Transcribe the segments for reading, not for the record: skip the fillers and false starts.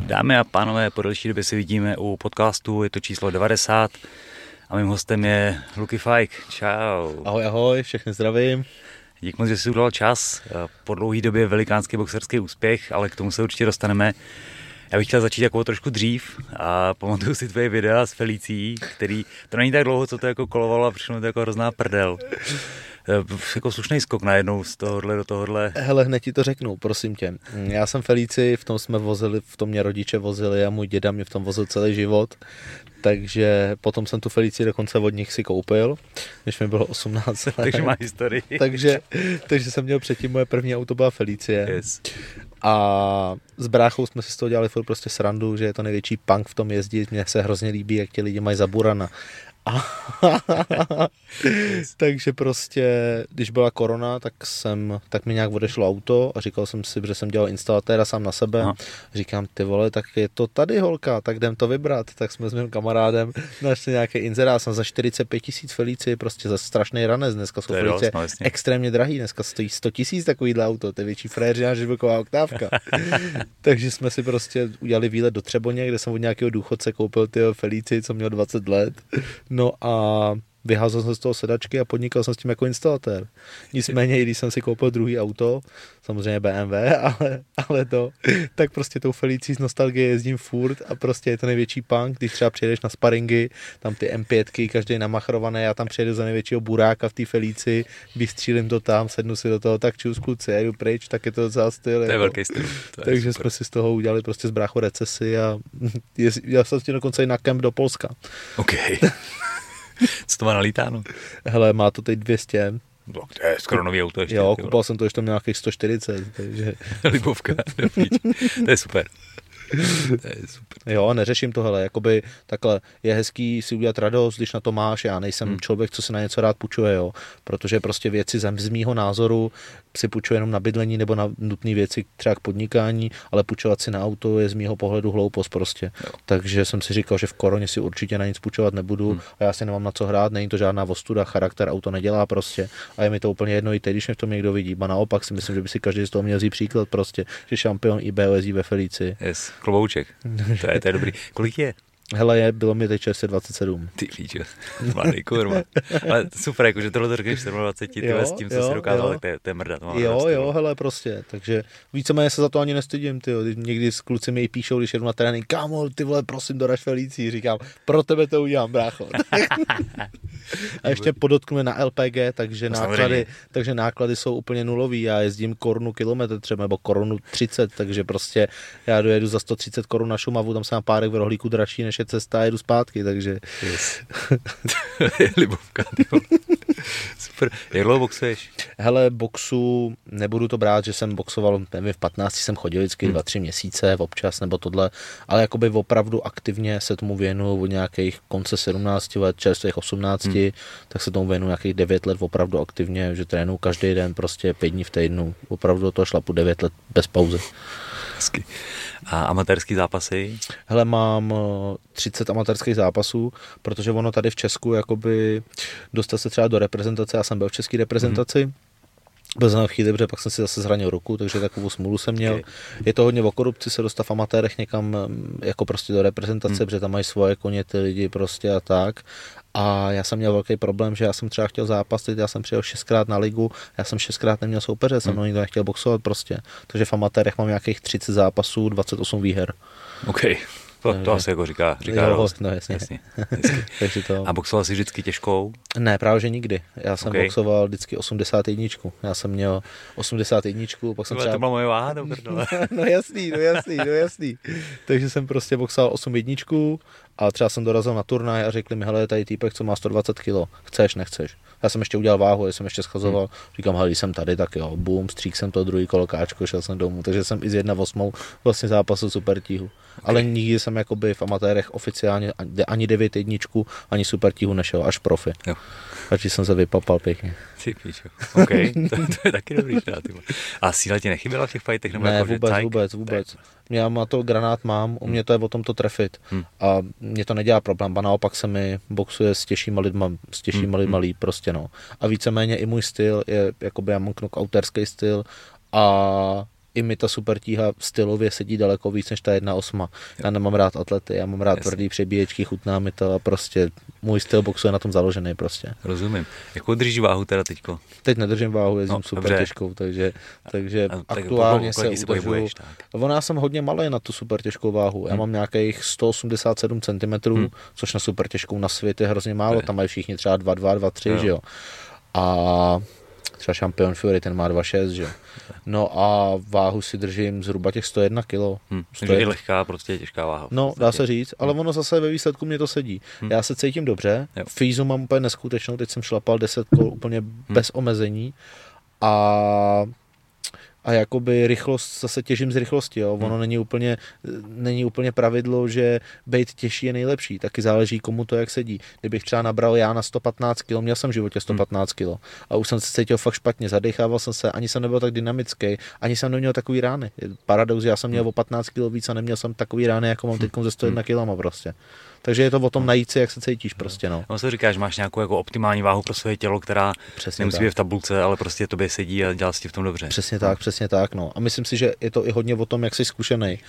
Dámy a pánové, po delší době si vidíme u podcastu, je to číslo 90 a mým hostem je Luky Fajk. Čau. Ahoj, ahoj, všechny zdravím. Dík moc, že jsi udělal čas. Po dlouhé době velikánský boxerský úspěch, ale k tomu se určitě dostaneme. Já bych chtěl začít jako trošku dřív a pamatuju si tvoje videa s Felicí, který, to není tak dlouho, co to jako kolovalo a přišlo to jako hrozná prdel. Jako slušný skok najednou z tohohle do tohohle. Hele, hned ti to řeknu, prosím tě. Já jsem Felici, v tom jsme vozili, v tom mě rodiče vozili a můj děda mě v tom vozil celý život. Takže potom jsem tu Felici dokonce od nich si koupil, když mi bylo 18 let. Takže má historii. takže jsem měl předtím, moje první auto byla Felicie. Yes. A s bráchou jsme si z toho dělali furt prostě srandu, že je to největší punk v tom jezdit. Mně se hrozně líbí, jak ti lidi mají zaburana. Takže prostě, když byla korona, tak mi nějak odešlo auto a říkal jsem si, že jsem dělal instalatéra sám na sebe. Aha. Říkám, ty vole, tak je to tady holka, tak jdem to vybrat. Tak jsme s mým kamarádem našli nějaký inzerát, jsem za 45 000 Felici, prostě za strašný ranec. Dneska jsou Felicie extrémně drahý, dneska stojí 100 000 takovýhle auto, to je větší frajeř, než taková oktávka. Takže jsme si prostě udělali výlet do Třeboně, kde jsem od nějakého důchodce koupil ty Felici, co měl 20 let. No a vyházel jsem z toho sedačky a podnikal jsem s tím jako instalatér. Nicméně, i když jsem si koupil druhý auto, samozřejmě BMW, tak prostě tou Felicí z nostalgie jezdím furt a prostě je to největší punk, když třeba přijedeš na sparingy, tam ty M5, každý namachrovaný, já tam přijedu za největšího buráka v té Felici, vystřílím to tam, sednu si do toho, tak čus kluci, já jdu pryč, tak je to docela styl. To je velký styl. Takže jsme si z toho udělali prostě z bráchu recesi a já jsem s tím dokonce i na kemp do Polska. OK. Co to má nalítáno? Hele, má to teď 200. To je skoro nový auto ještě. Jo, koupil jsem to, ještě tam nějakých 140, takže... Libovka, to je super. To je super. Jo, neřeším to, hele, jakoby takhle je hezký si udělat radost, když na to máš, já nejsem člověk, co se na něco rád půjčuje, jo, protože prostě věci z mýho názoru si půjčuje jenom na bydlení nebo na nutné věci třeba k podnikání, ale půjčovat si na auto je z mýho pohledu hloupost prostě. Jo. Takže jsem si říkal, že v koroně si určitě na nic půjčovat nebudu a já si nemám na co hrát, není to žádná ostuda, charakter auto nedělá prostě a je mi to úplně jedno i teď, když mě v tom někdo vidí, a naopak si myslím, že by si každý z toho měl vzít příklad prostě, že šampion IBO jezdí ve Felici. Yes. Klobouček. To je dobrý. Kolik je? Hele, bylo mi teď 27. Ty píče, mladý kurva. Ale super, jakože tohle to řekneš 27, s tím, co jsi dokázal, tak to je mrda. Jo, hele, prostě. Takže víceméně se za to ani nestydím, tyjo. Někdy s kluci mi píšou, když jedu na trénink, kámo, ty vole, prosím, doraž Felicí. Říkám, pro tebe to udělám, brácho. A ještě podotknu na LPG, takže náklady jsou úplně nulový. Já jezdím korunu kilometr třeba, nebo korunu 30, takže prostě já dojedu za 130 korun na Šumavu, tam jsem párek v rohlíku dražší, než je cesta, jedu zpátky, takže... Yes. Libovka, super. Jak dlouho boxuješ? Hele, boxu, nebudu to brát, že jsem boxoval, nevím, v 15 jsem chodil vždycky 2-3 měsíce občas, nebo tohle, ale jakoby opravdu aktivně se tomu věnuju od nějakých konce 17 let, čerstvých 18, tak se tomu věnuju nějakých 9 let opravdu aktivně, že trénuju každý den, prostě 5 dní v týdnu, opravdu do toho šlapu 9 let bez pauzy. Hezky. A amatérský zápasy? Hele, mám 30 amatérských zápasů, protože ono tady v Česku, jakoby dostat se třeba do reprezentace, já jsem byl v české reprezentaci, byl jsem v chvíli, protože pak jsem si zase zranil ruku, takže takovou smůlu jsem měl. Okay. Je to hodně o korupci se dostat v amatérech někam jako prostě do reprezentace, protože tam mají svoje koně ty lidi prostě a tak. A já jsem měl velký problém, že já jsem třeba chtěl zápasit, já jsem přijel 6krát na ligu, já jsem 6krát neměl soupeře, se mnou nikdo nechtěl boxovat prostě. Takže v amatérech mám nějakých 30 zápasů, 28 výher. OK. To asi jako říká dost. No jasně. Takže to... A boxoval jsi vždycky těžkou? Ne, právě že nikdy. Já jsem boxoval vždycky 81. Já jsem měl 81, pak jsem třeba... To byla moje váha, do prdele. No jasný. Takže jsem prostě boxoval 81 a třeba jsem dorazil na turnaj a řekli mi, hele, tady týpek, co má 120 kg, chceš, nechceš? Já jsem ještě udělal váhu, jsem ještě schazoval, říkám, hele, když jsem tady, tak jo, boom, střík jsem to druhý kolokáčko, šel jsem domů, takže jsem i z 1/8 vlastně zápasil super tíhu. Ale nikdy jsem jakoby v amatérech oficiálně ani 9/1, ani super tíhu nešel, až profi. Jo. Takže jsem se vypapal pěkně. Ty píčo. OK, to je taky dobrý šrát. A síla ti nechyběla v těch fightech? Nebo ne, jako, vůbec. Já na to granát mám, u mě to je o tom to trefit. A mě to nedělá problém, a naopak se mi boxuje s těžšíma lidma líp prostě, no. A víceméně i můj styl je, jakoby já mám knockouterský styl a i mi ta supertíha stylově sedí daleko víc než ta 1.8. Já nemám rád atlety, já mám rád tvrdý přebíječky, chutná mi to a prostě můj styl boxu je na tom založený prostě. Rozumím. Jakou držíš váhu teda teďko? Teď nedržím váhu, jezdím super těžkou, takže aktuálně se udržuju. Ona jsem hodně malý na tu super těžkou váhu. Já mám nějakých 187 cm, což na super těžkou na svět je hrozně málo, tam mají všichni třeba 2,2, 2,3, že jo. A třeba šampion Fury, ten má 2,6, že jo. No a váhu si držím zhruba těch 101 kg. Takže je lehká, prostě těžká váha. No, dá se říct, ale ono zase ve výsledku mě to sedí. Já se cítím dobře, fízu mám úplně neskutečnou, teď jsem šlapal 10 kol úplně bez omezení a jakoby rychlost, zase těžím z rychlosti, jo. Ono není úplně pravidlo, že být těžší je nejlepší, taky záleží komu to jak sedí. Kdybych třeba nabral já na 115 kg, měl jsem v životě 115 kg a už jsem se cítil fakt špatně, zadechával jsem se, ani jsem nebyl tak dynamický, ani jsem neměl takový rány. Paradox, já jsem měl o 15 kg víc a neměl jsem takový rány, jako mám teď ze 101 kg prostě. Takže je to o tom najít si, jak se cítíš prostě, no. On se říká, že máš nějakou jako optimální váhu pro své tělo, která přesně nemusí být v tabulce, ale prostě tobě sedí a dělá si ti v tom dobře. Přesně tak, no. A myslím si, že je to i hodně o tom, jak jsi zkušený,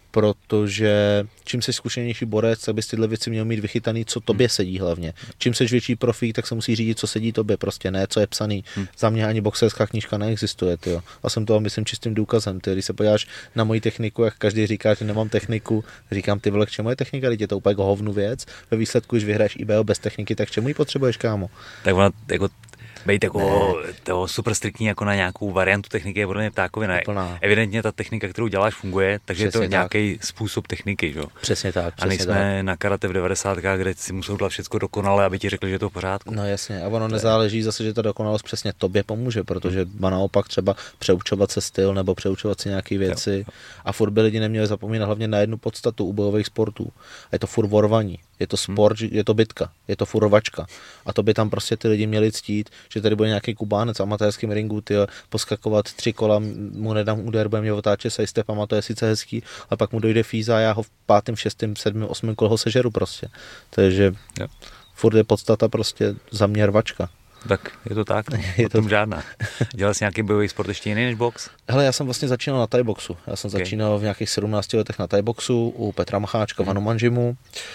protože čím jsi zkušenější borec, tak bys tyhle věci měl mít vychytaný, co tobě sedí hlavně. Čím jsi větší profík, tak se musí řídit, co sedí tobě, prostě ne, co je psaný. Za mě ani boxerská knížka neexistuje, tyjo. A jsem toho, myslím, čistým důkazem, ty. Když se podíváš na moji techniku, jak každý říká, že nemám techniku, říkám, ty vole, k čemu je technika, teď je to úplně hovnu věc. Ve výsledku, když vyhraješ IBO bez techniky, tak k čemu ji potřebuješ, kámo? Tak ona jako být jako super striktní jako na nějakou variantu techniky je podle mě ptákovina. Evidentně ta technika, kterou děláš, funguje, takže přesně je to nějaký způsob techniky, jo. Přesně tak. A nejsme na karate v 90, kde si musel dělat všechno dokonale, aby ti řekli, že je to v pořádku. No jasně, a ono nezáleží zase, že ta dokonalost přesně tobě pomůže, protože má naopak třeba přeučovat se styl nebo přeučovat si nějaké věci. Jo. A furt by lidi neměli zapomínat hlavně na jednu podstatu u bojových sportů. A je to furt vorvaní. Je to sport, je to bitka, je to furvačka. A to by tam prostě ty lidi měli ctít, že tady bude nějaký Kubánec v amatérském ringu, tyjo, poskakovat 3 kola, mu nedám úder, bude mě otáčet se step, a to je sice hezký, ale pak mu dojde fíza a já ho v 5., 6., 7., 8. kole ho sežeru prostě. Takže furt je podstata prostě za mě rvačka. Tak je to tak, je to žádná. Dělal jsi nějaký bojový sport ještě jiný než box? Hele, já jsem vlastně začínal na thai boxu. Já jsem začínal v nějakých 17 letech na thai boxu u Petra Macháčka v Hanumanjimu.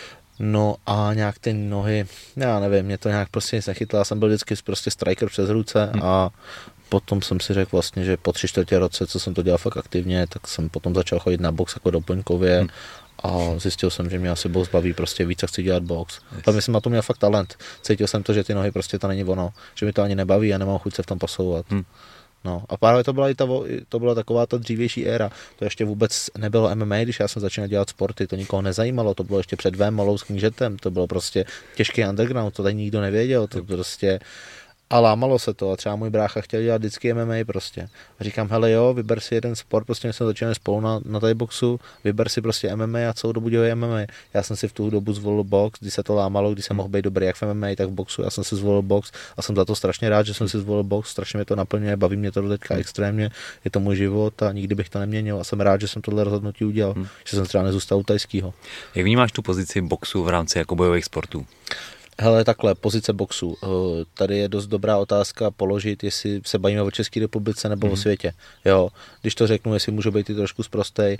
No a nějak ty nohy, já nevím, mě to nějak prostě nic nechytlo, já jsem byl vždycky prostě striker přes ruce a potom jsem si řekl vlastně, že po 3/4 roce, co jsem to dělal fakt aktivně, tak jsem potom začal chodit na box jako doplňkově a zjistil jsem, že mě asi box baví prostě víc a chci dělat box. Ale myslím, na to měl fakt talent. Cítil jsem to, že ty nohy prostě to není ono, že mi to ani nebaví a nemám chuť se v tom posouvat. No a právě to byla taková ta dřívější éra. To ještě vůbec nebylo MMA, když já jsem začínal dělat sporty, to nikoho nezajímalo, to bylo ještě před Malou s knížetem, to bylo prostě těžký underground, to tady nikdo nevěděl, to prostě a lámalo se to a třeba můj brácha chtěl dělat vždycky MMA prostě. A říkám, hele jo, vyber si jeden sport, prostě my jsme začínali spolu na thai boxu, vyber si prostě MMA a celou dobu dělej MMA. Já jsem si v tu dobu zvolil box, když se to lámalo, když jsem mohl být dobrý jak v MMA, tak v boxu, já jsem si zvolil box a jsem za to strašně rád, že jsem si zvolil box, strašně mě to naplňuje, baví mě to teďka extrémně, je to můj život a nikdy bych to neměnil a jsem rád, že jsem tohle rozhodnutí udělal, že jsem třeba nezůstal u tajského. Jak vnímáš tu pozici boxu v rámci jako bojových sportů? Hele, takhle, pozice boxu. Tady je dost dobrá otázka položit, jestli se bavíme o České republice nebo o světě. Jo, když to řeknu, jestli můžu být i trošku sprostej.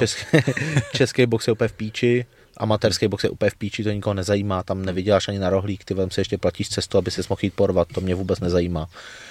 Český box je úplně v píči, amatérský box je úplně v píči, to nikoho nezajímá, tam nevyděláš ani na rohlík, ty vám se ještě platíš cestu, aby si mohl jít porvat, to mě vůbec nezajímá.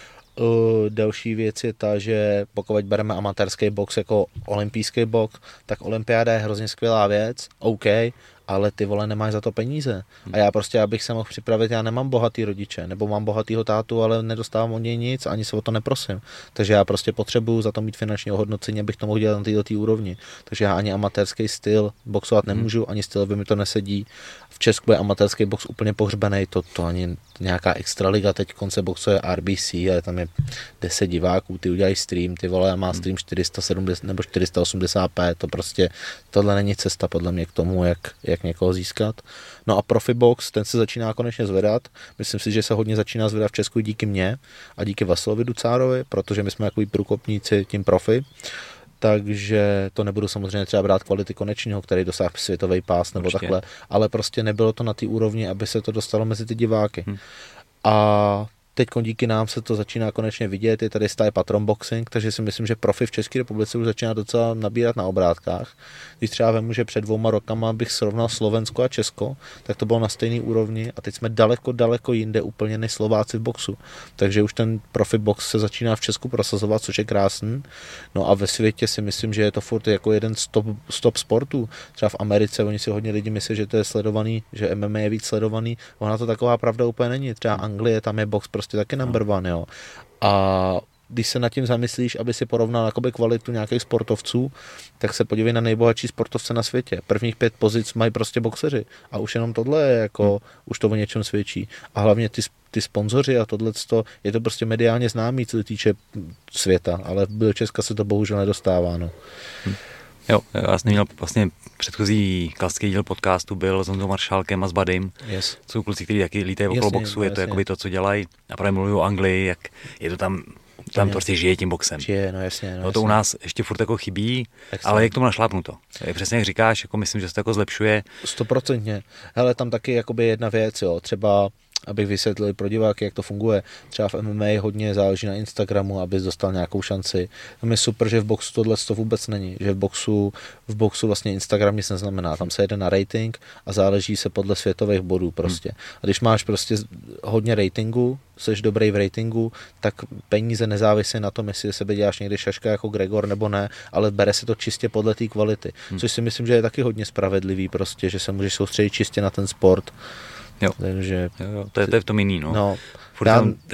Další věc je ta, že pokud bereme amatérský box jako olympijský box, tak olympiáda je hrozně skvělá věc, OK, ale ty vole nemáš za to peníze. A já prostě, abych se mohl připravit, já nemám bohatý rodiče, nebo mám bohatýho tátu, ale nedostávám od něj nic, ani se o to neprosím. Takže já prostě potřebuju za to mít finanční ohodnocení, abych to mohl dělat na této úrovni. Takže já ani amatérský styl boxovat nemůžu, ani styl by mi to nesedí. V Česku je amatérský box úplně pohřbený, to ani nějaká extraliga teď konce boxuje RBC, ale tam je 10 diváků, ty udělají stream, ty vole, má stream 470 nebo 480p, to prostě, tohle není cesta podle mě k tomu, jak někoho získat. No a profi box, ten se začíná konečně zvedat. Myslím si, že se hodně začíná zvedat v Česku díky mně a díky Vasilovi Ducárovi, protože my jsme takový průkopníci tím profi. Takže to nebudu samozřejmě třeba brát Kvality Konečního, který dosáhl světový pás nebo takhle, ale prostě nebylo to na té úrovni, aby se to dostalo mezi ty diváky. A teď díky nám se to začíná konečně vidět, je tady stále patron boxing, takže si myslím, že profi v České republice už začíná docela nabírat na obrátkách. Když třeba vemu, že před 2 rokama bych srovnal Slovensko a Česko, tak to bylo na stejné úrovni a teď jsme daleko jinde úplně než Slováci v boxu. Takže už ten profi box se začíná v Česku prosazovat, což je krásný. No a ve světě si myslím, že je to furt jako jeden stop sportů. Třeba v Americe oni si hodně lidi myslí, že to je sledovaný, že MMA je víc sledovaný. Ona to taková pravda úplně není. Třeba Anglie, tam je box prostě taky number one, jo. A když se nad tím zamyslíš, aby si porovnal jakoby kvalitu nějakých sportovců, tak se podívej na nejbohatší sportovce na světě. Prvních 5 pozic mají prostě boxeři. A už jenom tohle je jako, už to o něčem svědčí. A hlavně ty sponzoři a tohleto, je to prostě mediálně známý, co se týče světa, ale do Česka se to bohužel nedostává, no. Jo, já jsem měl vlastně předchozí klasický díl podcastu byl s Honzou Maršálkem a s Badym. Yes. Jsou kluci, kteří taky lítají okolo boxu, je to jakoby to, co dělají. A právě mluví o Anglii, jak je to tam prostě žije tím boxem. Žije, no jasně. No to u nás ještě furt jako chybí, ale je k tomu našlápnuto. Přesně jak říkáš, jako myslím, že se to jako zlepšuje. 100%. Hele, tam taky jakoby jedna věc, jo, třeba abych vysvětlil pro diváky, jak to funguje. Třeba v MMA hodně záleží na Instagramu, abys dostal nějakou šanci. Tam je super, že v boxu tohle to vůbec není. Že v boxu vlastně Instagram nic neznamená. Tam se jede na rating a záleží se podle světových bodů prostě. A když máš prostě hodně ratingu, seš dobrý v ratingu, tak peníze nezávisí na tom, jestli sebe děláš někdy šaška jako Gregor nebo ne, ale bere se to čistě podle té kvality. Což si myslím, že je taky hodně spravedlivý prostě, že se můžeš soustředit čistě na ten sport. Jo. Takže to je v tom jiný, no. Furt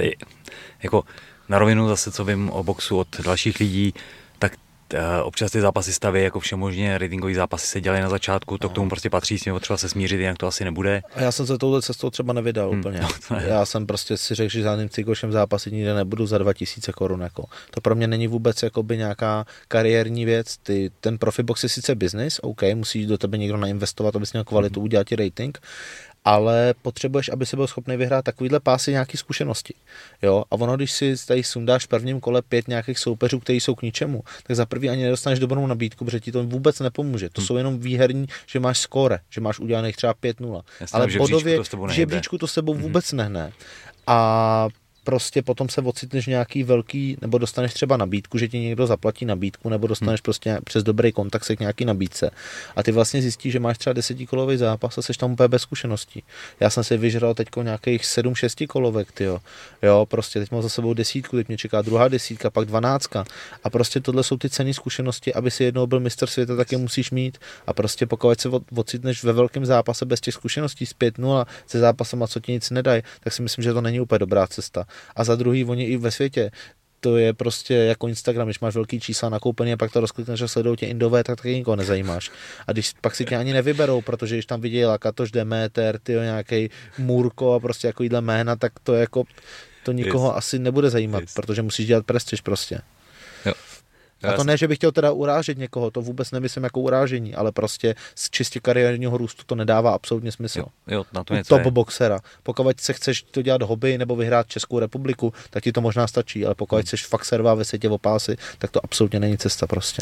jako na rovinu zase, co vím o boxu od dalších lidí, tak občas ty zápasy staví jako všemožně, ratingový zápasy se dělají na začátku, to k tomu prostě patří, s tím potřeba se smířit, jinak to asi nebude. A já jsem se touhle cestou třeba nevydal úplně. Já jsem prostě si řekl, že žádným cikošem zápasy nikde nebudu za 2000 korun. Jako. To pro mě není vůbec jakoby nějaká kariérní věc. Ten profibox je sice business, OK, musí do tebe někdo nainvestovat, abys měl kvalitu, udělat ti rating, ale potřebuješ, aby si byl schopný vyhrát takovýhle pásy nějaký zkušenosti. Jo? A ono, když si tady sundáš v prvním kole 5 nějakých soupeřů, kteří jsou k ničemu, tak za prvý ani nedostaneš dobrou nabídku, protože ti to vůbec nepomůže. To jsou jenom výherní, že máš skóre, že máš udělaných třeba 5-0. Ale bodově v žebříčku to s tebou vůbec nehne. A prostě potom se ocitneš nějaký velký, nebo dostaneš třeba nabídku, že ti někdo zaplatí nabídku, nebo dostaneš prostě přes dobrý kontakt se k nějaký nabídce. A ty vlastně zjistíš, že máš třeba 10kolový zápas a seš tam úplně bez zkušeností. Já jsem si vyžral teďko nějakých 7-6 kolovek, tyjo. Jo, prostě teď mám za sebou 10, teď mě čeká druhá 10, pak 12. A prostě tohle jsou ty cenné zkušenosti, aby si jednou byl mistr světa, tak je musíš mít. A prostě pokud se ocitneš ve velkém zápase bez těch zkušeností s 5-0 se zápasem, co ti nic nedají, tak si myslím, že to není úplně dobrá cesta. A za druhý, oni i ve světě, to je prostě jako Instagram, když máš velký čísla nakoupený a pak to rozklikneš a sledují tě Indové, tak taky nikoho nezajímáš. A když pak si tě ani nevyberou, protože když tam vidějí Lakatoš, Demeter, nějaký Murko a prostě takovýhle jména, tak to jako to nikoho asi nebude zajímat, protože musíš dělat prestiž prostě. Jo. A to ne, že bych chtěl teda urážet někoho, to vůbec nemyslím jako urážení, ale prostě z čistě kariérního růstu to nedává absolutně smysl. Jo, na to top boxera. Pokud se chceš to dělat hobby nebo vyhrát Českou republiku, tak ti to možná stačí, ale pokud chceš fakt servá ve světě o pásy, tak to absolutně není cesta prostě.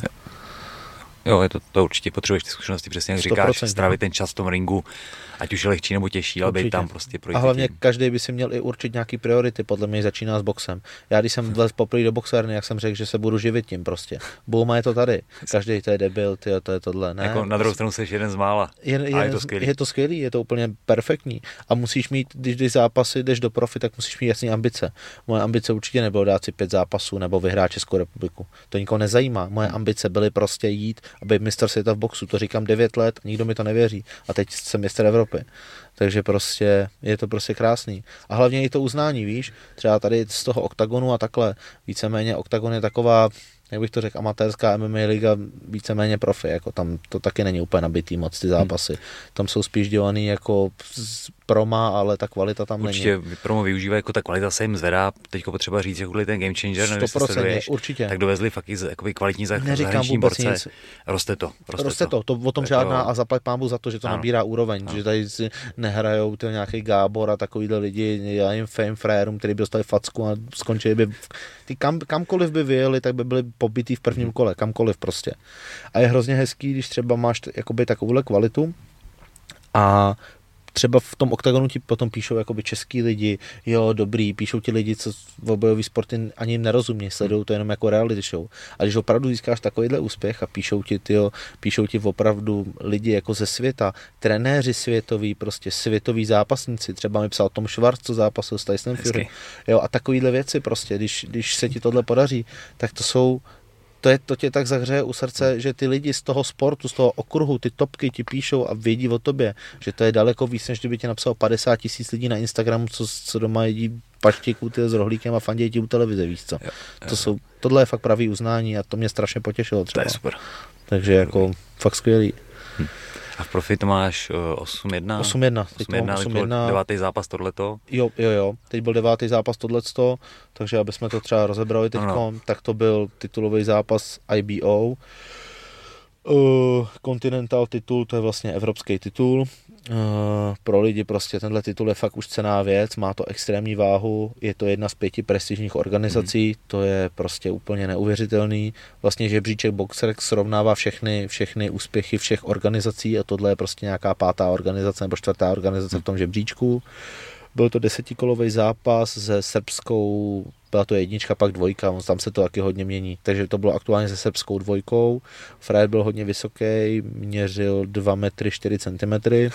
Jo, je to určitě potřebuješ ty zkušenosti, přesně jak říkáš, strávit ten čas v tom ringu, ať už je lehčí nebo těžší, ale být tam prostě projít. A hlavně každý by si měl i určit nějaký priority, podle mě začíná s boxem. Já když jsem vlez poprvé do boxérny, jak jsem řekl, že se budu živit tím prostě. Bouma je to tady. Každý to je debil, to je tohle. Ne? Jako na druhou stranu jsi jeden z mála. Je to skvělý. Je to skvělý, je to úplně perfektní. A musíš mít, když zápasy jdeš do profi, tak musíš mít jasný ambice. Moje ambice určitě nebylo dát si 5 zápasů nebo vyhrát Českou republiku. To nikoho nezajímá. Moje ambice byly prostě jít, aby mistr světa v boxu. To říkám 9 let, nikdo mi to nevěří. A teď jsem mistr Evropy. Takže prostě je to prostě krásný. A hlavně i to uznání, víš, třeba tady z toho oktagonu a takhle, víceméně oktagon je taková, jak bych to řekl, amatérská MMA liga, víceméně profi, jako tam to taky není úplně nabitý moc ty zápasy. Tam jsou spíš dělaný jako proma, ale ta kvalita tam určitě není. Určitě promo využívají, jako ta kvalita se jim zvedá, teďko potřeba říct, jako ten Game Changer, nevím, 100%, určitě. Tak dovezli fakt i kvalitní zahraniční borce. Nic. Roste to. To o tom žádná a zaplať pánbu za to, že to nabírá úroveň, že tady si nehrajou ty nějaký Gábor a takovýhle lidi, já jim fame frajerům, který by dostali facku a skončili by, ty kamkoliv by vyjeli, tak by byli pobitý v prvním kole, kamkoliv prostě. A je hrozně hezký, když třeba máš jakoby takovouhle kvalitu a třeba v tom oktagonu ti potom píšou jakoby český lidi, jo, dobrý, píšou ti lidi, co v bojový sporty ani jim nerozumí, sledují to jenom jako reality show. A když opravdu získáš takovýhle úspěch a píšou ti opravdu lidi jako ze světa, trenéři světoví, prostě světoví zápasníci, třeba mi psal Tom Schwarz, co zápasil s Tysonem Fury, jo, a takovýhle věci prostě, když se ti tohle podaří, tak to tě tak zahřeje u srdce, že ty lidi z toho sportu, z toho okruhu, ty topky ti píšou a vědí o tobě, že to je daleko víc, než kdyby ti napsalo 50 000 lidí na Instagramu, co doma jedí paštiku s rohlíkem a fandějí ti u televize, víš co. Tohle je fakt pravý uznání a to mě strašně potěšilo třeba. To je super. Takže jako fakt skvělý. A v profi to máš 8-1? 8-1. 9. zápas tohleto? Jo. Teď byl 9. zápas tohleto, takže aby jsme to třeba rozebrali teďkom, tak to byl titulový zápas IBO. Continental titul, to je vlastně evropský titul. Pro lidi prostě tenhle titul je fakt už cenná věc, má to extrémní váhu, je to jedna z 5 prestižních organizací, to je prostě úplně neuvěřitelný. Vlastně žebříček Boxrec srovnává všechny úspěchy všech organizací a tohle je prostě nějaká 5. organizace nebo 4. organizace v tom žebříčku. Byl to 10kolový zápas se srbskou, byla to 1, pak 2, tam se to taky hodně mění. Takže to bylo aktuálně se srbskou 2. Fred byl hodně vysoký, měřil 2,4 m,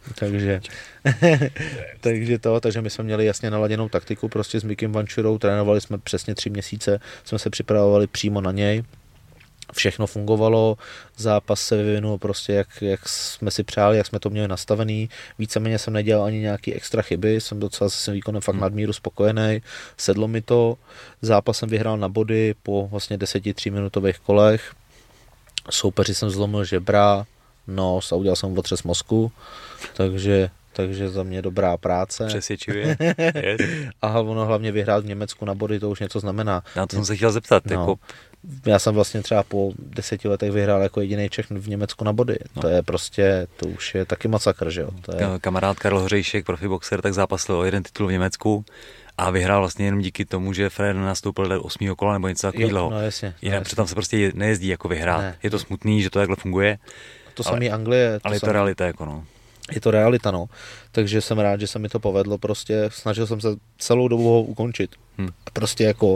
takže my jsme měli jasně naladěnou taktiku prostě s Mikim Vančurou, trénovali jsme přesně 3 měsíce, jsme se připravovali přímo na něj. Všechno fungovalo, zápas se vyvinul prostě jak jsme si přáli, jak jsme to měli nastavený. Víceméně jsem nedělal ani nějaký extra chyby, jsem docela se svým výkonem fakt nadmíru spokojený, sedlo mi to. Zápas jsem vyhrál na body po vlastně 10 3minutových kolech. Soupeři jsem zlomil žebra, nos a udělal jsem otřes mozku, takže za mě dobrá práce. Přesvědčivě. A ono hlavně vyhrát v Německu na body, to už něco znamená. Na to jsem se chtěl zeptat. No. Jako... Já jsem vlastně třeba po 10 letech vyhrál jako jediný Čech v Německu na body. No. To je prostě, to už je taky masakr, že jo. Kamarád Karel Hořejšek, profiboxer, tak zápasil o 1 titul v Německu a vyhrál vlastně jenom díky tomu, že Fred nastoupil do 8. kola nebo něco takového. No jasně. Jinak přitom se prostě nejezdí jako vyhrát. Ne. Je to smutný, že to takhle funguje. To samý Anglie. Ale je to realita jako no. Je to realita, no. Takže jsem rád, že se mi to povedlo, prostě snažil jsem se celou dobu ho ukončit. Prostě jako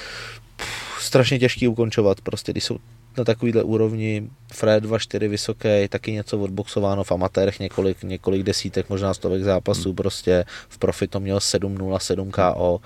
strašně těžký ukončovat, prostě když jsou na takovýhle úrovni, Fred 2,4 vysoký, taky něco odboxováno v amatérech, několik desítek, možná stovek zápasů, prostě v profi to měl 7-0, 7 KO,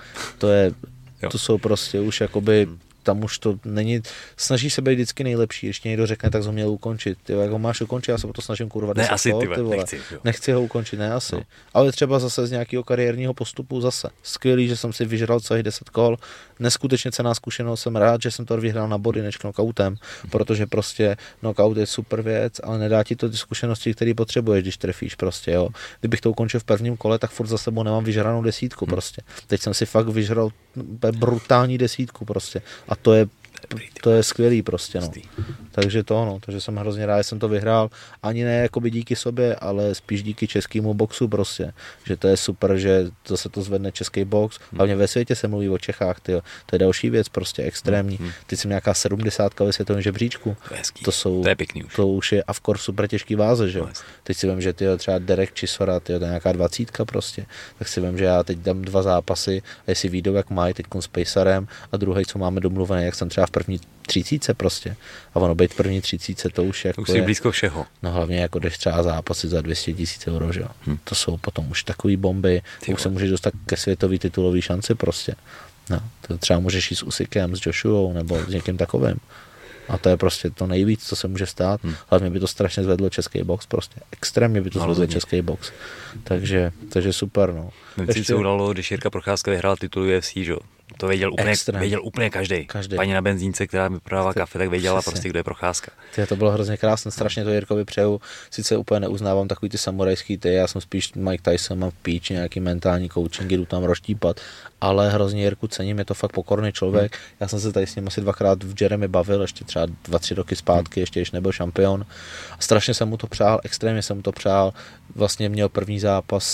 to jsou prostě už jakoby tam už to není, snaží se být vždycky nejlepší, ještě někdo řekne, tak ho měl ukončit, ty, jak ho máš ukončit, já se to snažím kurva 10 let, nechci ho ukončit, ne asi, ale třeba zase z nějakého kariérního postupu zase, skvělý, že jsem si vyžral celých 10 kol, neskutečně cenná zkušenost, jsem rád, že jsem to vyhrál na body než knockoutem, protože prostě knockout je super věc, ale nedá ti to ty zkušenosti, které potřebuješ, když trefíš prostě, jo. Kdybych to ukončil v prvním kole, tak furt za sebou nemám vyžranou 10 prostě. Teď jsem si fakt vyžral brutální 10 prostě. A to je skvělý prostě, no. Takže jsem hrozně rád, že jsem to vyhrál. Ani ne jakoby díky sobě, ale spíš díky českému boxu prostě. Že to je super, že zase to zvedne český box. Hlavně ve světě se mluví o Čechách, tyjo. To je další věc prostě extrémní. Teď jsem nějaká 70 ve světovém žebříčku. To je pěkný už. To už je a v kor super těžký váze, že jo. Teď si vím, že tyjo, třeba Derek Chisora, tyjo, to je nějaká 20 prostě. Tak si vím, že já teď dám 2 zápasy a jestli výjdou jak mají, teď s Pacerem a druhý, co máme domluvený, jak jsem třeba v první 30 prostě. A ono být v první 30, to už jako je blízko všeho. No hlavně jako jdeš třeba zápasy za 200 000 euro, že jo. To jsou potom už takový bomby, už se můžeš dostat ke světový titulový šanci prostě. No, to třeba můžeš jít s Usykem, s Joshuou nebo s někým takovým. A to je prostě to nejvíc, co se může stát. Hlavně by to strašně zvedlo český box prostě. Extrémně by to zvedlo český box. Takže super, no. Ještě... se udalo, když Jirka Procházka vyhrál titul UFC, že? To věděl úplně každý. Paní na benzínce, která mi prodává kafe, tak věděla prostě, kdo je Procházka. To bylo hrozně krásné, strašně to Jirkovi přeju. Sice úplně neuznávám takový ty samurajský já jsem spíš Mike Tyson, mám v píči nějaký mentální coaching, jdu tam rozštípat, ale hrozně Jirku cením, je to fakt pokorný člověk. Já jsem se tady s ním asi 2krát v Jeremy bavil, ještě třeba 2-3 roky zpátky, ještě když nebyl šampion. A strašně jsem mu to přál, extrémně jsem mu to přál. Vlastně měl první zápas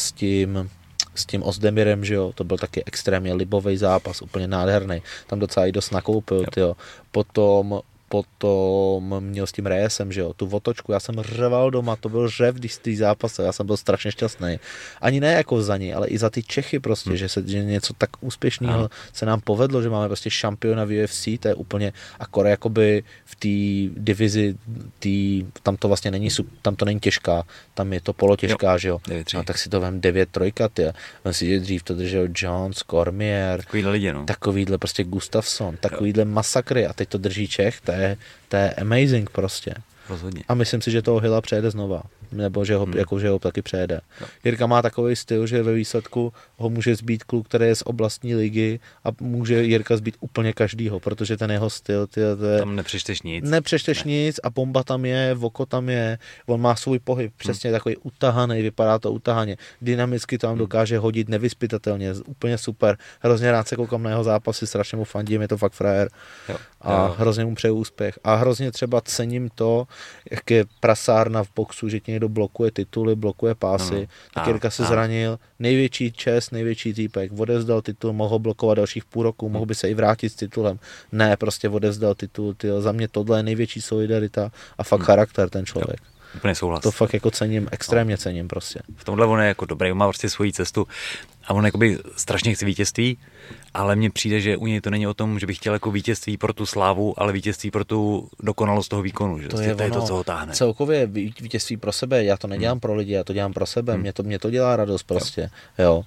s tím Ozdemirem, že jo, to byl taky extrémně libový zápas, úplně nádherný. Tam docela i dost nakoupil, tyjo. Potom potom měl s tím Reyesem, že jo, tu otočku, já jsem řeval doma, to byl řev, když z zápase, já jsem byl strašně šťastný. Ani ne jako za ní, ale i za ty Čechy prostě, že něco tak úspěšného se nám povedlo, že máme prostě šampiona v UFC, to je úplně akore jakoby v té divizi, tam to vlastně není, tam to není těžká, tam je to polotěžká, že jo. No, tak si to vem 9-3, vem si, že dřív to držel Jones, Cormier, takovýhle lidi, no. Takovýhle prostě Gustafsson, takovýhle masakry a teď to drží Čech, to je amazing prostě. Rozhodně. A myslím si, že toho Hilla přejede znova. Nebo že ho, že ho taky přejede. No. Jirka má takový styl, že ve výsledku ho může zbít kluk, který je z oblastní ligy a může Jirka zbít úplně každýho, protože ten jeho styl... Tam nepřečteš nic. Nepřečteš nic a bomba tam je, voko tam je, on má svůj pohyb, přesně takový utahaný, vypadá to utahaně. Dynamicky tam dokáže hodit nevyspytatelně, úplně super. Hrozně rád se koukám na jeho zápasy, strašně mu fandím, je to fakt frajer. A hrozně mu přeju úspěch. A hrozně třeba cením to, jak je prasárna v boxu, že ti někdo blokuje tituly, blokuje pásy. Tak Jirka se zranil, největší čest, největší týpek, odevzdal titul, mohl blokovat dalších půl roku, mohl by se i vrátit s titulem. Ne, prostě odevzdal titul, za mě tohle je největší solidarita a fakt charakter ten člověk. Úplně souhlas. To fakt jako cením, extrémně cením prostě. V tomhle on je jako dobrý, on má prostě svoji cestu a on jakoby strašně chce vítězství, ale mně přijde, že u něj to není o tom, že bych chtěl jako vítězství pro tu slávu, ale vítězství pro tu dokonalost toho výkonu, že to je to, co ho táhne. Celkově vítězství pro sebe, já to nedělám pro lidi, já to dělám pro sebe, mě to dělá radost prostě, jo.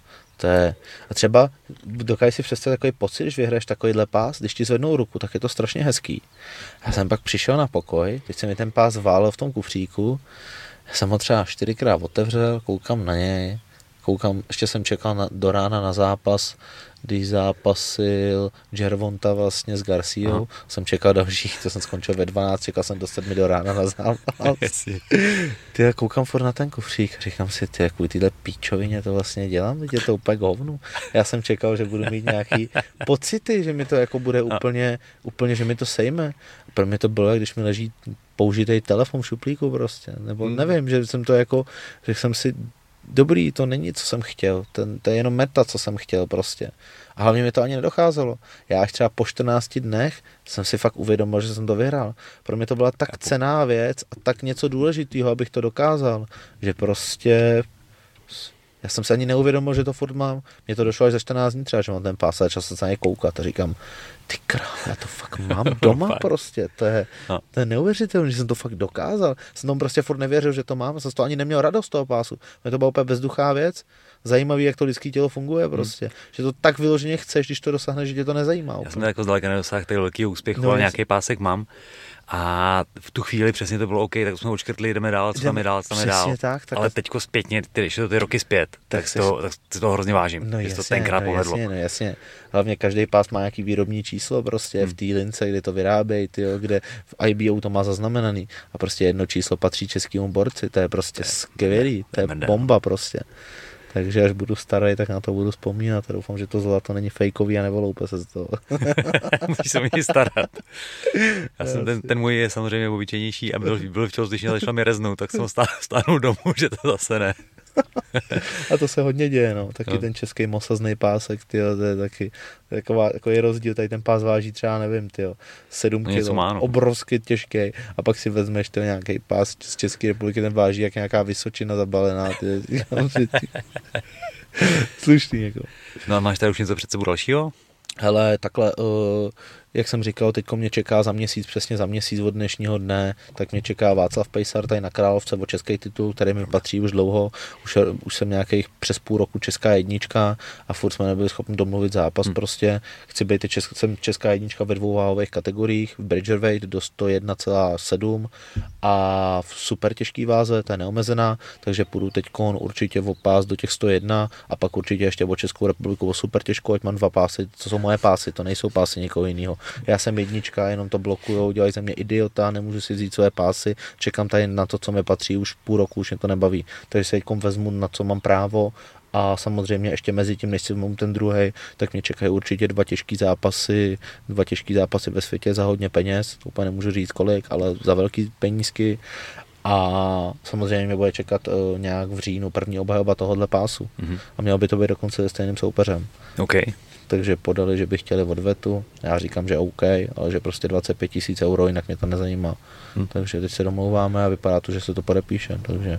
A třeba dokážeš si představit takový pocit, když vyhraješ takovýhle pás, když ti zvednou ruku, tak je to strašně hezký. Já jsem pak přišel na pokoj, když se mi ten pás válel v tom kufříku, já jsem ho třeba 4krát otevřel, koukám na něj, ještě jsem čekal do rána na zápas, když zápasil Gervonta vlastně s Garciou, jsem čekal dalších, to jsem skončil ve 12, čekal jsem do 7 do rána na zápas. Ty, koukám furt na ten kufřík a říkám si, ty, jakou tyhle píčovině to vlastně dělám, teď je to úplně k hovnu. Já jsem čekal, že budu mít nějaký pocity, že mi to jako bude úplně, že mi to sejme. Pro mě to bylo, když mi leží použitej telefon v šuplíku prostě, nebo nevím, že jsem to jako, že jsem si dobrý, to není, co jsem chtěl, to je jenom meta, co jsem chtěl prostě. A hlavně mi to ani nedocházelo. Já až třeba po 14 dnech jsem si fakt uvědomil, že jsem to vyhrál. Pro mě to byla tak cenná věc a tak něco důležitého, abych to dokázal, že prostě já jsem se ani neuvědomil, že to furt mám. Mně to došlo až za 14 dní třeba, že mám ten pás a začal jsem se na něj koukat a říkám, ty krávo, já to fakt mám doma prostě, to je neuvěřitelné, že jsem to fakt dokázal. Jsem tomu prostě furt nevěřil, že to mám, jsem z toho ani neměl radost z toho pásu. Mě to byla úplně bezduchá věc, zajímavý, jak to lidský tělo funguje prostě, že to tak vyloženě chceš, když to dosáhneš, že tě to nezajímá. Já jsem jako zdaleka nedosáhl tak velkého úspěchu, ale nějaký pásek mám. A v tu chvíli přesně to bylo OK, tak jsme odškrtli, jdeme dál, co tam je dál. Tak, ale teďko zpětně, když to ty roky zpět, tak si to hrozně vážím, že to tenkrát povedlo. Jasně. Hlavně každý pás má nějaký výrobní číslo prostě v té lince, kde to vyrábějí, kde v IBO to má zaznamenaný a prostě jedno číslo patří českému borci, to je prostě skvělý, to je bomba prostě. Takže až budu starý, tak na to budu vzpomínat a doufám, že to zlato není fejkový a nevoloupe se z toho. Musíš se mi starat. Já jsem ten můj je samozřejmě obyčejnější a byl včas, když mě začala mi reznout, tak jsem stáhnul domů, že to zase ne. A to se hodně děje, no. Taky ten český mosazný pásek, tyjo, to je taky takový rozdíl. Tady ten pás váží třeba, nevím, tyjo, 7 kg, obrovsky těžký. A pak si vezmeš to nějaký pás z České republiky, ten váží jak nějaká Vysočina zabalená. Slušný, jako. No a máš tady už něco před sebou dalšího? Hele, takhle, jak jsem říkal, teďko mě čeká přesně za měsíc od dnešního dne, tak mě čeká Václav Pejsar tady na Královce o český titul, který mi patří už dlouho, už jsem nějakých přes půl roku česká jednička a furt jsme nebyli schopni domluvit zápas prostě. Chci být jsem česká jednička ve 2 váhových kategoriích, v Bridgerweight do 101,7 a v super těžký váze, to je neomezená, takže půjdu teďkon určitě o pás do těch 101 a pak určitě ještě o Českou republiku o super těžkou, ať mám 2 pásy, co jsou moje pásy, to nejsou pásy někoho jiného. Já jsem jednička, jenom to blokujou, dělají ze mě idiota, nemůžu si vzít své pásy, čekám tady na to, co mi patří už půl roku, už mě to nebaví. Takže se teďkom vezmu, na co mám právo a samozřejmě ještě mezi tím, než si vezmu ten druhej, tak mě čekají určitě 2 těžký zápasy ve světě za hodně peněz, to úplně nemůžu říct kolik, ale za velký penízky. A samozřejmě mě bude čekat nějak v říjnu první obhajoba tohohle pásu. A mělo by to být dokonce se stejným soupeřem. OK. takže podali, že by chtěli odvetu. Já říkám, že OK, ale že prostě 25 000 €, jinak mě to nezajímá. Takže teď se domlouváme a vypadá to, že se to podepíše. Takže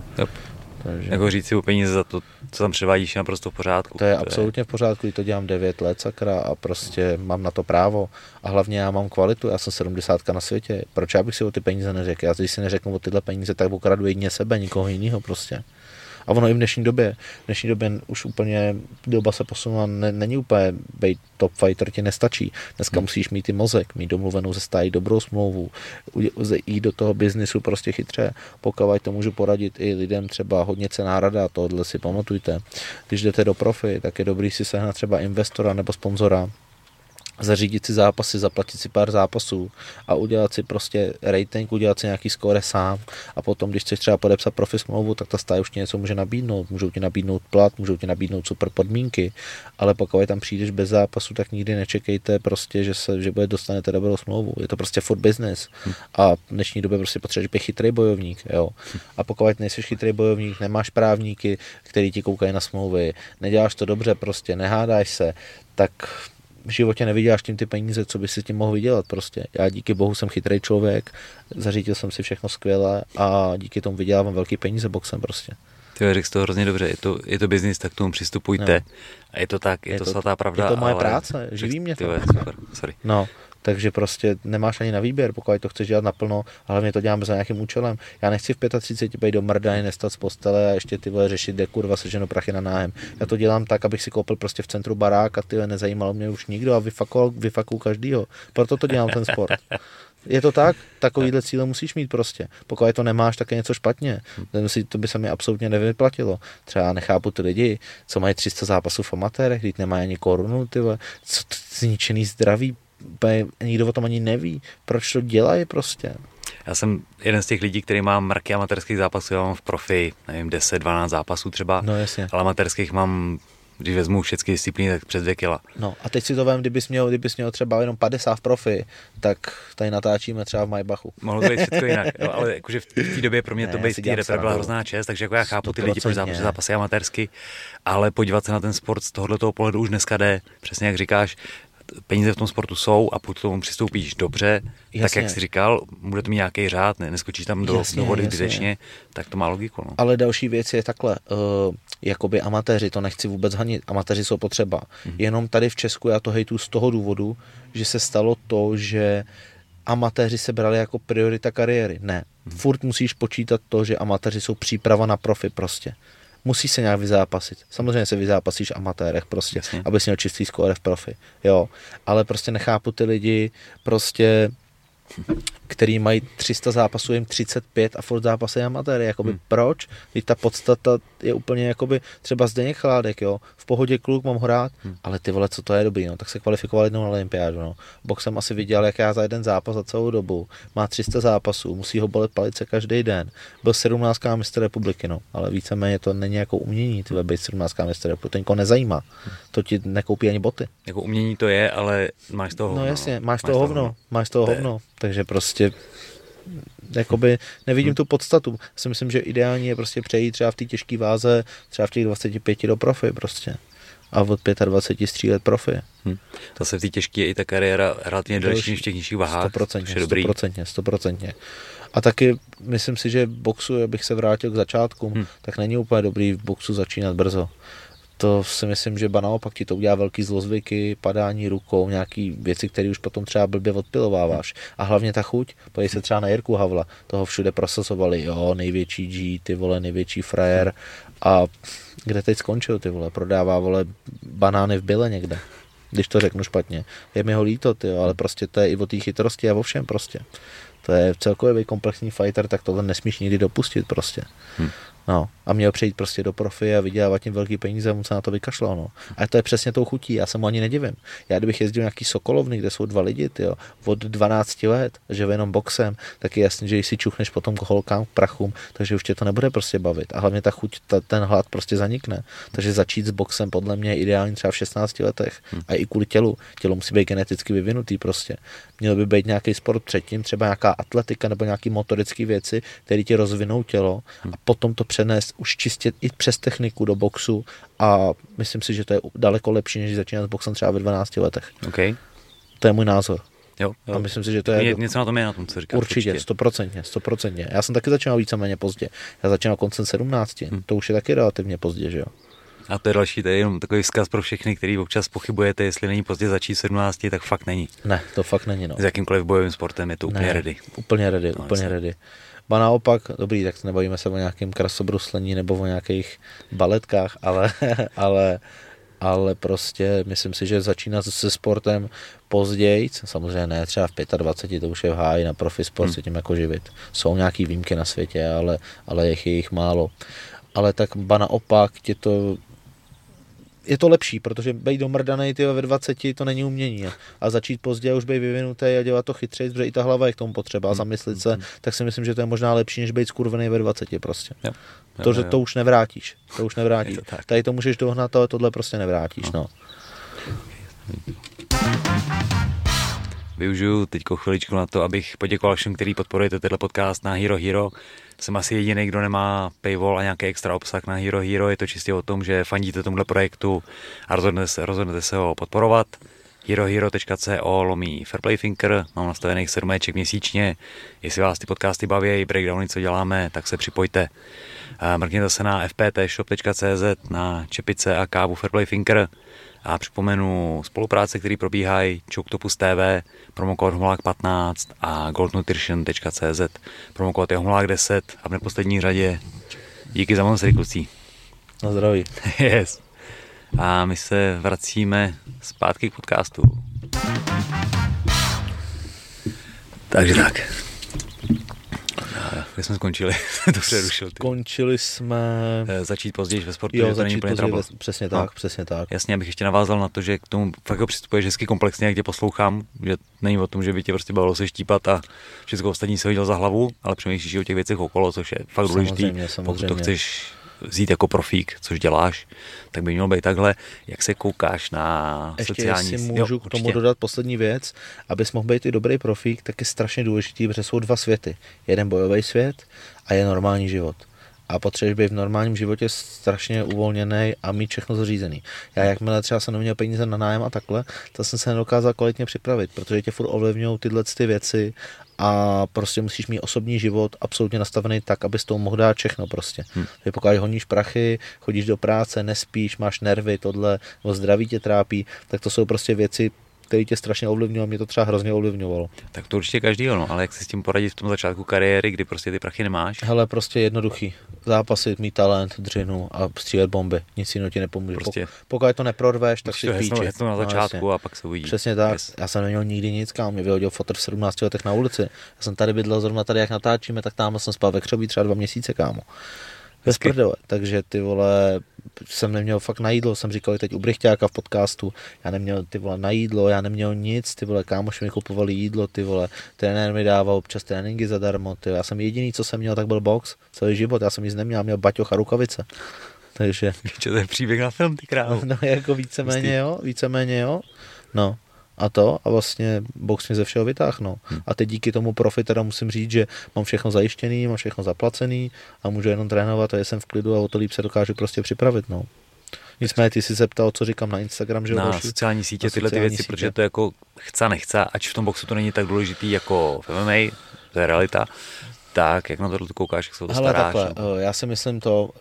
jako říct si o peníze za to, co tam předvádíš, je naprosto v pořádku. To je absolutně v pořádku, to dělám 9 let, sakra, a prostě mám na to právo. A hlavně já mám kvalitu, já jsem 70 na světě. Proč já bych si o ty peníze neřekl? Já když si neřeknu o tyhle peníze, tak okradu jedině sebe, nikoho jiného prostě. A ono i v dnešní době už úplně doba se posunula, není úplně být top fighter ti nestačí. Dneska musíš mít i mozek, mít domluvenou ze stájí dobrou smlouvu, jít do toho biznisu prostě chytře. Pokud to můžu poradit i lidem, třeba hodně cenná rada, tohle si pamatujte. Když jdete do profi, tak je dobrý si sehnat třeba investora nebo sponzora, zařídit si zápasy, zaplatit si pár zápasů a udělat si prostě rating, udělat si nějaký skóre sám a potom, když chceš třeba podepsat profi smlouvu, tak ta stáj už ti něco může nabídnout, můžou ti nabídnout plat, můžou ti nabídnout super podmínky, ale pokud tam přijdeš bez zápasu, tak nikdy nečekejte prostě, že dostanete dobrou smlouvu, je to prostě food business a v dnešní době prostě potřebuješ být chytrý bojovník, jo. A pokud nejsi chytrý bojovník, nemáš právníky, který ti koukají na smlouvy, neděláš to dobře prostě, nehádáš se, tak v životě nevyděláš tím ty peníze, co by si tím mohl vydělat prostě. Já díky bohu jsem chytrý člověk, zařídil jsem si všechno skvěle a díky tomu vydělávám velký peníze boxem prostě. Ty řekl to hrozně dobře, je to biznis, tak k tomu přistupujte. No. A je to tak, je to svatá pravda. Je to moje práce, živí mě to. Super, sorry. No, takže prostě nemáš ani na výběr, pokud to chceš dělat naplno, a hlavně to děláme za nějakým účelem. Já nechci v 35 být do mrdany, nestat z postele a ještě ty vole řešit, kde kurva seženu prachy na nájem. Já to dělám tak, abych si koupil prostě v centru barák a ty nezajímalo mě už nikdo a vyfakuju každýho. Proto to dělám ten sport. Je to tak, takovýhle cíle musíš mít prostě. Pokud to nemáš, tak je něco špatně. To by se mi absolutně nevyplatilo. Třeba nechápu ty lidi, co mají 300 zápasů v amatérech, když nemají ani korunu, ty vole, co zničený zdraví, nikdo o tom ani neví. Proč to dělají prostě? Já jsem jeden z těch lidí, který má mraky amatérských zápasů, já mám v profi, nevím, 10-12 zápasů třeba, no, jasně. Ale amatérských mám, když vezmu všechny disciplíny, tak přes 2 kila. No a teď si to vem, kdybys měl třeba jenom 50 v profi, tak tady natáčíme třeba v Maybachu. Mohlo to být všechno jinak, jo, ale jakože v té době pro mě to být tý repre byla hrozná čest, takže jako já chápu ty lidi, proč zápasy amatérsky, ale podívat se na ten sport z tohoto pohledu už dneska jde, přesně jak říkáš, peníze v tom sportu jsou a pokud tomu přistoupíš dobře, jasně. Tak jak jsi říkal, bude to mít nějaký řád, neskočíš tam do vody zbytečně, tak to má logiku. No. Ale další věc je takhle, jakoby amatéři, to nechci vůbec hanit, amatéři jsou potřeba. Jenom tady v Česku já to hejtu z toho důvodu, že se stalo to, že amatéři se brali jako priorita kariéry. Ne, furt musíš počítat to, že amatéři jsou příprava na profi prostě. Musíš se nějak vyzápasit. Samozřejmě se vyzápasíš v amatérech prostě, abys měl čistý skóre v profi. Jo, ale prostě nechápu ty lidi prostě, který mají 300 zápasů, jim 35 a furt zápasy amatéry. Jakoby proč? Když ta podstata je úplně jakoby třeba Zdeněk Chládek, jo. V pohodě kluk, mám ho rád, ale ty vole, co to je dobrý, no. Tak se kvalifikoval jednou na olympiádu, no. Box jsem asi viděl, jak já za jeden zápas za celou dobu. Má 300 zápasů, musí ho bolet palice každý den. Byl 17. mistr republiky, no. Ale víceméně to není jako umění, ty být 17. mistr republiky. To nikoho nezajímá. To ti nekoupí ani boty. Jako umění to je, ale máš toho hovno. No jasně, máš toho hovno. Takže prostě jakoby nevidím tu podstatu. Si myslím, že ideální je prostě přejít třeba v té těžké váze, třeba v těch 25 do profi prostě. A od 25 střílet profi. Zase v té těžké je i ta kariéra relativně delší než v těch nižších váhách. 100%. A taky myslím si, že v boxu, abych se vrátil k začátkům, tak není úplně dobrý v boxu začínat brzo. To si myslím, že naopak ti to udělá velký zlozvyky, padání rukou, nějaký věci, které už potom třeba blbě odpilováváš. A hlavně ta chuť, podívej se třeba na Jirku Havla, toho všude prosazovali, jo, největší G, ty vole, největší frajer. A kde teď skončil, ty vole, prodává, vole, banány v byle někde, když to řeknu špatně. Je mi ho líto, ty, ale prostě to je i o té chytrosti a o všem prostě. To je celkově komplexní fighter, tak tohle nesmíš nikdy dopustit prostě. No, a měl přejít prostě do profi a vydělávat tím velký peníze a mu se na to vykašlal, no. A to je přesně tou chutí, já se mu ani nedivím. Já kdybych jezdil nějaký Sokolovny, kde jsou 2 lidi, tyjo, od 12 let, že jenom boxem, tak je jasný, že když si čuchneš potom k holkám, k prachům, takže už tě to nebude prostě bavit. A hlavně ta chuť, ten hlad prostě zanikne. Takže začít s boxem podle mě je ideální třeba v 16 letech. A i kvůli tělu. Tělo musí být geneticky vyvinutý prostě. Měl by být nějaký sport předtím, třeba nějaká atletika nebo nějaký motorické věci, které ti rozvinou tělo a potom to přenést už čistě i přes techniku do boxu a myslím si, že to je daleko lepší, než začínat s boxem třeba ve 12 letech. Okay. To je můj názor. Jo. A myslím si, že to je... Něco na tom je, na tom, co říkáš. Určitě, 100%. Já jsem taky začínal víceméně pozdě. Já začínal koncem 17. To už je taky relativně pozdě, že jo. A to je další, to je jenom takový vzkaz pro všechny, který občas pochybujete, jestli není pozdě začít 17, tak fakt není. Ne, to fakt není, no. S jakýmkoliv bojovým sportem je to úplně ready. Úplně ready. Ba naopak, dobrý, tak nebavíme se o nějakém krasobruslení nebo o nějakých baletkách, ale prostě myslím si, že začínat se sportem později, samozřejmě ne, třeba v 25, to už je v háji na profi sport se tím jako živit. Jsou nějaký výjimky na světě, ale je jich málo. Ale tak ba naopak je to lepší, protože být domrdanej ve 20 to není umění. A začít pozdě už být vyvinutý a dělat to chytřeji, protože i ta hlava je k tomu potřeba a zamyslit se, tak si myslím, že to je možná lepší, než být skurvený ve 20 prostě. Jo. To už nevrátíš. Tady to můžeš dohnat, ale tohle prostě nevrátíš. No. Využiju teď chviličku na to, abych poděkoval všem, kteří podporujete tenhle podcast na Hero Hero. Jsem asi jediný, kdo nemá paywall a nějaký extra obsah na Hero Hero. Je to čistě o tom, že fandíte tomuhle projektu a rozhodnete se ho podporovat. herohero.co/fairplaythinker. Mám nastavených 7 měsíčně. Jestli vás ty podcasty baví, breakdowny, co děláme, tak se připojte. Mrkněte se na fptshop.cz, na čepice a kávu Fairplaythinker. A připomenu spolupráce, které probíhají, Choctopus TV, promokód Homolák15 a goldnutrition.cz, promokód je Homolák10 a v neposlední řadě díky za moc, kluci. Na zdraví. Yes. A my se vracíme zpátky k podcastu. Takže tak. Kde jsme skončili? To přerušil. Skončili jsme... Začít později ve sportu, že to není úplně trouble. Přesně tak. Jasně, abych ještě navázal na to, že k tomu fakt přistupuješ hezky komplexně, jak tě poslouchám, že není o tom, že by tě prostě bavilo se štípat a všechno ostatní se hodil za hlavu, ale přemýšlíš o těch věcech okolo, což je fakt důležitý. Pokud to chceš vzít jako profík, což děláš, tak by mělo být takhle. Jak se koukáš na sociální... Ještě můžu k tomu dodat poslední věc, abys mohl být i dobrý profík, tak je strašně důležitý, protože jsou dva světy. Jeden bojový svět a je normální život. A potřebuješ být v normálním životě strašně uvolněný a mít všechno zařízený. Já jakmile třeba jsem neměl peníze na nájem a takhle, tak jsem se nedokázal kvalitně připravit, protože tě furt ovlivňují tyhle ty věci a prostě musíš mít osobní život absolutně nastavený tak, abys toho mohl dát všechno prostě. Pokud honíš prachy, chodíš do práce, nespíš, máš nervy, tohle, zdraví tě trápí, tak to jsou prostě věci, který tě strašně ovlivňoval, mě to třeba hrozně ovlivňovalo. Tak to určitě každýho, no, ale jak si s tím poradit v tom začátku kariéry, kdy prostě ty prachy nemáš? Hele, prostě jednoduchý. Zápasit, mít talent, dřinu a střílet bomby. Nic jiného ti nepomůže. Prostě pokud to neprorveš, tak si píči. To na začátku a pak se uvidí. Přesně tak. Yes. Já jsem neměl nikdy nic, kámo, mě vyhodil fotr v 17 letech na ulici. Já jsem tady bydlel zrovna tady, jak natáčíme, tak tam jsem spal ve Křobí třeba 2 měsíce, kámo. Bez prdele. Takže ty vole, jsem neměl fakt na jídlo, jsem říkal teď u Brychťáka v podcastu, já neměl ty vole na jídlo, já neměl nic, ty vole, kámoši mi kupovali jídlo, ty vole, trenér mi dával občas tréninky zadarmo, ty, já jsem jediný, co jsem měl, tak byl box, celý život, já jsem nic neměl, měl baťoch a rukavice. Takže... Víče, to je příběh na film, ty krávo. No jako víceméně jo, no. A vlastně box mě ze všeho vytáhnou. A teď díky tomu profi teda musím říct, že mám všechno zajištěný, mám všechno zaplacený a můžu jenom trénovat a jsem v klidu a o to líp se dokážu prostě připravit, no. Nicméně ty jsi se ptal, co říkám na Instagram, že na sociální sítě, tyhle ty věci, protože to jako chce, nechce, ať v tom boxu to není tak důležitý jako v MMA, to je realita, tak jak na to koukáš, jak se o to staráš? Takhle, já si myslím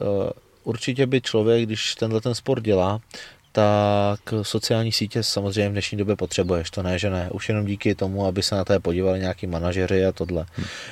určitě by člověk, když tenhle ten sport dělá, tak sociální sítě samozřejmě v dnešní době potřebuješ, to ne, že ne. Už jenom díky tomu, aby se na té podívali nějaký manažeři a tohle.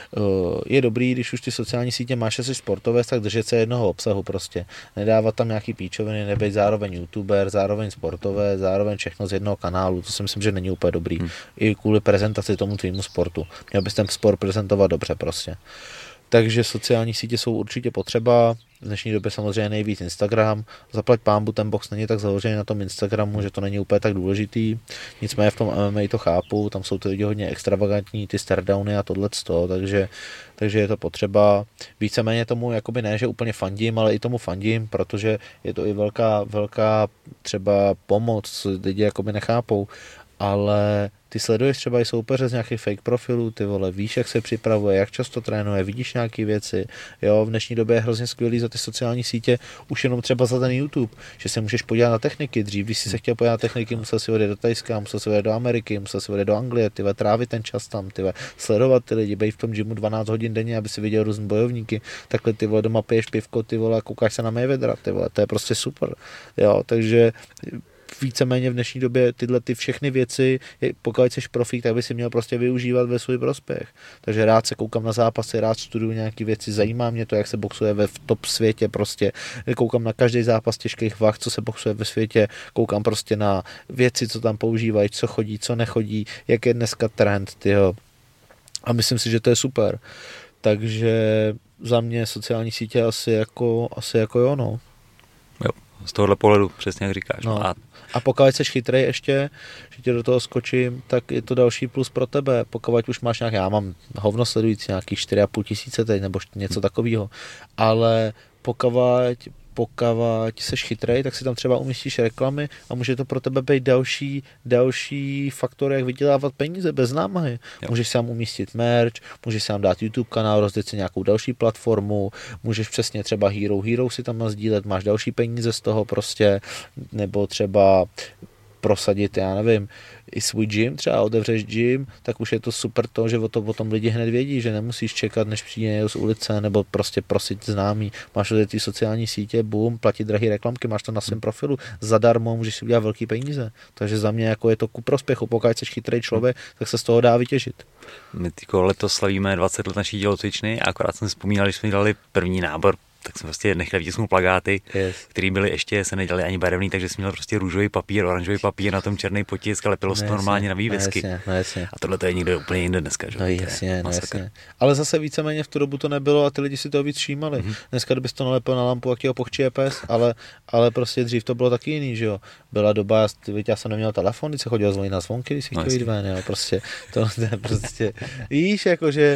Je dobrý, když už ty sociální sítě máš asi sportové, tak držet se jednoho obsahu prostě. Nedávat tam nějaký píčoviny, nebejt zároveň youtuber, zároveň sportové, zároveň všechno z jednoho kanálu, to si myslím, že není úplně dobrý. I kvůli prezentaci tomu tvýmu sportu. Měl bys ten sport prezentovat dobře prostě. Takže sociální sítě jsou určitě potřeba. V dnešní době samozřejmě nejvíc Instagram. Zaplať pánbu, ten box není tak založený na tom Instagramu, že to není úplně tak důležitý. Nicméně v tom MMA to chápu, tam jsou ty lidi hodně extravagantní, ty staredowny a tohleto, takže je to potřeba. Víceméně tomu jakoby ne, že úplně fandím, ale i tomu fandím, protože je to i velká třeba pomoc, lidi jakoby nechápou. ale ty sleduješ třeba i soupeře z nějakých fake profilů, ty vole, víš, jak se připravuje, jak často trénuje, vidíš nějaké věci, jo, v dnešní době je hrozně skvělý za ty sociální sítě, už jenom třeba za ten YouTube, že se můžeš podívat na techniky, dřív, když jsi se chtěl podívat na techniky, musel si odjet do Tajska, musel si odjet do Ameriky, musel si odjet do Anglie, ty vole, trávit ten čas tam, ty vole, sledovat ty lidi, bejt v tom gymu 12 hodin denně, aby si viděl různý bojovníky, takhle ty vole, doma piješ pivko, ty vole, a koukáš se na Mayweathera, ty vole, to je prostě super, jo, takže víceméně v dnešní době tyhle ty všechny věci, pokud jsi profík, tak by si měl prostě využívat ve svůj prospěch. Takže rád se koukám na zápasy, rád studuju nějaké věci, zajímá mě to, jak se boxuje v top světě, prostě koukám na každý zápas těžkých vah, co se boxuje ve světě, koukám prostě na věci, co tam používají, co chodí, co nechodí, jak je dneska trend, tyjo. A myslím si, že to je super. Takže za mě sociální sítě asi jako jo, no. Jo, z tohohle pohledu přesně jak říkáš. No. A pokud jsi chytrej ještě, že tě do toho skočím, tak je to další plus pro tebe. Pokud už máš nějak, já mám hovno sledující nějaký 4,5 tisíce teď, nebo něco takového, ale pokud seš chytrej, tak si tam třeba umístíš reklamy a může to pro tebe být další faktor, jak vydělávat peníze bez námahy. Jo. Můžeš si tam umístit merch, můžeš si tam dát YouTube kanál, rozdělit si nějakou další platformu, můžeš přesně třeba Hero si tam sdílet, máš další peníze z toho prostě, nebo třeba prosadit, já nevím, i svůj gym, třeba otevřeš gym, tak už je to super to, že o tom lidi hned vědí, že nemusíš čekat, než přijde někdo z ulice, nebo prostě prosit známý. Máš ty sociální sítě, boom, platit drahé reklamky, máš to na svém profilu, zadarmo, můžeš si udělat velký peníze. Takže za mě jako je to ku prospěchu, pokud jsi chytrý člověk, tak se z toho dá vytěžit. My letos slavíme 20 let naší tělocvičny a akorát jsem vzpomínal, když jsme dělali první nábor, tak jsme prostě nechali vytisknout plakáty, které byly ještě, se nedělali ani barevný, takže jsem měl prostě růžový papír, oranžový papír, na tom černý potisk, ale lepilo se to normálně na vývězky. Jasně. A tohle to je někde úplně jinde dneska, že? No jasně. Ale zase víceméně v tu dobu to nebylo a ty lidi si toho víc všímali. Dneska, kdybys to nalepil na lampu, jak ti ho pochčije pes, ale prostě dřív to bylo taky jiný, že jo. Byla doba, já jsem neměl telefon, když se chodil zvonit na zvonky, když si chtěl jít ven, jo. Prostě to prostě, víš, jakože,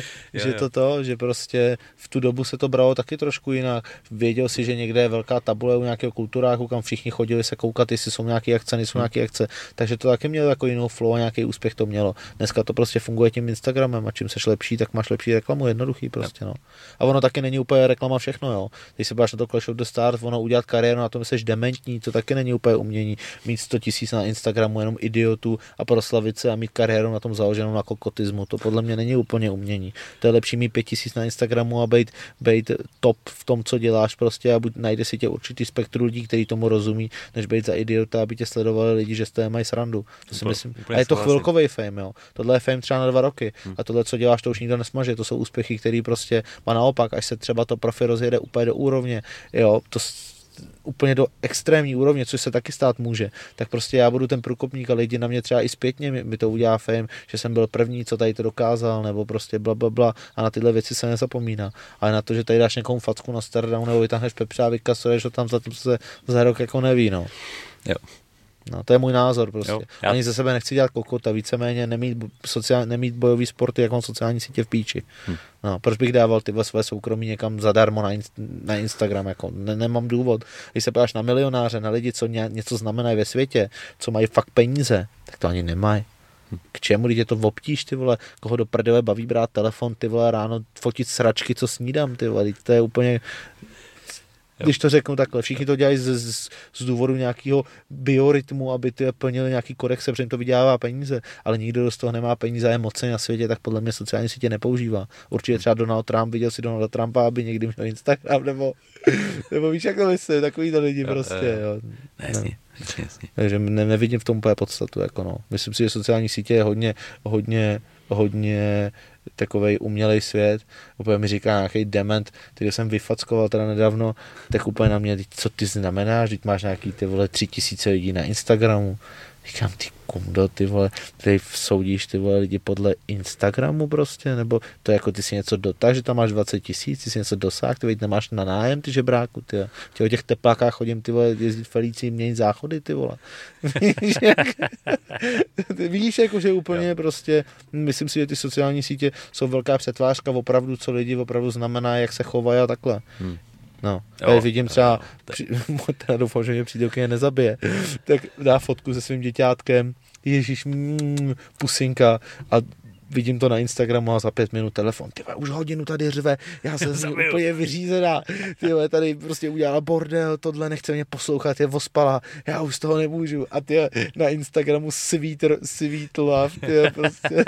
že prostě v tu dobu se to bralo taky trošku jinak. Věděl si, že někde je velká tabule u nějakého kulturáku, kam všichni chodili se koukat, jestli jsou nějaké akce, nejsou nějaké akce. Takže to taky mělo jako jinou flow a nějaký úspěch to mělo. Dneska to prostě funguje tím Instagramem a čím seš lepší, tak máš lepší reklamu, jednoduchý prostě, no. A ono taky není úplně reklama všechno, jo. Když se báš na to Clash of the Stars, ono udělat kariéru na tom, že jsi dementní, to taky není úplně umění. Mít 100 000 na Instagramu jenom idiotů a proslavit se a mít kariéru na tom založenou na kokotismu, to podle mě není úplně umění. To je lepší mít 5 000 na Instagramu a být top v tom, co děláš prostě a najde si tě určitý spektrum lidí, kteří tomu rozumí, než být za idiota, aby tě sledovali lidi, že z toho mají srandu. To si myslím. A je to chvilkový fame, jo. Tohle je fame třeba na 2 roky. A tohle, co děláš, to už nikdo nesmaže. To jsou úspěchy, který prostě má naopak, až se třeba to profil rozjede úplně do úrovně, jo, to úplně do extrémní úrovně, což se taky stát může, tak prostě já budu ten průkopník a lidi na mě třeba i zpětně mi to udělá fame, že jsem byl první, co tady to dokázal, nebo prostě blablabla a na tyhle věci se nezapomíná. Ale na to, že tady dáš někomu facku na stardown nebo vytáhneš pepře a vykasuješ ho tam za tím, co se za rok jako neví, no. Jo. No, to je můj názor prostě. Jo, Ani ze sebe nechci dělat kokota, víceméně nemít bojový sporty jako sociální sítě v píči. No, proč bych dával tyhle své soukromí někam zadarmo na Instagram, jako nemám důvod. Když se podíváš na milionáře, na lidi, co něco znamenají ve světě, co mají fakt peníze, tak to ani nemají. K čemu, když je to obtíž, ty vole, koho do prdele baví brát telefon, ty vole, ráno fotit sračky, co snídám, ty vole, to je úplně... Když to řeknu takhle, všichni to dělají z důvodu nějakého biorytmu, aby ty plnili nějaký kodex, protože jim to vydělává peníze, ale nikdo z toho nemá peníze a je mocný na světě, tak podle mě sociální sítě nepoužívá. Určitě třeba Donald Trump, viděl si Donalda Trumpa, aby někdy měl Instagram, nebo víš, jak to myslím, takovýto lidi prostě, jo. Jasně. Takže nevidím v tom úplně podstatu, jako no. Myslím si, že sociální sítě je hodně takovej umělej svět. Úplně mi říká nějaký dement, který jsem vyfackoval teda nedávno, tak úplně na mě, co ty znamenáš, teď máš nějaký ty vole 3000 lidí na Instagramu. Říkám, ty kumdo, ty vole, tady soudíš ty vole lidi podle Instagramu prostě, nebo to jako ty si něco dotáh, že tam máš 20 000, ty si něco dosáh, ty nemáš na nájem, ty žebráku, ty o těch teplákách chodím, ty vole, jezdit Felicí, měnit záchody, ty vole. Víš, jako, že úplně prostě, myslím si, že ty sociální sítě jsou velká přetvářka opravdu, co lidi opravdu znamená, jak se chovají a takhle. No, jo, vidím třeba, teda doufám, že mě přítelkyně nezabije, tak dá fotku se svým děťátkem, ježíš, pusinka a vidím to na Instagramu a za 5 minut telefon, ty už hodinu tady řve, já jsem z ní úplně vyřízená, ty tady prostě udělala bordel, tohle nechce mě poslouchat, je ospala, já už z toho nemůžu a ty na Instagramu sweet love, ty prostě.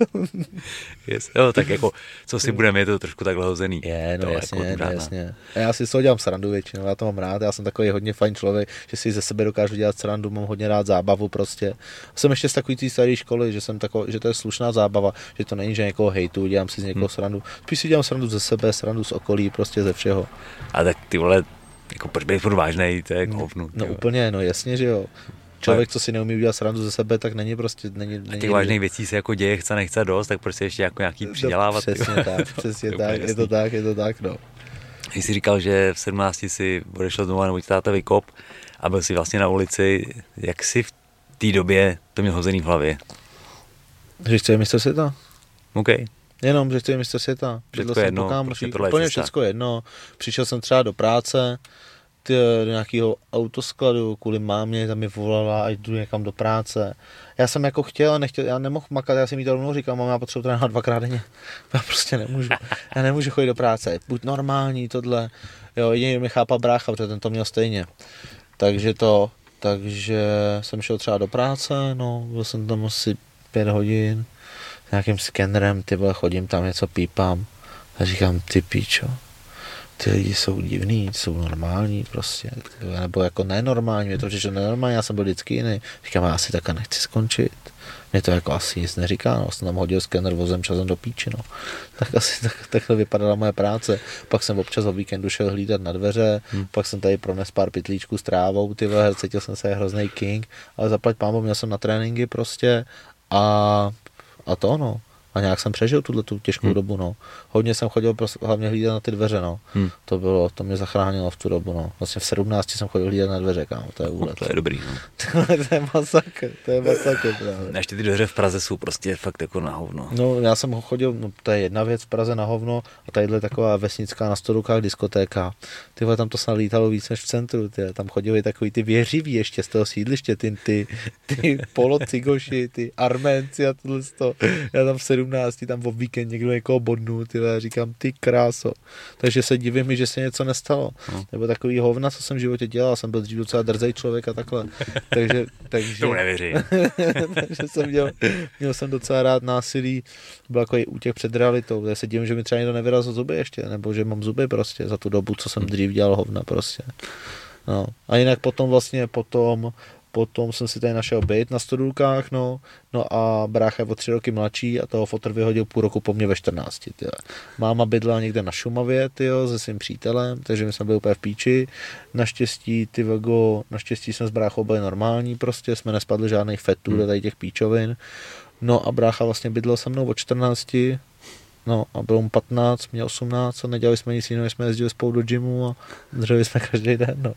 Yes. Jo, tak jako, co si budeme, je to trošku takhle hozený. No jasně. A já si z toho dělám srandu většinou, já to mám rád, já jsem takový hodně fajn člověk, že si ze sebe dokážu dělat srandu, mám hodně rád zábavu prostě. Jsem ještě z takový té staré školy, že to je slušná zábava, že to není, že někoho hejtu, dělám si z někoho srandu. Spíš si dělám srandu ze sebe, srandu z okolí, prostě ze všeho. A tak ty vole, jako proč být furt vážnej, to je jako hovnu. No úplně, no jasně, že jo. Člověk, co si neumí udělat srandu ze sebe, tak není prostě... A těch vážných věcí se jako děje, chce, nechce dost, tak prostě ještě jako nějaký přidělávat. Přesně tak, je to tak, no. Když jsi říkal, že v 17 si odešel domů nebo ti táta vykop a byl si vlastně na ulici, jak si v té době to měl hozený v hlavě? Že chce mistr světa? OK. Jenom, že chce mistr světa. Všechno jedno, úplně všecko jedno. Přišel jsem třeba do práce, do nějakého autoskladu, kvůli mámě, tam mi volala, ať jdu někam do práce. Já jsem jako chtěl a nechtěl, já nemohl makat, já jsem jí to rovnou říkal, mám, já potřebuji trénovat 2krát denně. Já prostě nemůžu. Já nemůžu chodit do práce, buď normální, tohle. Jo, jediný mi chápal brácha, protože ten to měl stejně. Takže jsem šel třeba do práce, no, byl jsem tam asi 5 hodin, s nějakým skenerem, ty vole, chodím tam, něco pípám a říkám, ty píčo, ty lidi jsou divný, jsou normální prostě, nebo jako nenormální, mě to přišlo nenormální, já jsem byl vždycky jiný, říkám, já asi takhle nechci skončit, mě to jako asi nic neříká, no, jsem tam hodil skener vozem časem do píči, no, tak asi takhle vypadala moje práce, pak jsem občas o víkendu šel hlídat na dveře, pak jsem tady prones pár pytlíčků s trávou, ty vole, cítil jsem se hrozný king, ale zaplať pánbůh, měl jsem na tréninky prostě a to no. A nějak jsem přežil tu těžkou dobu, no. Hodně jsem chodil hlavně hlídat na ty dveře, no. To mě zachránilo v tu dobu, no. Vlastně v 17 jsem chodil hlídat na dveře, kámo, to je úlet. To je dobrý, no. To je masakr právě. Ještě ty dveře v Praze jsou prostě fakt jako na hovno. No, já jsem chodil, no, to je jedna věc v Praze na hovno a tadyhle taková vesnická na Stodukách diskotéka. Ty vole, tam to snad lítalo víc než v centru, ty. Tam chodili takový ty věřiví ještě z toho sídliště, ty polocigoši, ty Arménci a tohle z toho. Já tam v 17, tam o víkend někdo někoho bodnul, ty vole, říkám, ty kráso. Takže se divím mi, že se něco nestalo. Nebo takový hovna, co jsem v životě dělal, jsem byl dřív docela drzej člověk a takhle. Takže to nevěřím. Takže měl jsem docela rád násilí, byl jako i útěk před realitou. Já se divím, že mi třeba někdo nevyrazil zuby ještě, nebo že mám zuby prostě za tu dobu, co jsem dřív dělal hovna prostě. No. A jinak potom jsem si tady našel byt na Stodulkách, no a brácha je o 3 roky mladší a toho fotr vyhodil půl roku po mně ve 14. Tyjo. Máma bydlela někde na Šumavě, tyjo, se svým přítelem, takže my jsme byli úplně v píči. Naštěstí jsme s bráchou byli normální, prostě jsme nespadli žádných fetů do tady těch píčovin. No a brácha vlastně bydlel se mnou od 14, no a bylo mu 15, mě 18 a nedělali jsme nic jiného, jsme jezdili spolu do gymu a dřeli jsme každý den, no.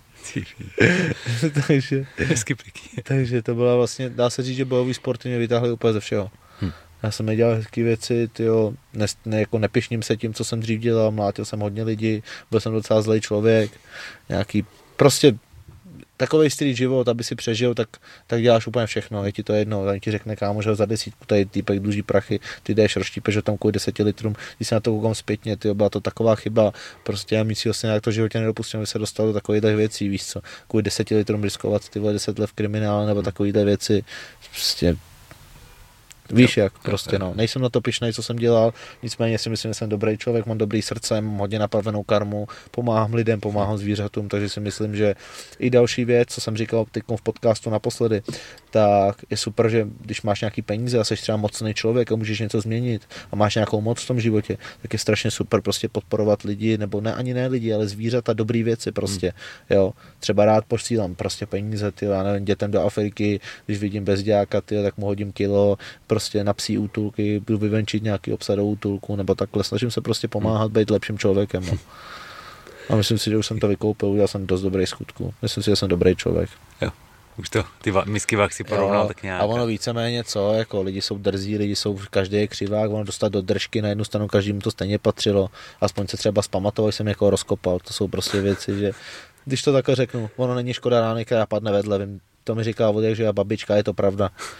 takže to byla vlastně, dá se říct, že bojový sporty mě vytáhly úplně ze všeho. Já jsem nedělal hezké věci, tyjo, jako nepišním se tím, co jsem dřív dělal, mlátil jsem hodně lidí, byl jsem docela zlej člověk, nějaký, prostě takovej styl život, aby si přežil, tak děláš úplně všechno, je ti to jedno, tady ti řekne kámo, že za 10 tady týpek dluží prachy, ty jdeš, rozštípeš ho tam kvůli 10 litrům, když se na to koukám zpětně, tyjo, byla to taková chyba, prostě já mící vlastně nějak to životě nedopustím, aby se dostal do takových věcí, víš co, kvůli 10 litrům riskovat ty 10 let v kriminále nebo takovýhle věci, prostě víš jak, prostě no. Nejsem na to pyšnej, co jsem dělal, nicméně si myslím, že jsem dobrý člověk, mám dobrý srdce, mám hodně napavenou karmu, pomáhám lidem, pomáhám zvířatům, takže si myslím, že i další věc, co jsem říkal teď v podcastu naposledy, tak je super, že když máš nějaký peníze a jsi třeba mocný člověk a můžeš něco změnit a máš nějakou moc v tom životě, tak je strašně super prostě podporovat lidi, nebo ne ani ne lidi, ale zvířata, dobrý věci prostě, jo. Třeba rád posílám prostě peníze, ty, já nevím, dětem do Afriky, když vidím bezdějáka, ty, tak mu hodím kilo, prostě na psí útulky, budu vyvenčit nějaký obsah do útulku, nebo takhle, snažím se prostě pomáhat, být lepším člověkem, no. A myslím si, že už jsem to vykoupil, udělal jsem dost dobrý skutku. Myslím si, že jsem dobrý člověk. Jo. Už to, ty misky vah si porovnal tak nějak. A ono víceméně co, jako lidi jsou drzí, každý je křivák, ono dostat do držky na jednu stranu, každému to stejně patřilo, aspoň se třeba zpamatoval, jsem někoho rozkopal, to jsou prostě věci, že když to takhle řeknu, ono není škoda rány, která padne vedle, to mi říká vodek, že a babička, je to pravda.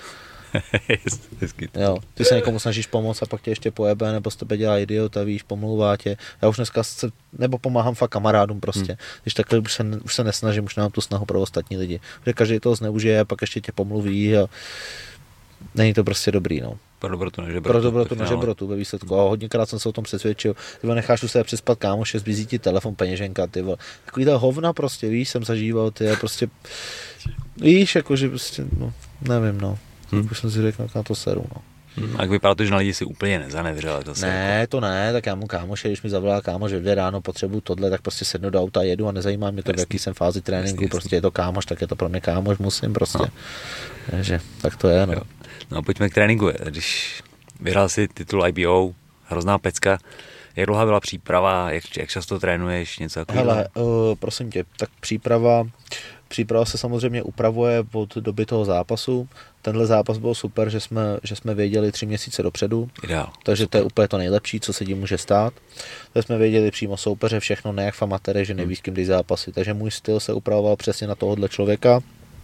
Jo, ty se někomu snažíš pomoct a pak tě ještě pojebe, nebo z tebe dělá idiota, víš, pomlouvá tě. Já už dneska nebo pomáhám fakt kamarádům prostě. Když takhle už se nesnažím, už nemám tu snahu pro ostatní lidi. Protože každý toho zneužije a pak ještě tě pomluví a není to prostě dobrý, no. Pro dobrotu na žebrotu ve výsledku. A hodněkrát jsem se o tom přesvědčil. Ty necháš tu sebe přespat kámoše, zbízí ti telefon, peněženka, ty vole. Takovýhle hovna prostě, víš, jsem zažíval, ty prostě, víš, jakože prostě, no, nevím, no. Už jsem si řekl, na to seru, no. A jak vypadá to, že na lidi si úplně nezanevřel? Ne, to ne, tak já mu kámoše, když mi zavolá kámoš, že jde ráno, potřebuju tohle, tak prostě sednu do auta a jedu a nezajímá mě to, v jaký jsem fázi tréninku, jasný. Prostě je to kámoš, tak je to pro mě kámoš, musím prostě. No. Takže tak to je, no. Jo. No pojďme k tréninku. Když vyhrál si titul IBO, hrozná pecka, jak dlouhá byla příprava, jak často trénuješ, něco takového? Hele, prosím tě, tak příprava se samozřejmě upravuje od doby toho zápasu. Tenhle zápas byl super, že jsme věděli 3 měsíce dopředu. Ideál. Takže super. To je úplně to nejlepší, co se tím může stát. Takže jsme věděli přímo soupeře, všechno, ne jak v amatérech, že nevíš, s kým jdeš zápasy. Takže můj styl se upravoval přesně na tohohle člověka.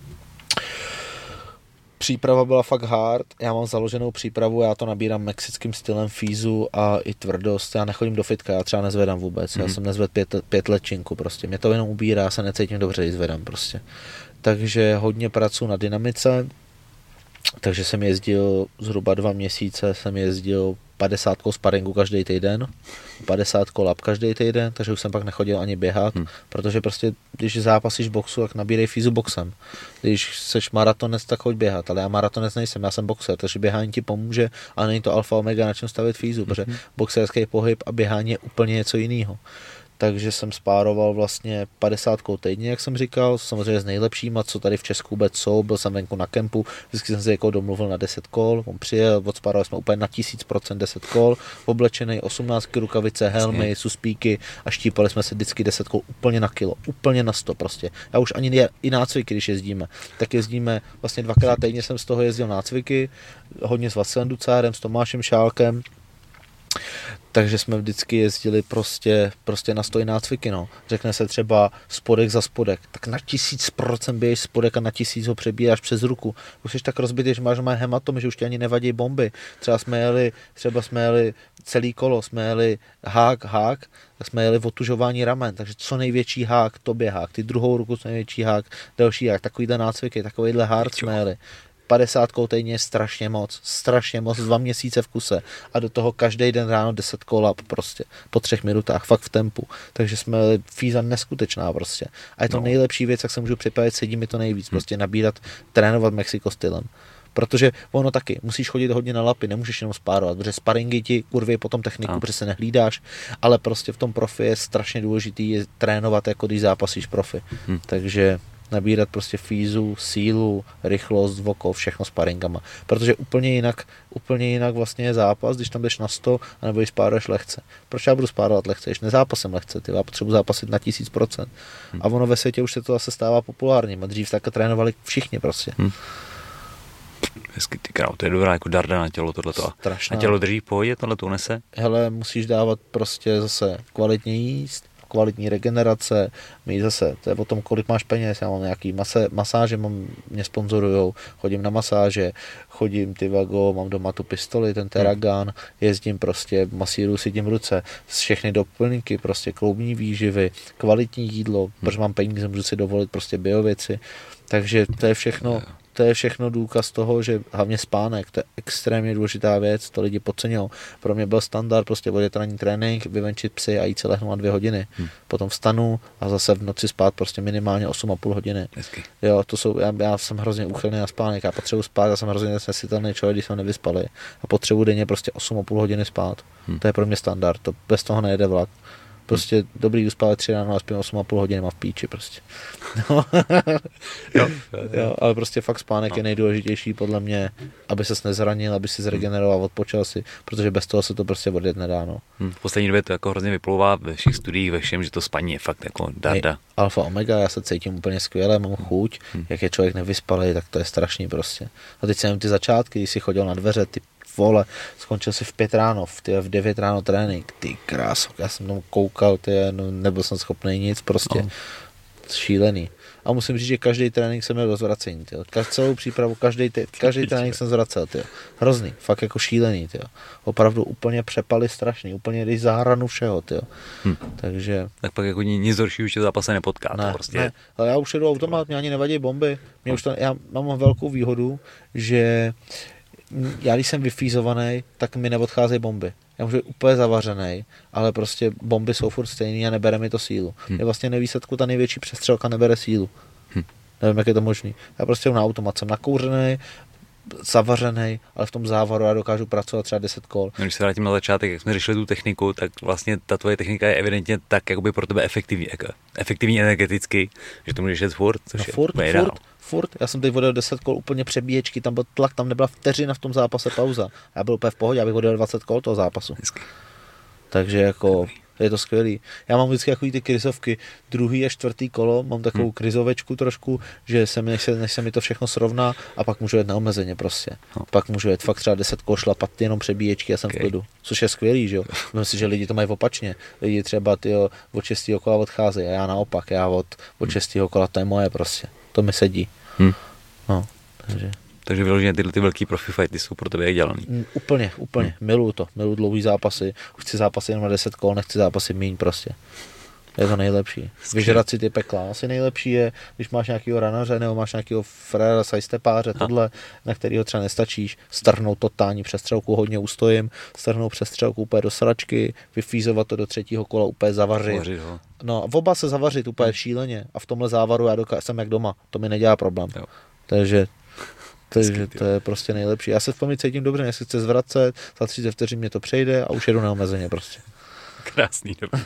Příprava byla fakt hard, já mám založenou přípravu, já to nabírám mexickým stylem fízu a i tvrdost, já nechodím do fitka, já třeba nezvedám vůbec, já jsem nezvedl 5 let činku prostě, mě to jenom ubírá, já se necítím dobře, když zvedám prostě. Takže hodně pracuji na dynamice, takže jsem jezdil zhruba 2 měsíce, jsem jezdil 50 sparingu každý týden, 50 lap každý týden, takže už jsem pak nechodil ani běhat, protože prostě, když zápasíš boxu, tak nabírej fízu boxem. Když seš maratonec, tak choď běhat, ale já maratonec nejsem, já jsem boxer, takže běhání ti pomůže, ale není to alfa omega, na čem stavit fízu, protože boxerský pohyb a běhání je úplně něco jiného. Takže jsem spároval vlastně 50 týdně, jak jsem říkal, samozřejmě s nejlepšíma, co tady v Česku vůbec jsou, byl jsem venku na kempu, vždycky jsem se jako domluvil na 10 kol, on přijel, odspárovali jsme úplně na 1000% 10 kol, oblečený 18 rukavice, helmy, suspíky a štípali jsme se vždycky 10 kol úplně na kilo, úplně na 100 prostě. Já už ani i nácviky, když jezdíme, tak jezdíme, vlastně 2krát týdně jsem z toho jezdil nácviky, hodně s Vasilem Ducárem, s Tomášem Šálkem. Takže jsme vždycky jezdili prostě na 100 nácviky, no. Řekne se třeba spodek za spodek, tak na 1000% běžíš spodek a na 1000 ho přebíráš přes ruku. Už jsi tak rozbitý, že máš hematom, že už ti ani nevadí bomby. Třeba jsme jeli celý kolo, jsme jeli hák, tak jsme jeli otužování ramen, takže co největší hák, tobě hák, ty druhou ruku co největší hák, další hák, takovýhle nácviky, takovýhle hard jsme jeli. 50 týdně je strašně moc, 2 měsíce v kuse a do toho každý den ráno 10 kolap prostě, po 3 minutách, fakt v tempu, takže jsme fíza neskutečná prostě a je to nejlepší věc, jak se můžu připravit, sedí mi to nejvíc, prostě nabírat, trénovat Mexiko stylem. Protože ono taky, musíš chodit hodně na lapy, nemůžeš jenom spárovat, protože sparingy ti kurví potom techniku, protože se nehlídáš, ale prostě v tom profi je strašně důležitý je trénovat, jako když zápasíš profi. Takže nabírat prostě fízu, sílu, rychlost, voko, všechno sparingama. Protože úplně jinak vlastně je zápas, když tam jdeš na 100 a nebo když spáruješ lehce. Proč já budu spárovat lehce, když nezápasem lehce, ty, já potřebuji zápasit na 1000%. A ono ve světě už se to zase stává populárním a dřív tak trénovali všichni prostě. Hezky, ty král, to je dobrá jako darda na tělo tohleto. Strašná. A tělo drží v pohodě, tohle to unese? Hele, musíš dávat prostě zase kvalitně jíst, kvalitní regenerace, mít zase, to je o tom, kolik máš peněz, já mám nějaký masáže, mě sponzorujou, chodím na masáže, mám doma tu pistoli, ten Terragun, jezdím prostě, masíruju si tím ruce, všechny doplňky, prostě kloubní výživy, kvalitní jídlo, protože mám peníze, můžu si dovolit prostě biověci, takže to je všechno důkaz toho, že hlavně spánek, to je extrémně důležitá věc, to lidi podceňují. Pro mě byl standard prostě odjet ranní trénink, vyvenčit psy a jít se lehnout na 2 hodiny. Potom vstanu a zase v noci spát prostě minimálně 8,5 hodiny. Hezky. Jo, já jsem hrozně úchylný na spánek, já potřebuji spát, já jsem hrozně nesnesitelný člověk, když jsem nevyspalý a potřebuji denně prostě 8,5 hodiny spát. To je pro mě standard, to bez toho nejede vlak. Prostě dobrý uspávat 3 ráno a spím 8,5 hodiny, mám v píči prostě. No. jo, ale prostě fakt spánek je nejdůležitější podle mě, aby ses nezranil, aby si zregeneroval, odpočal si, protože bez toho se to prostě odjet nedá. No. V poslední době to jako hrozně vyplouvá ve všech studiích, ve všem, že to spaní je fakt jako darda. Alfa omega, já se cítím úplně skvěle, mám chuť, jak je člověk nevyspalý, tak to je strašný prostě. A teď jsem ty začátky, když jsi chodil na dveře, ty vole, skončil si v 5 ráno, v 9 ráno trénink, ty kráso, já jsem tam koukal, nebyl jsem schopný nic, prostě šílený. A musím říct, že každý trénink jsem měl do zvracení, tyjo. Celou přípravu, každý trénink jsem zvracel, tyjo. Hrozný, fakt jako šílený, tyjo. Opravdu úplně přepaly strašný, úplně když za hranu všeho, tyjo. Takže... Tak pak jako nic horšího už tě zápase nepotká. Ne, prostě... ne, ale já už jedu automat, mě ani nevadí bomby. Mě už já mám velkou výhodu, že já když jsem vyfízovaný, tak mi neodcházejí bomby. Já můžu být úplně zavařený, ale prostě bomby jsou furt stejný a nebere mi to sílu. Je vlastně nevýsledku ta největší přestřelka nebere sílu. Nevím, jak je to možný. Já prostě na automat jsem nakouřený, zavařený, ale v tom závaru já dokážu pracovat třeba 10 kol. Když se vrátím na začátek, jak jsme řešili tu techniku, tak vlastně ta tvoje technika je evidentně tak jakoby pro tebe efektivní energeticky, že to můžeš jet furt, což je furt. Já jsem teď odjel 10 kol úplně přebíječky, tam byl tlak, tam nebyla vteřina v tom zápase pauza. Já byl úplně v pohodě, abych odjel 20 kol toho zápasu. Hezky. Takže jako je to skvělý. Já mám vždycky takový ty krizovky, druhý a čtvrtý kolo, mám takovou krizovečku trošku, že než se mi to všechno srovná a pak můžu jet neomezeně prostě. Pak můžu jet fakt třeba 10 kol šlapat jenom přebíječky a jsem v klidu. Což je skvělý, že jo. Myslím si, že lidi to mají opačně. Lidi třeba od 6. kola odcházejí a já naopak, já od 6. kola to je moje prostě. To mi sedí. No, takže vyloženě ty velký profi fighty jsou pro tebe jak dělaný. Úplně. Miluju to. Miluju dlouhý zápasy. Chci zápasy jenom na 10 kol, nechci zápasy míň prostě. Je to nejlepší. Vyžrat si ty pekla. Asi nejlepší je, když máš nějakýho ranaře nebo máš nějakýho frera, sajstepáře, tohle, na kterýho třeba nestačíš, strhnout totální přestřelku, hodně ustojím, strhnout přestřelku úplně do sračky, vyfízovat to do 3. kola, úplně zavařit. No, v oba se zavařit úplně šíleně a v tomhle závaru já jsem jak doma, to mi nedělá problém. Jo. Takže to je prostě nejlepší. Já se v tom cítím dobře, jestli chci zvracet, za 30 vteřin mě to přejde a už jedu neomezeně prostě. Krásný, dobrý.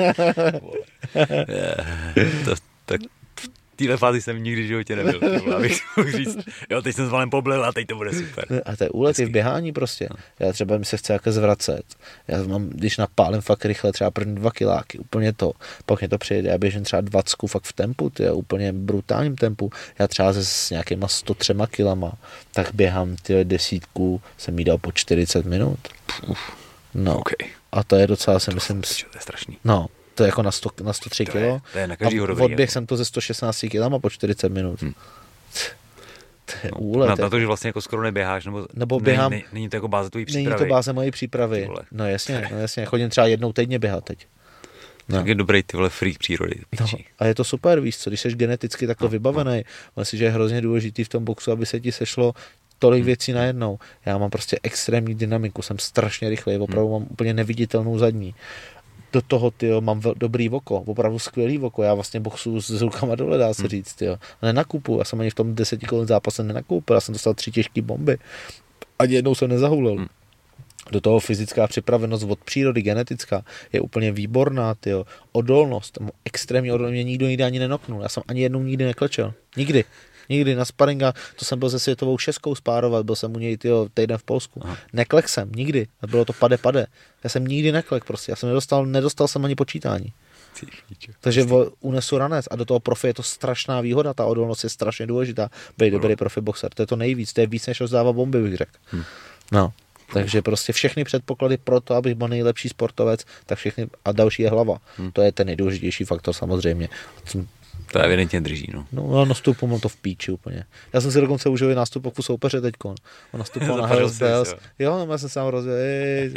Tak v téhle fázi jsem nikdy v životě nebyl. Abych mohl říct, jo, teď jsem s valem poblil a teď to bude super. A to je úlet i v běhání prostě. Já třeba mi se chce jako zvracet. Já mám, když napálím fakt rychle, třeba první 2 kiláky, úplně to. Pak mě to přijde, já běžím třeba 20 fakt v tempu, úplně brutálním tempu. Já třeba s nějakýma 103 kilama, tak běhám 10, jsem jí dal po 40 minut. No. Okay. A to je docela, si myslím... To je strašný. No, to je jako na 103 kilo. To je na každýho dobrý. Odběh jsem to ze 116 kilama po 40 minut. To je úlet. Na to, že vlastně jako skoro neběháš, nebo běhám, není to jako báze tvojí přípravy. Není to báze mojí přípravy. No jasně. Chodím třeba jednou týdně běhat teď. No. Tak je dobrý ty freak přírody. No, a je to super, víš co, když jsi geneticky takto vybavený. Myslím, že je hrozně důležitý v tom boxu, aby se ti sešlo tolik věcí najednou. Já mám prostě extrémní dynamiku, jsem strašně rychlej, opravdu mám úplně neviditelnou zadní. Do toho, mám dobrý oko, opravdu skvělý oko. Já vlastně boxu s rukama dole, dá se říct, Nenakupu, já jsem ani v tom 10kolém zápase nenakoupil, já jsem dostal 3 těžké bomby. Ani jednou jsem nezahulil. Do toho fyzická připravenost od přírody, genetická, je úplně výborná, odolnost, extrémně odolnost, mě nikdo nikdy ani nenoknul, já jsem ani jednou nikdy neklečel, nikdy na sparinga, to jsem byl se světovou 6 spárovat, byl jsem u něj týden v Polsku. Neklek jsem, nikdy, bylo to pade. Já jsem nikdy neklek prostě, já jsem nedostal jsem ani počítání. Takže unesu ranec a do toho profi je to strašná výhoda, ta odolnost je strašně důležitá, být dobrý profi boxer, to je to nejvíc, to je víc než rozdávat bomby, bych řekl. No. Takže prostě všechny předpoklady pro to, abych byl nejlepší sportovec, tak všechny a další je hlava. To je ten nejdůležitější faktor samozřejmě. To evidentně drží, no. No, nastupu mám to v píči úplně. Já jsem si dokonce užil i nástupovku soupeře teďkon. On nastupoval na Hells Bells. Jo, já jsem sám rozvěl.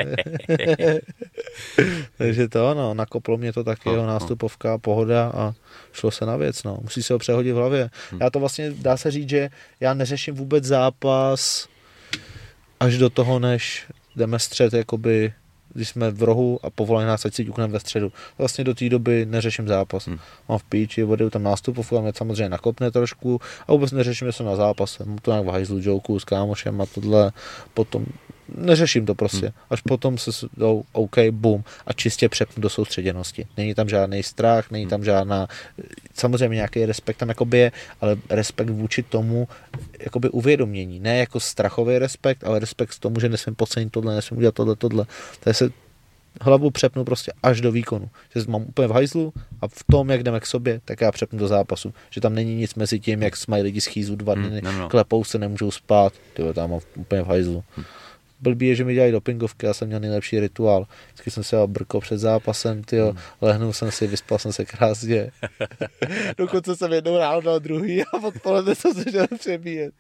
Takže to, nakoplo mě to taky, jeho nástupovka, pohoda a šlo se na věc, no. Musí se ho přehodit v hlavě. Já to vlastně, dá se říct, že já neřeším vůbec zápas až do toho, než jdeme střed, jakoby, když jsme v rohu a povolení nás, ať si ťukneme ve středu. Vlastně do té doby neřeším zápas. Mám v píči, odjedu tam nástupovku a mě samozřejmě nakopne trošku a vůbec neřeším, že jsem na zápase. Mám to nějak v hajzlu, joku s kámošem a tohle. Potom neřeším to prostě. Až potom se jdou OK, boom a čistě přepnu do soustředěnosti. Není tam žádný strach, není tam žádná, samozřejmě nějaký respekt tam jakoby je, ale respekt vůči tomu jakoby uvědomění. Ne jako strachový respekt, ale respekt k tomu, že nesmím podcenit tohle, nesmím udělat tohle. Takže se hlavu přepnu prostě až do výkonu. Že mám úplně v hajzlu a v tom, jak jdeme k sobě, tak já přepnu do zápasu. Že tam není nic mezi tím, jak mají lidi schýzu 2 dny, klepou se, nemůžou spát. Tyhle, tam mám úplně v hajzlu. blbý je, že mi dělají dopingovky, já jsem měl nejlepší rituál. Vždycky jsem si dal brko před zápasem, lehnul jsem si, vyspal jsem se krásně. Dokonce jsem jednou ráno dal druhý a odpoledne jsem se chtěl přebíjet.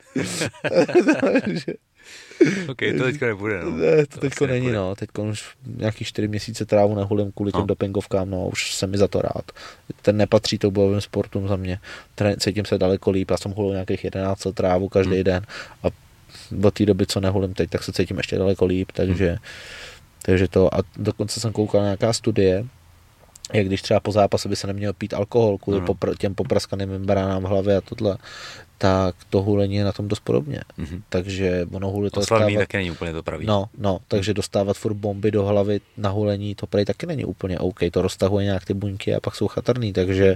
OK, to teďko nebude, no. Ne, to teďko není, nebude. No. Teďko už nějaký 4 měsíce trávu nehulím kvůli těm dopingovkám, no, už jsem mi za to rád. Ten nepatří to bojovým sportům za mě. Cítím se daleko líp, já jsem hulil nějakých 11 trávu každý den a od té doby, co nehulím teď, tak se cítím ještě daleko líp, takže to, a dokonce jsem koukal na nějaká studie, jak když třeba po zápase by se neměl pít alkohol kvůli těm popraskaným membranám v hlavě a tohle, tak to hulení je na tom dost podobně. Takže ono hulit to dostávat... taky není úplně to pravý. No, takže dostávat furt bomby do hlavy na hulení, to prej taky není úplně OK, to roztahuje nějak ty buňky a pak jsou chatrný, takže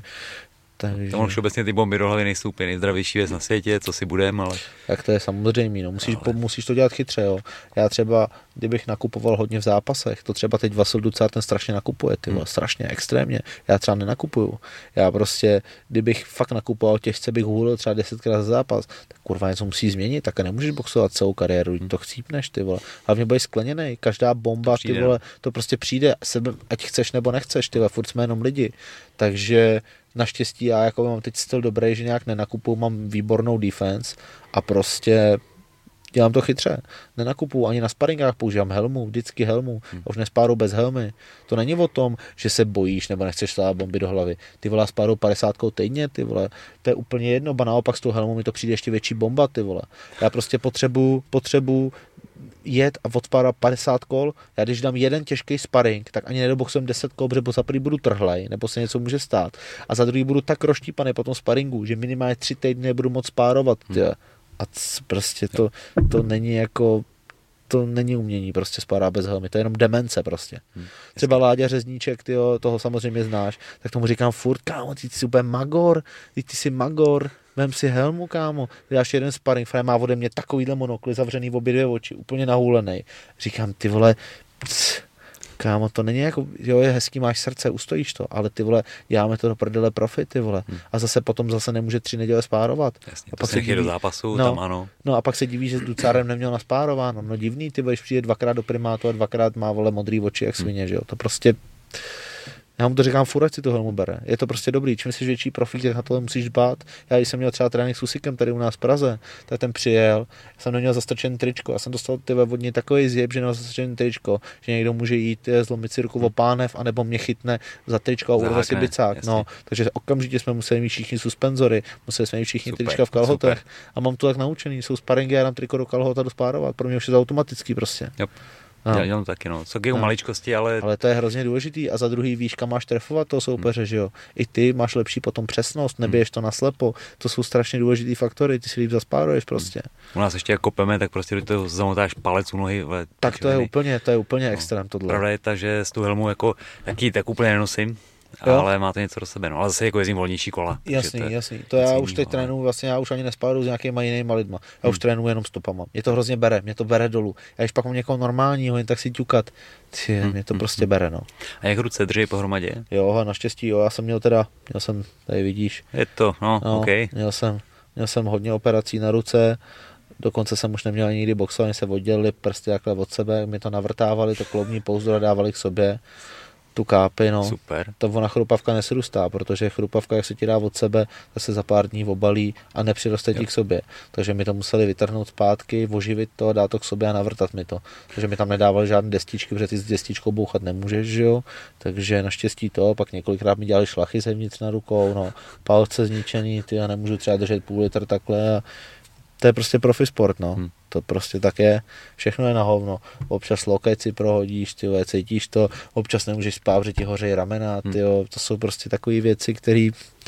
to všeobecně ty bomby do hlavy nejsou úplně nejzdravější věc na světě, co si budeme, ale... Tak to je samozřejmě, no. Musíš to dělat chytře, jo. Já třeba, kdybych nakupoval hodně v zápasech, to třeba teď Vasil Ducar ten strašně nakupuje, ty vole, strašně, extrémně. Já třeba nenakupuju. Já prostě, kdybych fakt nakupoval těžce, bych hulil třeba 10krát za zápas, tak kurva něco musí změnit, tak nemůžeš boxovat celou kariéru, to chcípneš, ty vole. Hlavně budeš skleněnej, každá bomba, ty vole, to prostě přijde, ať chceš nebo nechceš, ty vole, furt jsme jenom lidi. Takže naštěstí já jako mám teď styl dobrý, že nějak nenakupuju, mám výbornou defense a prostě dělám to chytře. Nenakupuju ani na sparingách, používám helmu, vždycky helmu. Už nespáru bez helmy. To není o tom, že se bojíš nebo nechceš stát bomby do hlavy. Ty vole, spáru 50 týdně, ty vole. To je úplně jedno, ba naopak s tou helmou mi to přijde ještě větší bomba, ty vole. Já prostě potřebuju jet a odspárat 50 kol. Já když dám jeden těžký sparring, tak ani nedoboxujem 10 kol, protože za prvý budu trhlej, nebo se něco může stát. A za druhý budu tak rozštípaný po tom sparingu, že minimálně 3 týdny nebudu moc spárovat. A prostě to není jako, to není umění prostě spárá bez helmy, to je jenom demence prostě. Třeba Láďa Řezníček, tyjo, toho samozřejmě znáš, tak tomu říkám furt, kámo, ty jsi úplně magor, ty jsi magor, vem si helmu, kámo, dáš jeden sparring, Fred má ode mě takovýhle monokly, zavřený v obě dvě oči, úplně nahulenej. Říkám, ty vole, kámo, to není jako, jo, je hezký, máš srdce, ustojíš to, ale ty vole, děláme to do prdele profit, ty vole. A zase potom nemůže 3 neděle spárovat. Jasně, a pak se diví do zápasu, tam ano. No a pak se diví, že s Ducárem neměl naspárováno. No divný, ty budeš přijde 2krát do primátu a 2krát má, vole, modrý oči jak svině, že jo. To prostě, já mu to říkám, furt ať si tu helmu bere. Je to prostě dobrý, čím jsi větší profík, tak na tohle musíš dbát. Já když jsem měl třeba trénink s Usikem tady u nás v Praze, tak ten přijel, jsem neměl zastrčený tričko, já jsem dostal od něj takový zjeb, že neměl zastrčený tričko, že někdo může jít zlomit si ruku o pánev, anebo mě chytne za tričko a urve si bicák. No, takže okamžitě jsme museli mít všichni suspenzory, museli jsme mít všichni trička v kalhotech a mám to tak naučený, jsou sparingy, já dám triko do kalhota dospárovat, pro mě už je to automatický prostě. Yep. No. Dělám taky, no. Co jsou maličkosti, ale to je hrozně důležitý a za druhý víš, kam máš trefovat toho soupeře, že jo. I ty máš lepší potom přesnost, nebiješ to naslepo. To jsou strašně důležitý faktory, ty si líp zaspáruješ prostě. U nás ještě jak kopeme, tak prostě do toho zamotáš palec u nohy. Tak to je úplně extrém tohle. Pravda je ta, že s tu helmu jako taky tak úplně nenosím. Jo? Ale má to něco do sebe, no. Ale zase jako jezdím volnější kola. Jasný. To já už teď trénuju, vlastně já už ani nespáru s nějakýma jinýma lidma. Já už trénuju jenom stopama. Mě to hrozně bere, mě to bere dolů. Já když pak mám někoho normálního, jen tak si ťukat, mě to prostě bere, no. A jak ruce drží pohromadě? Jo, a naštěstí, jo, já jsem měl tady vidíš. Je to, OK. Měl jsem hodně operací na ruce. Dokonce jsem už neměl nikdy boxovat, se oddělili prsty takhle od sebe, mi to navrtávali, to kloubní pouzdro dávali k sobě. Tu kápi, no. Super. To ona chrupavka nesrůstá, protože chrupavka, jak se ti dá od sebe, tak se za pár dní obalí a nepřiroste ti k sobě. Takže mi to museli vytrhnout zpátky, oživit to, dát to k sobě a navrtat mi to. Takže mi tam nedávali žádné destičky, protože ty s destičkou bouchat nemůžeš, že jo. Takže naštěstí to, pak několikrát mi dělali šlachy zevnitř na rukou, no. Palce zničený, ty já nemůžu třeba držet půl litr takhle a to je prostě profi sport, no. To prostě tak je, všechno je na hovno. Občas loket si prohodíš, tyjo, cítíš to, občas nemůžeš spát, že ti hoří ramena, tyjo, to jsou prostě takové věci, které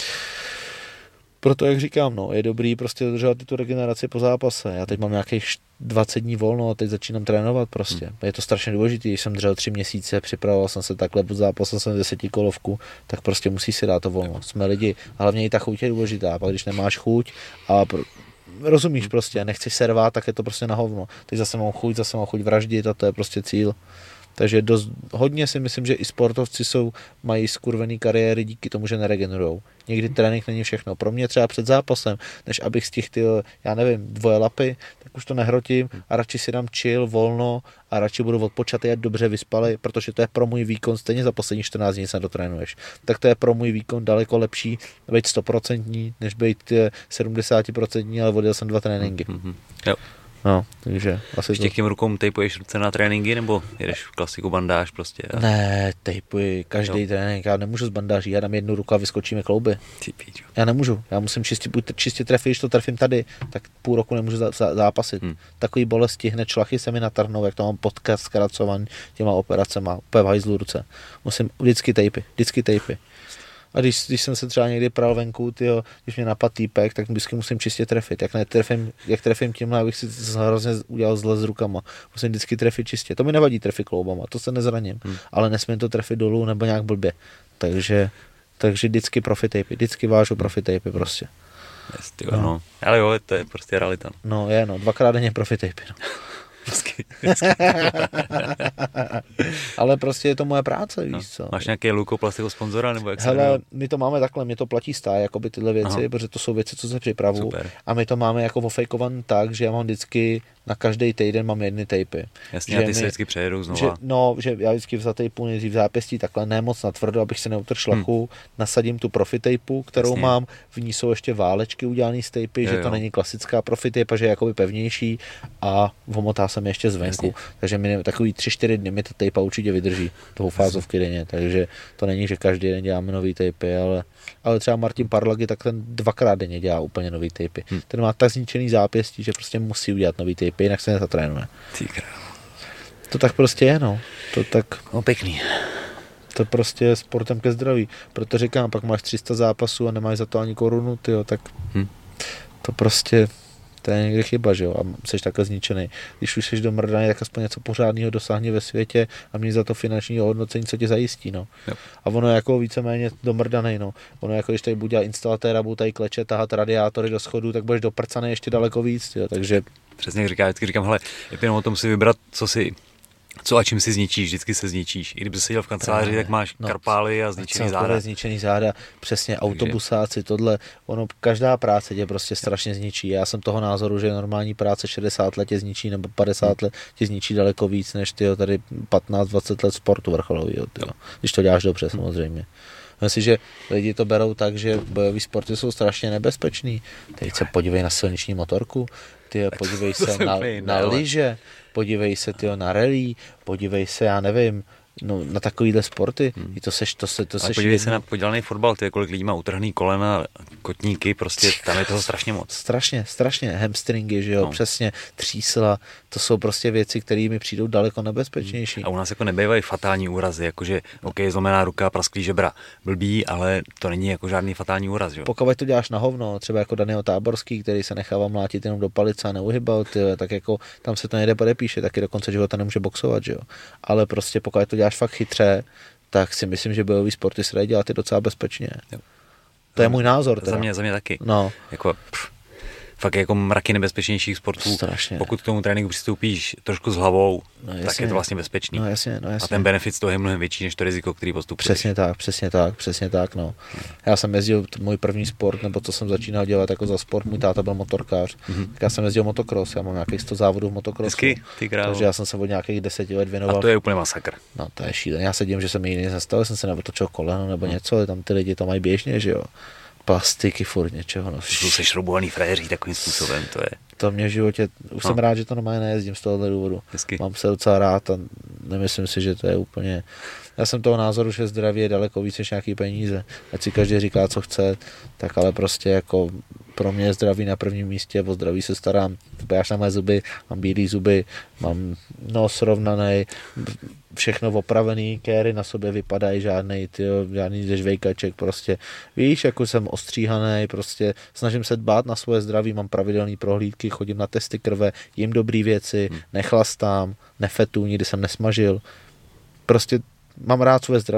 proto, jak říkám, no, je dobrý prostě dodržovat tu regeneraci po zápase. Já teď mám nějakých 20 dní volno a teď začínám trénovat prostě. Je to strašně důležité, když jsem držel 3 měsíce, připravoval jsem se takhle, zápasil jsem 10 kolovku, tak prostě musíš si dát to volno. Jsme lidi, a hlavně i ta chuť je důležitá, pak když nemáš chuť a rozumíš prostě, nechceš se rvát, tak je to prostě na hovno. Teď zase mám chuť vraždit a to je prostě cíl. Takže hodně si myslím, že i sportovci mají skurvený kariéry díky tomu, že neregenerujou. Někdy trénink není všechno. Pro mě třeba před zápasem, než abych stihl já nevím, 2 lapy, tak už to nehrotím a radši si dám chill, volno a radši budu odpočatý a dobře vyspalý, protože to je pro můj výkon, stejně za poslední 14 dní se dotrénuješ. Tak to je pro můj výkon daleko lepší být 100%, než být 70%, ale odjel jsem 2 tréninky. Jo. No, takže asi ještě k těm rukům tejpuješ ruce na tréninky, nebo jedeš v klasiku bandáž prostě? Ne, tejpuji každý trénink, já nemůžu z bandáží, já dám jednu ruku a vyskočíme klouby. Já nemůžu, já musím čistě trefit, když to trefím tady, tak půl roku nemůžu zápasit. Takový bolesti, hned šlachy se mi natrhnou, jak to mám podcast zkracovaný těma operacema, úplně v hajzlu ruce. Musím vždycky tejpy. A když jsem se třeba někdy pral venku, když mě napadl týpek, tak vždycky musím čistě trefit. Jak trefím tímhle, abych si hrozně udělal zle s rukama. Musím vždycky trefit čistě. To mi nevadí trefit kloubama, to se nezraním. Ale nesmím to trefit dolů nebo nějak blbě. Takže vždycky profi tapy, vždycky vážu profi tapy prostě. Yes, no. Ale jo, to je prostě realita. No, 2krát denně profi tapy. No. Ale prostě je to moje práce, víš co. Máš nějaký Leukoplast jako sponzora, nebo jak se hele, my to máme takhle, mě to platí stáj, jakoby tyhle věci, protože to jsou věci, co se připravují. A my to máme jako ofejkovaný tak, že já mám vždycky na každý týden mám 1 tapy. Jasně, a ty se vždycky přejedou znova. Že já vždycky zatejpu nejdřív zápěstí takhle, ne moc natvrdo, abych se neutrhl šlachu, nasadím tu profi tejpu, kterou mám, v ní jsou ještě válečky udělané z tejpy, že to není klasická profi tejpa, že je jakoby pevnější a omotá se mi ještě zvenku. Takže mi takový 3-4 dny mi ta tejpa určitě vydrží, toho fázovky denně, takže to není, že každý den děláme nový tejpy, ale třeba Martin Parlagy, tak ten 2krát denně dělá úplně nový tejpy. Ten má tak zničený zápěstí, že prostě musí udělat nový tejpy, jinak se nezatrénuje. To tak prostě je, no. To tak... No pěkný. To prostě je sportem ke zdraví. Proto říkám, pak máš 300 zápasů a nemáš za to ani korunu, tyjo, tak to prostě... To je někde chyba, že jo, a jsi takhle zničený. Když už jsi domrdaný, tak aspoň něco pořádného dosáhni ve světě a měj za to finanční hodnocení, co tě zajistí, no. Jo. A ono je jako víceméně domrdaný, no. Ono jako, když tady budu dělat instalatéra, budu tady kleče, tahat radiátory do schodu, tak budeš doprcaný ještě daleko víc, jo, takže... Přesně vždycky říkám, hele, je jenom o tom si vybrat, co a čím si zničíš, vždycky se zničíš. I kdyby seděl v kanceláři, tak máš karpály a zničený záda. Zničený záda, přesně autobusáci, tohle, ono, každá práce tě prostě strašně zničí. Já jsem toho názoru, že normální práce 60 let tě zničí, nebo 50 let tě zničí daleko víc, než tady 15-20 let sportu vrcholovýho, když to děláš dobře samozřejmě. Myslím si, že lidi to berou tak, že bojový sporty jsou strašně nebezpečný. Teď se podívej na silniční motorku, podívej se na lyže, podívej se na rally, podívej se, já nevím, no, na takovýhle sporty. To seš podívej se na podělaný fotbal, kolik lidí má utrhný kolena, kotníky, prostě tam je toho strašně moc. Strašně, hamstringy, že jo, no. Přesně, třísla, to jsou prostě věci, které mi přijdou daleko nebezpečnější. A u nás jako nebývají fatální úrazy, jakože zlomená ruka, prasklý žebra, blbý, ale to není jako žádný fatální úraz, jo. Pokud to děláš na hovno, třeba jako Daniel Táborský, který se nechává mlátit jenom do palice a neuhybal, tak jako tam se to nejde podepíše, taky do konce života nemůže boxovat, že jo. Ale prostě pokud to děláš fakt chytře, tak si myslím, že bojový sporty se dají dělat i docela bezpečně. Jo. To je můj názor. Teda. Za mě taky. No. Fakt jako mraky nebezpečnějších sportů. Strašně. Pokud k tomu tréninku přistoupíš trošku s hlavou, tak je to vlastně bezpečný. No jasně. A ten benefit z toho je mnohem větší než to riziko, který postupuješ. Přesně tak, no. Já jsem jezdil, můj první sport, nebo co jsem začínal dělat jako za sport, můj táta byl motorkář. Tak já jsem jezdil motocross, já mám nějakých 100 závodů v motocrossu. Takže já jsem se od nějakých 10 let věnoval. A to je úplně masakr. No to je šílené. Já se dívám, že se mi jiný zastavil, jsem se neotočil koleno nebo něco, ale tam ty lidi to mají běžně, že jo. Plastiky, furt něčeho. No. Jsou sešroubovaný frajeří takovým způsobem, to je. To mě v životě, už jsem rád, že to normálně nejezdím z tohohle důvodu. Hezky. Mám se docela rád a nemyslím si, že to je úplně... Já jsem toho názoru, že zdraví je daleko víc než nějaký peníze. Ať si každý říká, co chce, tak ale prostě jako pro mě je zdraví na prvním místě, o zdraví se starám. Podíváš na moje zuby, mám bílý zuby, mám nos rovnaný, všechno opravený, kéry na sobě vypadají, žádný žvejkaček, prostě víš, jako jsem ostříhaný, prostě snažím se dbát na svoje zdraví, mám pravidelné prohlídky, chodím na testy krve, jím dobrý věci, nechlastám, nefetu, nikdy jsem nesmažil, prostě mám rád svoje zdraví.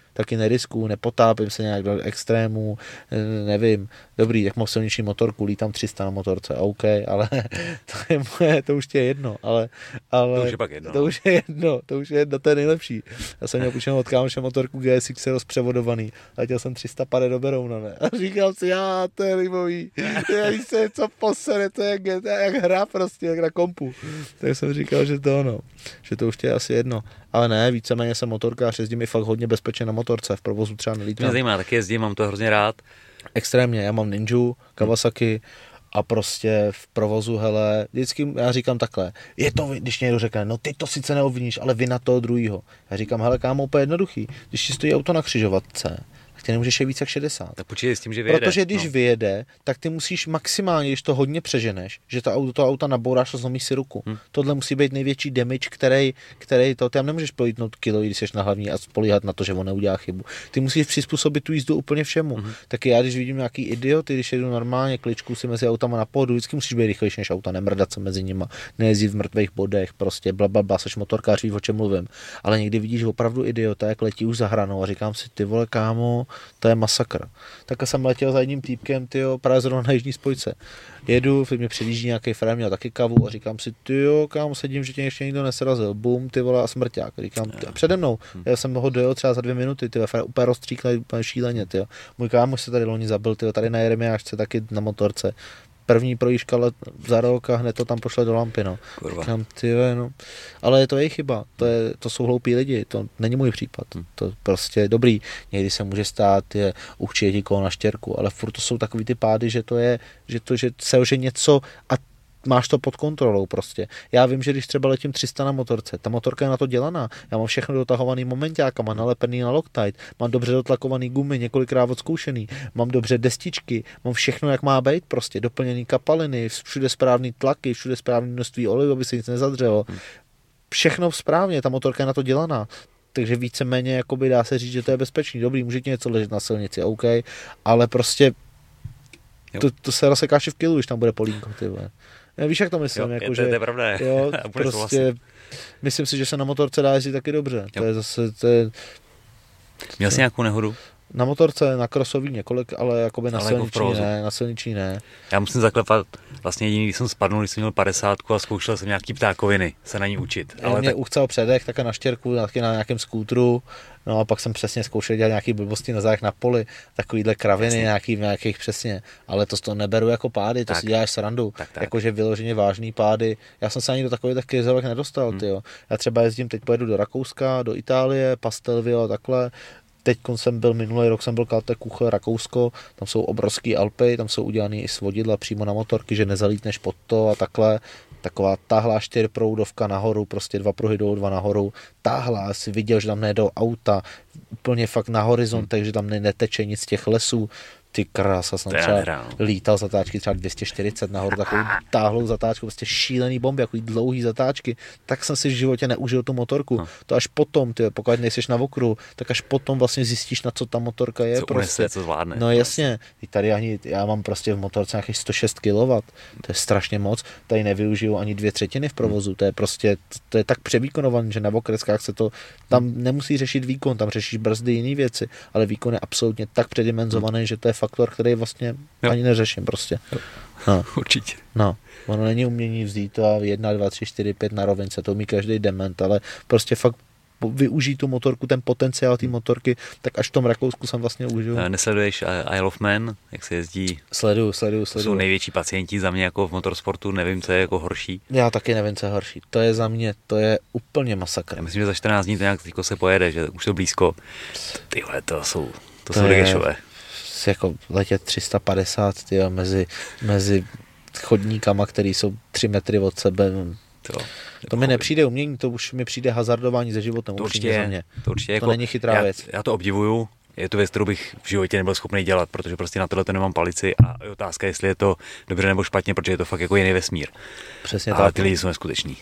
taky neriskuju, nepotápím se nějak do extrémů, nevím, dobrý, jak mám silnější motorku, lítám 300 na motorce, OK, ale to je moje, to už je jedno, ale to už je pak jedno. To už je jedno, to je nejlepší. Já jsem měl půjčenou od kámoše motorku GSX rozpřevodovaný, letěl jsem 300 pade do Berouna, ne? A říkal si, to je libový, když se co posere, to je jak hra prostě, jak na kompu. Tak jsem říkal, že to ono, že to už je asi jedno. Ale ne, víceméně jsem motorkář, jezdím i fakt hodně bezpečně na motorce, v provozu třeba nelítám. Mě zajímá, taky jezdím, mám to hrozně rád. Extrémně, já mám Ninju, Kawasaki a prostě v provozu, hele, vždycky já říkám takhle, je to, když někdo řekne, no ty to sice neobviníš, ale vina toho druhýho. Já říkám, hele kámo, úplně jednoduchý, když ti stojí auto na křižovatce, tak ty nemůžeš je víc jak 60. Tak počítej s tím, že vyjede. Protože když vyjede, tak ty musíš maximálně, když to hodně přeženeš, že to auta nabouráš a zlomíš si ruku. Tohle musí být největší damage, který to, tam nemůžeš prolítnout kilo, když jsi na hlavní a spolíhat na to, že on neudělá chybu. Ty musíš přizpůsobit tu jízdu úplně všemu. Tak já, když vidím nějaký idioty, když jedu normálně kličku si mezi autama na pohodu, vždycky musíš být rychlejší než auta, nemrdat se mezi nima, nejezdit v mrtvých bodech, prostě blablabla, seš motorkář, víš, o čem mluvím. Ale někdy vidíš opravdu idiota, jak letí už za hranou a říkám si, ty vole kámo, to je masakr. Tak jsem letěl za jedním týpkem, tyjo, právě zrovna na jižní spojce. Jedu, mě předjíždí nějaký frame, měl taky kavu a říkám si, tyjo, kámo, sedím, že tě ještě nikdo nesrazil. Bum, ty vole, a smrťák. Říkám, přede mnou. Já jsem ho dojel třeba za 2 minuty, ty úplně rozstříknul, úplně šíleně, tyjo. Můj kámoš se tady loni zabil, tyjo, tady na Jeremiášce taky na motorce. První projížďka za rok a hned to tam pošle do lampy, no. Říkám, no. Ale je to jejich chyba, to jsou hloupí lidi, to není můj případ. To prostě dobrý, někdy se může stát, určitě někoho na štěrku, ale furt to jsou takový ty pády, že selže něco a máš to pod kontrolou prostě. Já vím, že když třeba letím 300 na motorce, ta motorka je na to dělaná. Já mám všechno dotahovaný momentákama, nalepený na Loctite, mám dobře dotlakovaný gumy, několikrát odzkoušený, mám dobře destičky, mám všechno, jak má být prostě, doplněný kapaliny, všude správný tlaky, všude správné množství oleju, aby se nic nezadřelo. Všechno správně, ta motorka je na to dělaná. Takže víceméně jakoby dá se říct, že to je bezpečný. Dobrý, může ti něco ležet na silnici, OK, ale prostě to se rozsekáš v kilu, když tam bude polínko, ty vole. Víš, jak to myslím? Jo, to je pravda. Jo, prostě myslím si, že se na motorce dá jezdit taky dobře. To je zase... Měl jsi nějakou nehodu? Na motorce, na krosový několik, ale jakoby na silniční ne. Já musím zaklepat, vlastně jediný, když jsem spadnul, když jsem měl 50 a zkoušel jsem nějaký ptákoviny se na ní učit. Ale mě uchcel předech, také na štěrku, taky na nějakém skútru, no a pak jsem přesně zkoušel dělat nějaký blbosti na zádech na poli, takovýhle kraviny, nějakých přesně, ale to neberu jako pády, to si děláš srandu, jakože vyloženě vážný pády. Já jsem se ani do takových krizovek nedostal, tyjo. Já třeba jezdím, teď pojedu do Rakouska, do Itálie, Pastelvio a takhle. Teď minulý rok jsem byl Kalte Kuche, Rakousko, tam jsou obrovský Alpy, tam jsou udělaný i svodidla přímo na motorky, že nezalítneš pod to a takhle. Taková táhlá 4proudovka nahoru, prostě 2 pruhy dolů, 2 nahoru. Táhlá, si viděl, že tam nejedou auta, úplně fakt na horizontech, že tam neteče nic z těch lesů. Ty krása, jsem třeba lítal zatáčky třeba 240 nahoru, takovou táhlou zatáčku, prostě šílený bomby, takový dlouhý zatáčky, tak jsem si v životě neužil tu motorku. To až potom, pokud nejseš na okruhu, tak až potom vlastně zjistíš, na co ta motorka je. Co prostě. Unese, co zvládne. No jasně, tady já mám prostě v motorce nějakých 106 kW, to je strašně moc, tady nevyužiju ani 2/3 v provozu, to je prostě, to je tak převýkonovaný, že na okreskách se to, tam nemusí řešit výkon, tam řešíš brzdy, jiné věci, ale výkon je absolutně tak předimenzovaný, že to je faktor, který vlastně ani neřeším prostě. No. Určitě. No, ono není umění vzít to a 1, 2, 3, 4, 5 na rovince, to umí každý dement, ale prostě fakt využít tu motorku, ten potenciál té motorky, tak až v tom Rakousku jsem vlastně užil. Nesleduješ Isle of Man, jak se jezdí? Sleduju. To jsou největší pacienti za mě jako v motorsportu, nevím, co je jako horší. Já taky nevím, co je horší. To je za mě, to je úplně masakr. Já myslím, že za 14 dní to nějak se pojede, že už to blízko. Tyhle, to jsou degešové. Jako letět 350 mezi chodníkama, který jsou 3 metry od sebe. To mi nepřijde umění, to už mi přijde hazardování se životem. To určitě to není chytrá věc. Já to obdivuju, je to věc, kterou bych v životě nebyl schopný dělat, protože prostě na tohle nemám palici a je otázka, jestli je to dobře nebo špatně, protože je to fakt jako jiný vesmír. Přesně ale tak. Ty lidi jsou neskuteční.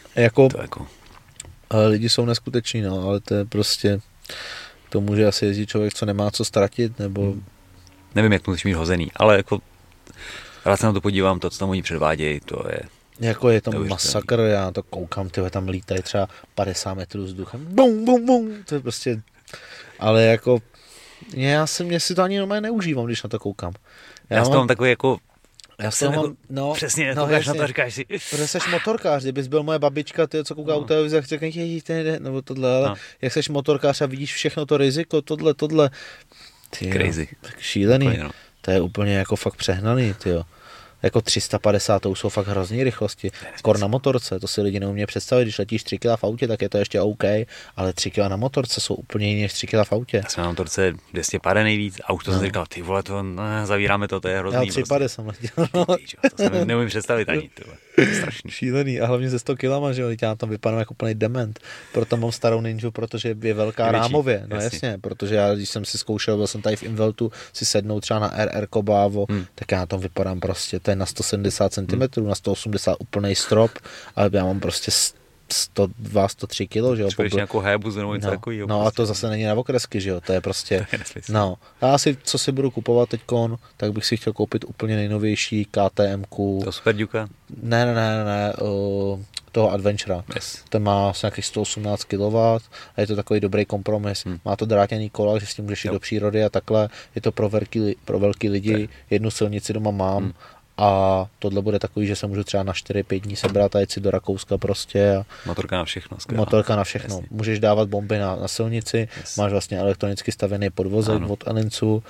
Lidi jsou neskuteční, no, ale to je prostě, to může asi jezdit člověk, co nemá co ztratit, nebo... Nevím, jak to musíš mít hozený, ale jako rád se na to podívám, to, co tam oni předvádějí, to je... Jako je to masakr, já to koukám, tam lítají třeba 50 metrů vzduchem, bum, bum, bum, to je prostě, ale jako Mě si to ani normálně neužívám, když na to koukám. Já s tom takový jako... Já jsem jako, no, přesně, no, koukáš na to a říkáš si... Protože seš motorkář, kdybys byl moje babička, ty, co kouká u televize, řekne, nebo tohle, ale jak seš motorkář a vidíš všechno to riziko, tohle, ty, crazy. Tak šílený, úplně, no. To je úplně jako fakt přehnaný, tyjo. Jako 350, to už jsou fakt hrozný rychlosti. Kor na motorce, to si lidi neumějí představit, když letíš 3 kg v autě, tak je to ještě OK, ale 3 kg na motorce jsou úplně jiné než 3 kg v autě. Já jsem na motorce 200 pade nejvíc a už to jsem říkal, ty vole, to zavíráme to je hrozný. Já 3 pade jsem letěl. To jsem neumím představit ani, to je strašný. Šílený a hlavně ze 100 kg, že jo, já tam vypadám jako plný dement. Proto mám starou Ninju, protože je velká rámově. No jasně, protože já, když jsem si zkoušel, byl jsem tady v Inveltu si sednout třeba na RR Kobávo, tak já tam vypadám prostě, to je na 170 cm, na 180 úplnej strop, ale já mám prostě 102, 103 kg, že jo. Když nějakou hébuzu nebo něco takového. No a to zase není na okresky, že jo, to je prostě, no. Já si, co si budu kupovat teďkon, tak bych si chtěl koupit úplně nejnovější KTM-ku. To Super Duka? Ne, toho Adventura. Yes. Ten má nějakých 118 kW a je to takový dobrý kompromis. Má to drátěný kola, že s tím můžeš jít do přírody a takhle. Je to pro velký lidi. Jednu silnici doma mám. A tohle bude takový, že se můžu třeba na 4-5 dní sebrat a jít si do Rakouska prostě. A motorka na všechno. Motorka na všechno. Jasně. Můžeš dávat bomby na silnici, máš vlastně elektronicky stavěný podvozek od Alincu,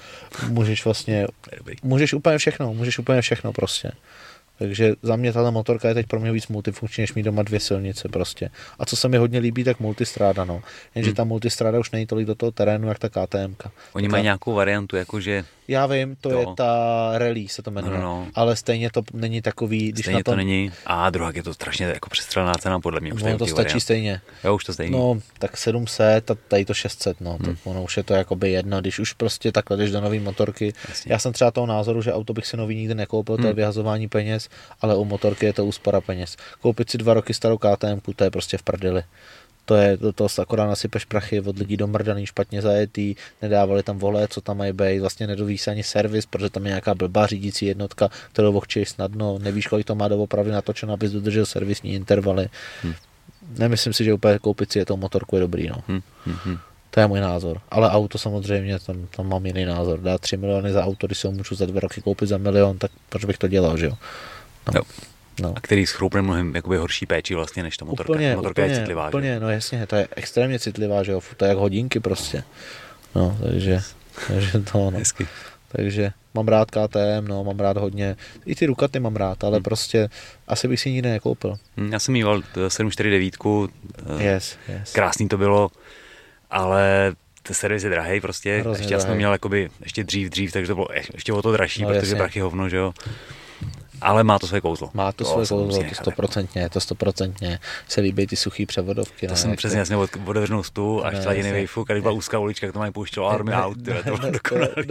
můžeš úplně všechno prostě. Takže za mě tahle motorka je teď pro mě víc multifunkční, než mít doma 2 silnice prostě. A co se mi hodně líbí, tak multistráda, no. Jenže ta multistráda už není tolik do toho terénu, jak ta KTMka. Oni mají nějakou variantu, jakože... Já vím, to je ta Rally, se to jmenuje, ale stejně to není takový... Když stejně na to není, a druhá je to strašně jako přestřelená cena, podle mě. Už to stačí variant. Stejně. Jo, už to stejně. No, tak 700 a tady to 600, no, tak ono už je to jakoby jedno, když už prostě takhle jdeš do nový motorky. Jasně. Já jsem třeba toho názoru, že auto bych si nový nikdy nekoupil, to je vyhazování peněz, ale u motorky je to úspora peněz. Koupit si 2 roky starou KTMku, to je prostě v prdeli. To je, do toho akorát nasypeš prachy od lidí domrdaný, špatně zajetý, nedávali tam vole, co tam mají být, vlastně nedoví se ani servis, protože tam je nějaká blbá řídící jednotka, kterou ohčíš snadno, nevíš, kolik to má doopravdy natočeno, abys dodržel servisní intervaly. Nemyslím si, že úplně koupit si je tou motorku je dobrý, no. To je můj názor. Ale auto samozřejmě, tam mám jiný názor. Dát 3 miliony za auto, když si ho můžu za 2 roky koupit za 1 milion, tak proč bych to dělal, že jo? No. A který schroupne mnohem jakoby horší péči vlastně než ta motorka. Motorka je citlivá. Úplně, no jasně, to je extrémně citlivá, že jo, to je jak hodinky prostě. No, takže to, no. Hezky. Takže mám rád KTM, no, mám rád hodně, i ty Ducati mám rád, ale prostě asi bych si nikdy nekoupil. Já jsem mýval 749, yes. Krásný to bylo, ale ten servis je drahej prostě, hrozně ještě já jsem měl jakoby ještě dřív, takže to bylo ještě o to dražší, no, protože prachy hovno, že jo. Ale má to své kouzlo. Má to své kouzlo, to 100%. Se líbí ty suchý převodovky. To jsem přesně jasně otevřenou stůl a chtěladěný vejfuk, a když byla úzká ulička, jak to mají pouštělo alarmy aut, to bylo dokonalý. No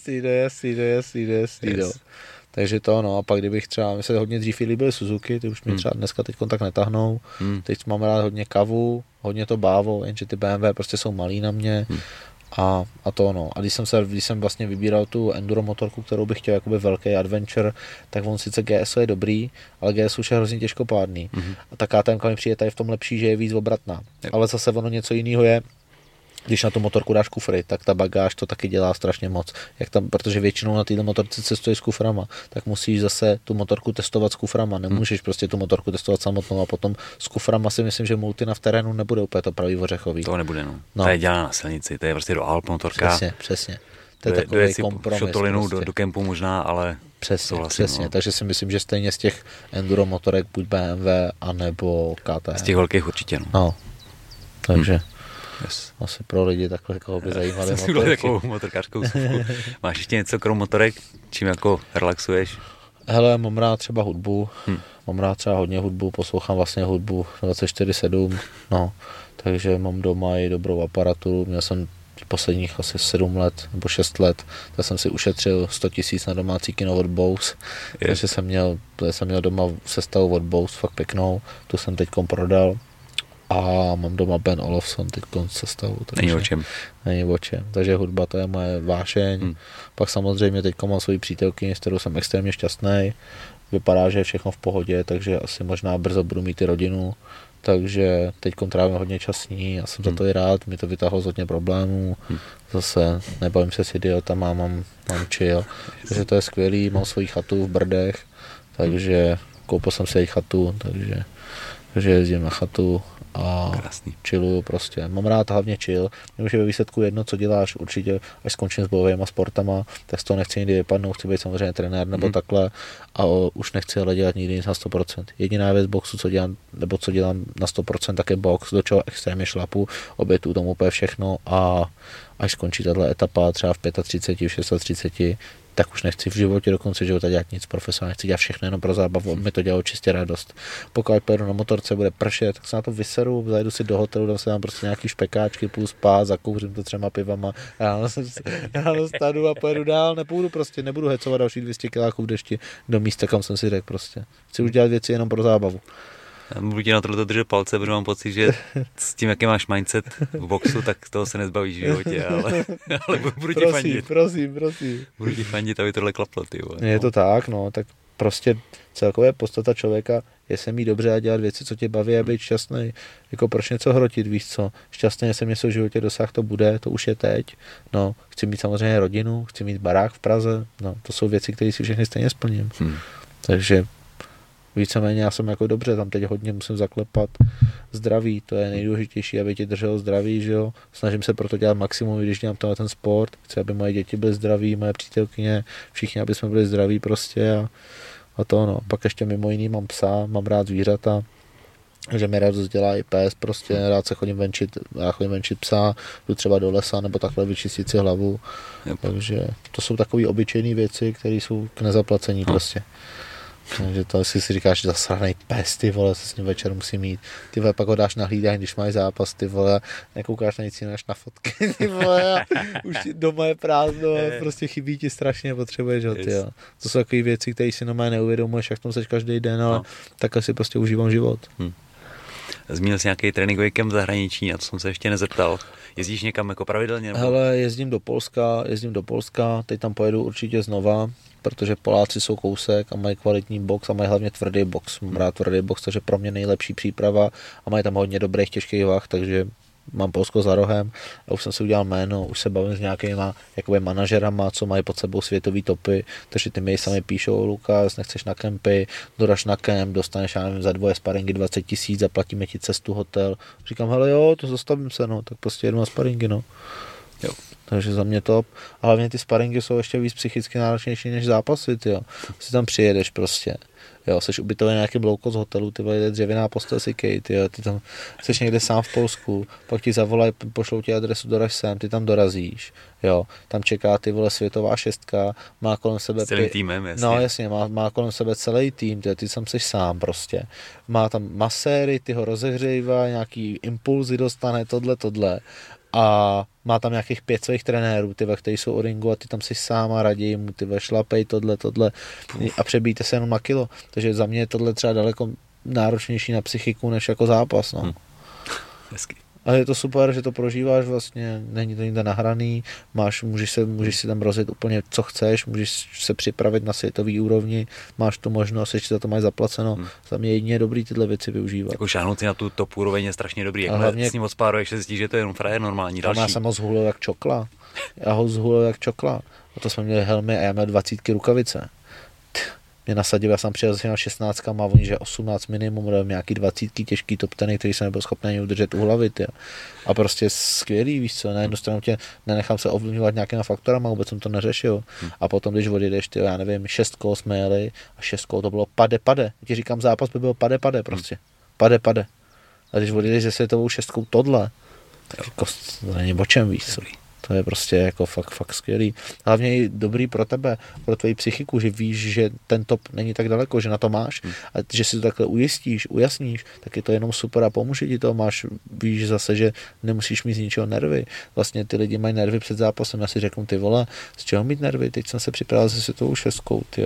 jasný. Takže to, no, a pak kdybych třeba, mi se hodně dřív líbily Suzuki, ty už mě třeba dneska teď tak netahnou. Teď mám rád hodně kavu, hodně to bávo, jenže ty BMW prostě jsou malý na mě. A to no. A když jsem vlastně vybíral tu enduro motorku, kterou bych chtěl jakoby velký adventure, tak on sice GSO je dobrý, ale GSO už je hrozně těžkopádný. A ta KTM mi přijde tady v tom lepší, že je víc obratná. Ale zase ono něco jiného je, když na tu motorku dáš kufry, tak ta bagáž to taky dělá strašně moc. Protože většinou na této motorce cestuješ s kuframa, tak musíš zase tu motorku testovat s kuframa. Nemůžeš prostě tu motorku testovat samotnou a potom s kuframa si myslím, že Multina v terénu nebude úplně to pravý ořechový. To nebude, no. To je dělaná na silnici, to je prostě do Alp motorka. Přesně. To je takový kompromis. Šotolinu prostě. do kempu možná, ale přesně. No. Takže si myslím, že stejně z těch enduro motorek buď BMW anebo KTM. Z těch velkých určitě, no. Takže asi pro lidi takhle jako by zajímavé motorky. Takovou motorkářskou suvku. Máš ještě něco krom motorek, čím jako relaxuješ? Hele, mám rád třeba hudbu, mám rád třeba hodně hudbu, poslouchám vlastně hudbu 24/7, no, takže mám doma i dobrou aparaturu, měl jsem posledních asi 7 let nebo 6 let, tak jsem si ušetřil 100 000 na domácí kino od Bose, takže jsem měl doma sestavu od Bose, fakt pěknou, tu jsem teďkom prodal. A mám doma Ben Olofsson teďkon sestavu. Není o čem. Takže hudba to je moje vášeň. Pak samozřejmě teďko mám svoji přítelkyni, s kterou jsem extrémně šťastný. Vypadá, že je všechno v pohodě, takže asi možná brzo budu mít i rodinu. takže teď trávím hodně čas s ní a jsem za to i rád, mi to vytáhlo z hodně problémů, zase nebavím se s idiotama, mám chill, takže to je skvělý, mám svoji chatu v Brdech, takže koupil jsem si chatu, takže jezdím na chatu a chilluju prostě. Mám rád hlavně chill, mě už je ve výsledku jedno, co děláš, určitě, až skončím s bojovými sportama, tak z toho nechci nikdy vypadnout, chci být samozřejmě trenér nebo takhle a už nechci ale dělat nikdy nic na 100%. Jediná věc boxu, co dělám na 100%, tak je box, do čeho extrémně šlapu, obětuju tomu úplně všechno a až skončí tato etapa třeba v 35, v 36, tak už nechci v životě do konce života dělat nic profesionálně, chci dělat všechno jenom pro zábavu, mi to dělalo čistě radost. Pokud pojedu na motorce, bude pršet, tak se na to vyseru, zajdu si do hotelu, dám se tam prostě nějaký špekáčky plus spát, zakouřím to 3 pivama, ráno stanu a pojedu dál, nebudu hecovat další 200 kiláků v dešti do místa, kam jsem si řekl prostě. Chci už dělat věci jenom pro zábavu. Já budu ti na tohle držet palce, protože mám pocit, že s tím, jaký máš mindset v boxu, tak toho se nezbavíš v životě, ale budu ti fandit. Prosím. Budu ti fandit, aby tohle klaplo, ty vole. Je to tak, no, tak prostě celkově podstata člověka je se mít dobře a dělat věci, co tě baví a být šťastný. Jako proč něco hrotit, víš co? Šťastný jsem něco v životě dosáhl, to bude, to už je teď. No, chci mít samozřejmě rodinu, chci mít barák v Praze, no, to jsou věci, které si všechny stejně splním. Takže víceméně já jsem jako dobře, tam teď hodně musím zaklepat zdraví, to je nejdůležitější, aby tě drželo zdraví, že jo. Snažím se proto dělat maximum, když dělám ten sport, chci, aby moje děti byly zdraví, moje přítelkyně, všichni, aby jsme byli zdraví prostě a to no. Pak ještě mimo jiný mám psa, mám rád zvířata, že mi radost dělá i pes, prostě rád se chodím venčit psa, jdu třeba do lesa nebo takhle vyčistit si hlavu, takže to jsou takové obyčejné věci, které jsou k nezaplacení prostě. Takže to si říkáš, že zasranej pes, ty vole, se s ním večer musí mít. Ty vole, pak ho dáš na hlídání, když máš zápas, ty vole, nekoukáš na nic jiného, na fotky, ty vole, už doma je prázdno, prostě chybí ti strašně, potřebuješ ho, ty jo. To jsou takové věci, které si normálně neuvědomuješ, jak v tom seš každý den, ale tak asi prostě užívám život. Zmínil jsi nějaký tréninkový kemp v zahraničí, na to jsem se ještě nezeptal. Jezdíš někam jako pravidelně? Nebo? Hele, jezdím do Polska, teď tam pojedu určitě znova, protože Poláci jsou kousek a mají kvalitní box a mají hlavně tvrdý box. Mám rád tvrdý box, takže pro mě nejlepší příprava a mají tam hodně dobrých těžkých vah, takže mám Polsko za rohem a už jsem si udělal jméno, už se bavím s nějakýma jakoby manažerama, co mají pod sebou světový topy, takže ty mi sami píšou, Lukas, nechceš na kempy, dodaš na kemp, dostaneš, já nevím, za 2 sparingy 20 000, zaplatíme ti cestu, hotel. Říkám, hele jo, to zastavím se, no, tak prostě jedu na sparingy, no. Jo. Takže za mě top. A hlavně ty sparingy jsou ještě víc psychicky náročnější než zápasy, tyjo. Si tam přijedeš prostě. Jo, jsi ubytovaný na nějakém low-cost hotelu, ty vole, dřevěná postel si Kate, jo, ty tam jsi někde sám v Polsku, pak ti zavolají, pošlou ti adresu, doraž sem, ty tam dorazíš, jo, tam čeká ty vole světová šestka, má kolem sebe... S celým týmem, jasně. No jasně, má kolem sebe celý tým, ty tam jsi sám prostě. Má tam maséry, ty ho rozehřejvá, nějaký impulzy dostane, tohle. A má tam nějakých 5 svých trenérů, kteří jsou o ringu a ty tam si sám a raději mu, šlapej, tohle a přebíjte se jenom na kilo. Takže za mě je tohle třeba daleko náročnější na psychiku, než jako zápas, no. Hezky. Ale je to super, že to prožíváš vlastně, není to nikde nahraný, můžeš si tam rozjet úplně co chceš, můžeš se připravit na světový úrovni, máš tu možnost, ještě za to máš zaplaceno. Za mě jedině je dobrý tyhle věci využívat. Jako šáhnout si na tu top úroveň je strašně dobrý, jak hlavně, s ním odspáruješ, se zjistíš, že to je jenom frajer normální, další. Já jsem ho zhulil jak čokla. A to jsme měli helmy a já měl 20 rukavice. Mě nasadil, já jsem přijel na 16 a oni, že 18 minimum, dal nějaký 20 těžký top teny, který jsem nebyl schopný udržet u hlavy. Tě. A prostě skvělý, víš co, na jednu stranu tě nenechám se ovlivňovat nějakýma faktorama, vůbec jsem to neřešil. A potom, když odjedeš, ty, já nevím, 6 kol jsme jeli a 6 kol to bylo pade. Já ti říkám, zápas by byl pade prostě. Pade. A když odjedeš se světovou 6 tohle, tak jako to není bočem, víš co. To je prostě jako fakt skvělý. Hlavně i dobrý pro tebe, pro tvoji psychiku, že víš, že ten top není tak daleko, že na to máš a že si to takhle ujasníš, tak je to jenom super a pomůže ti to. Víš zase, že nemusíš mít z ničeho nervy. Vlastně ty lidi mají nervy před zápasem. Já si řeknu, ty vole, z čeho mít nervy? Teď jsem se připravil se světovou 6,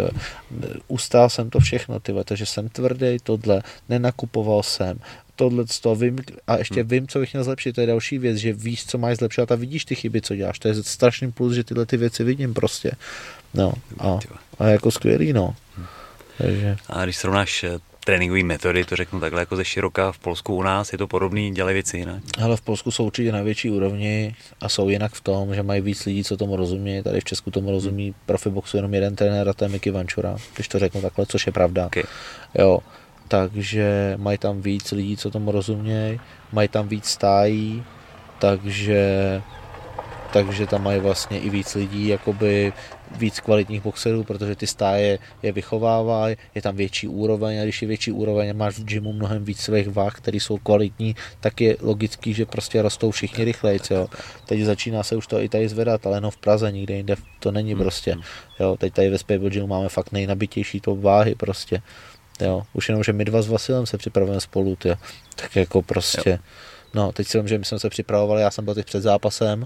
ustál jsem to všechno, takže jsem tvrdý, tohle, nenakupoval jsem, tohle vím a ještě vím, co bych měl zlepšit, to je další věc, že víš, co máš zlepšovat a vidíš ty chyby, co děláš, to je strašný plus, že tyhle ty věci vidím prostě, no a jako skvělý, no. Takže. A když srovnáš tréninkové metody, to řeknu takhle jako ze široka, v Polsku u nás je to podobný, dělají věci jinak? Ale v Polsku jsou určitě na větší úrovni a jsou jinak v tom, že mají víc lidí, co tomu rozumí. Tady v Česku tomu rozumí profi boxu jenom jeden trenér a to je Miky Vančura, když to řeknu takhle, což je pravda. Okay. Jo, takže mají tam víc lidí, co tomu rozumějí, mají tam víc stájí, takže tam mají vlastně i víc lidí, jakoby víc kvalitních boxerů, protože ty stáje je vychovávají, je tam větší úroveň a když je větší úroveň a máš v gymu mnohem víc svých vah, které jsou kvalitní, tak je logický, že prostě rostou všichni rychlejc, jo. Teď začíná se už to i tady zvedat, ale jenom v Praze, nikde jinde to není prostě, jo. Teď tady ve Spable Gymu máme fakt nejnabitější top váhy prostě, jo. Už jenom, že my dva s Vasilem se připravujeme spolu, jo. Tak jako prostě, jo. No, teď si vím, že my jsme se připravovali, já jsem byl teď před zápasem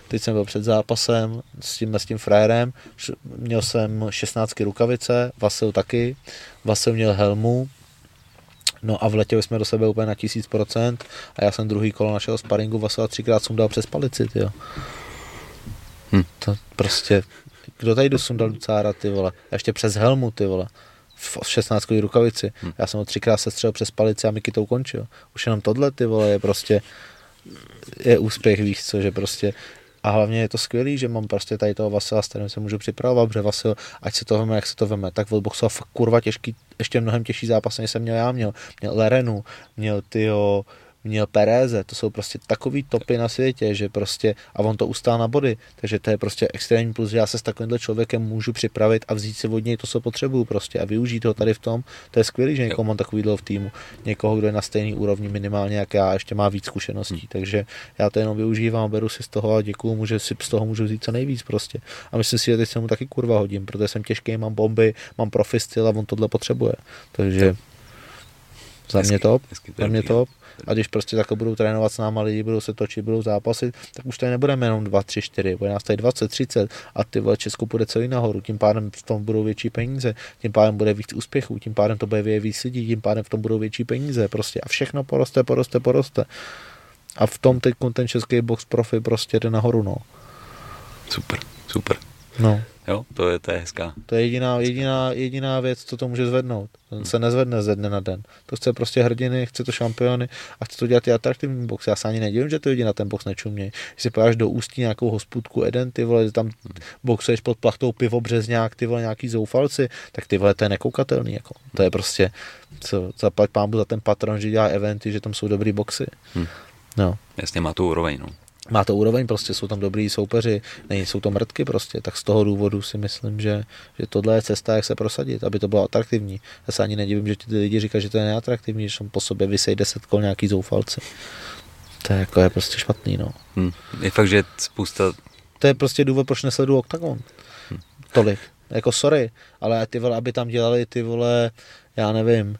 s tím frérem, měl jsem 16 rukavice, Vasil taky, Vasil měl helmu, no a vletěli jsme do sebe úplně na 1000% a já jsem druhý kolo našeho sparingu Vasila 3krát sundal přes palici, tyjo. To prostě, kdo tady dosundal Ducára, ty vole, a ještě přes helmu, ty vole. V 16 rukavici. Já jsem ho 3krát sestřelil přes palici a Miky to ukončil. Už jenom tohle, ty vole, je prostě je úspěch, víš co, že prostě a hlavně je to skvělý, že mám prostě tady toho Vasila, s kterým se můžu připravovat, protože Vasil, ať se to veme, jak se to veme, tak odboxoval fakt kurva těžký, ještě mnohem těžší zápas, než jsem měl Lerenu, měl Pereze, to jsou prostě takový topy na světě, že prostě, a on to ustál na body, takže to je prostě extrémní plus, že já se s takovýmhle člověkem můžu připravit a vzít si od něj to, co potřebuju prostě a využít ho tady v tom, to je skvělý, že někoho mám takovýhle v týmu, někoho, kdo je na stejný úrovni minimálně jak já, ještě má víc zkušeností, takže já to jenom využívám, beru si z toho a děkuju, že si z toho můžu vzít co nejvíc prostě a myslím si, že teď se mu taky kurva hodím, protože jsem těžký, mám bomby, mám profi styl a on tohle potřebuje, takže za mě top. A když prostě takhle budou trénovat s náma lidi, budou se točit, budou zápasit, tak už tady nebudeme jenom 2, 3, 4, bude nás tady 20, 30 a ty vole Česko půjde celý nahoru, tím pádem v tom budou větší peníze, tím pádem bude víc úspěchů, tím pádem to bude víc lidí, tím pádem v tom budou větší peníze prostě a všechno poroste. A v tom teď ten český box profi prostě jde nahoru, no. Super. No. Jo, to je hezká. To je jediná věc, co to může zvednout. Ten se nezvedne ze dne na den. To chce prostě hrdiny, chce to šampiony a chce to dělat i atraktivní box. Já se ani nedivím, že ty lidi na ten box nečumějí. Když si pojáš do Ústí nějakou hospůdku Eden, ty vole, tam boxuješ pod plachtou pivo Březňák, ty vole, nějaký zoufalci, tak ty vole, to je nekoukatelný. Jako. To je prostě, co zaplať pámbu za ten patron, že dělá eventy, že tam jsou dobrý boxy. No. Jasně, má tu úroveň, no. Má to úroveň, prostě jsou tam dobrý soupeři, nejsou to mrtky prostě, tak z toho důvodu si myslím, že tohle je cesta, jak se prosadit, aby to bylo atraktivní. Já se ani nedivím, že ty lidi říkají, že to je neatraktivní, že po sobě vysej 10 kol nějaký zoufalci. To je jako je prostě špatný, no. Je fakt, že spousta... To je prostě důvod, proč nesleduju Octagon. Tolik. Jako sorry, ale ty vole, aby tam dělali ty vole, já nevím,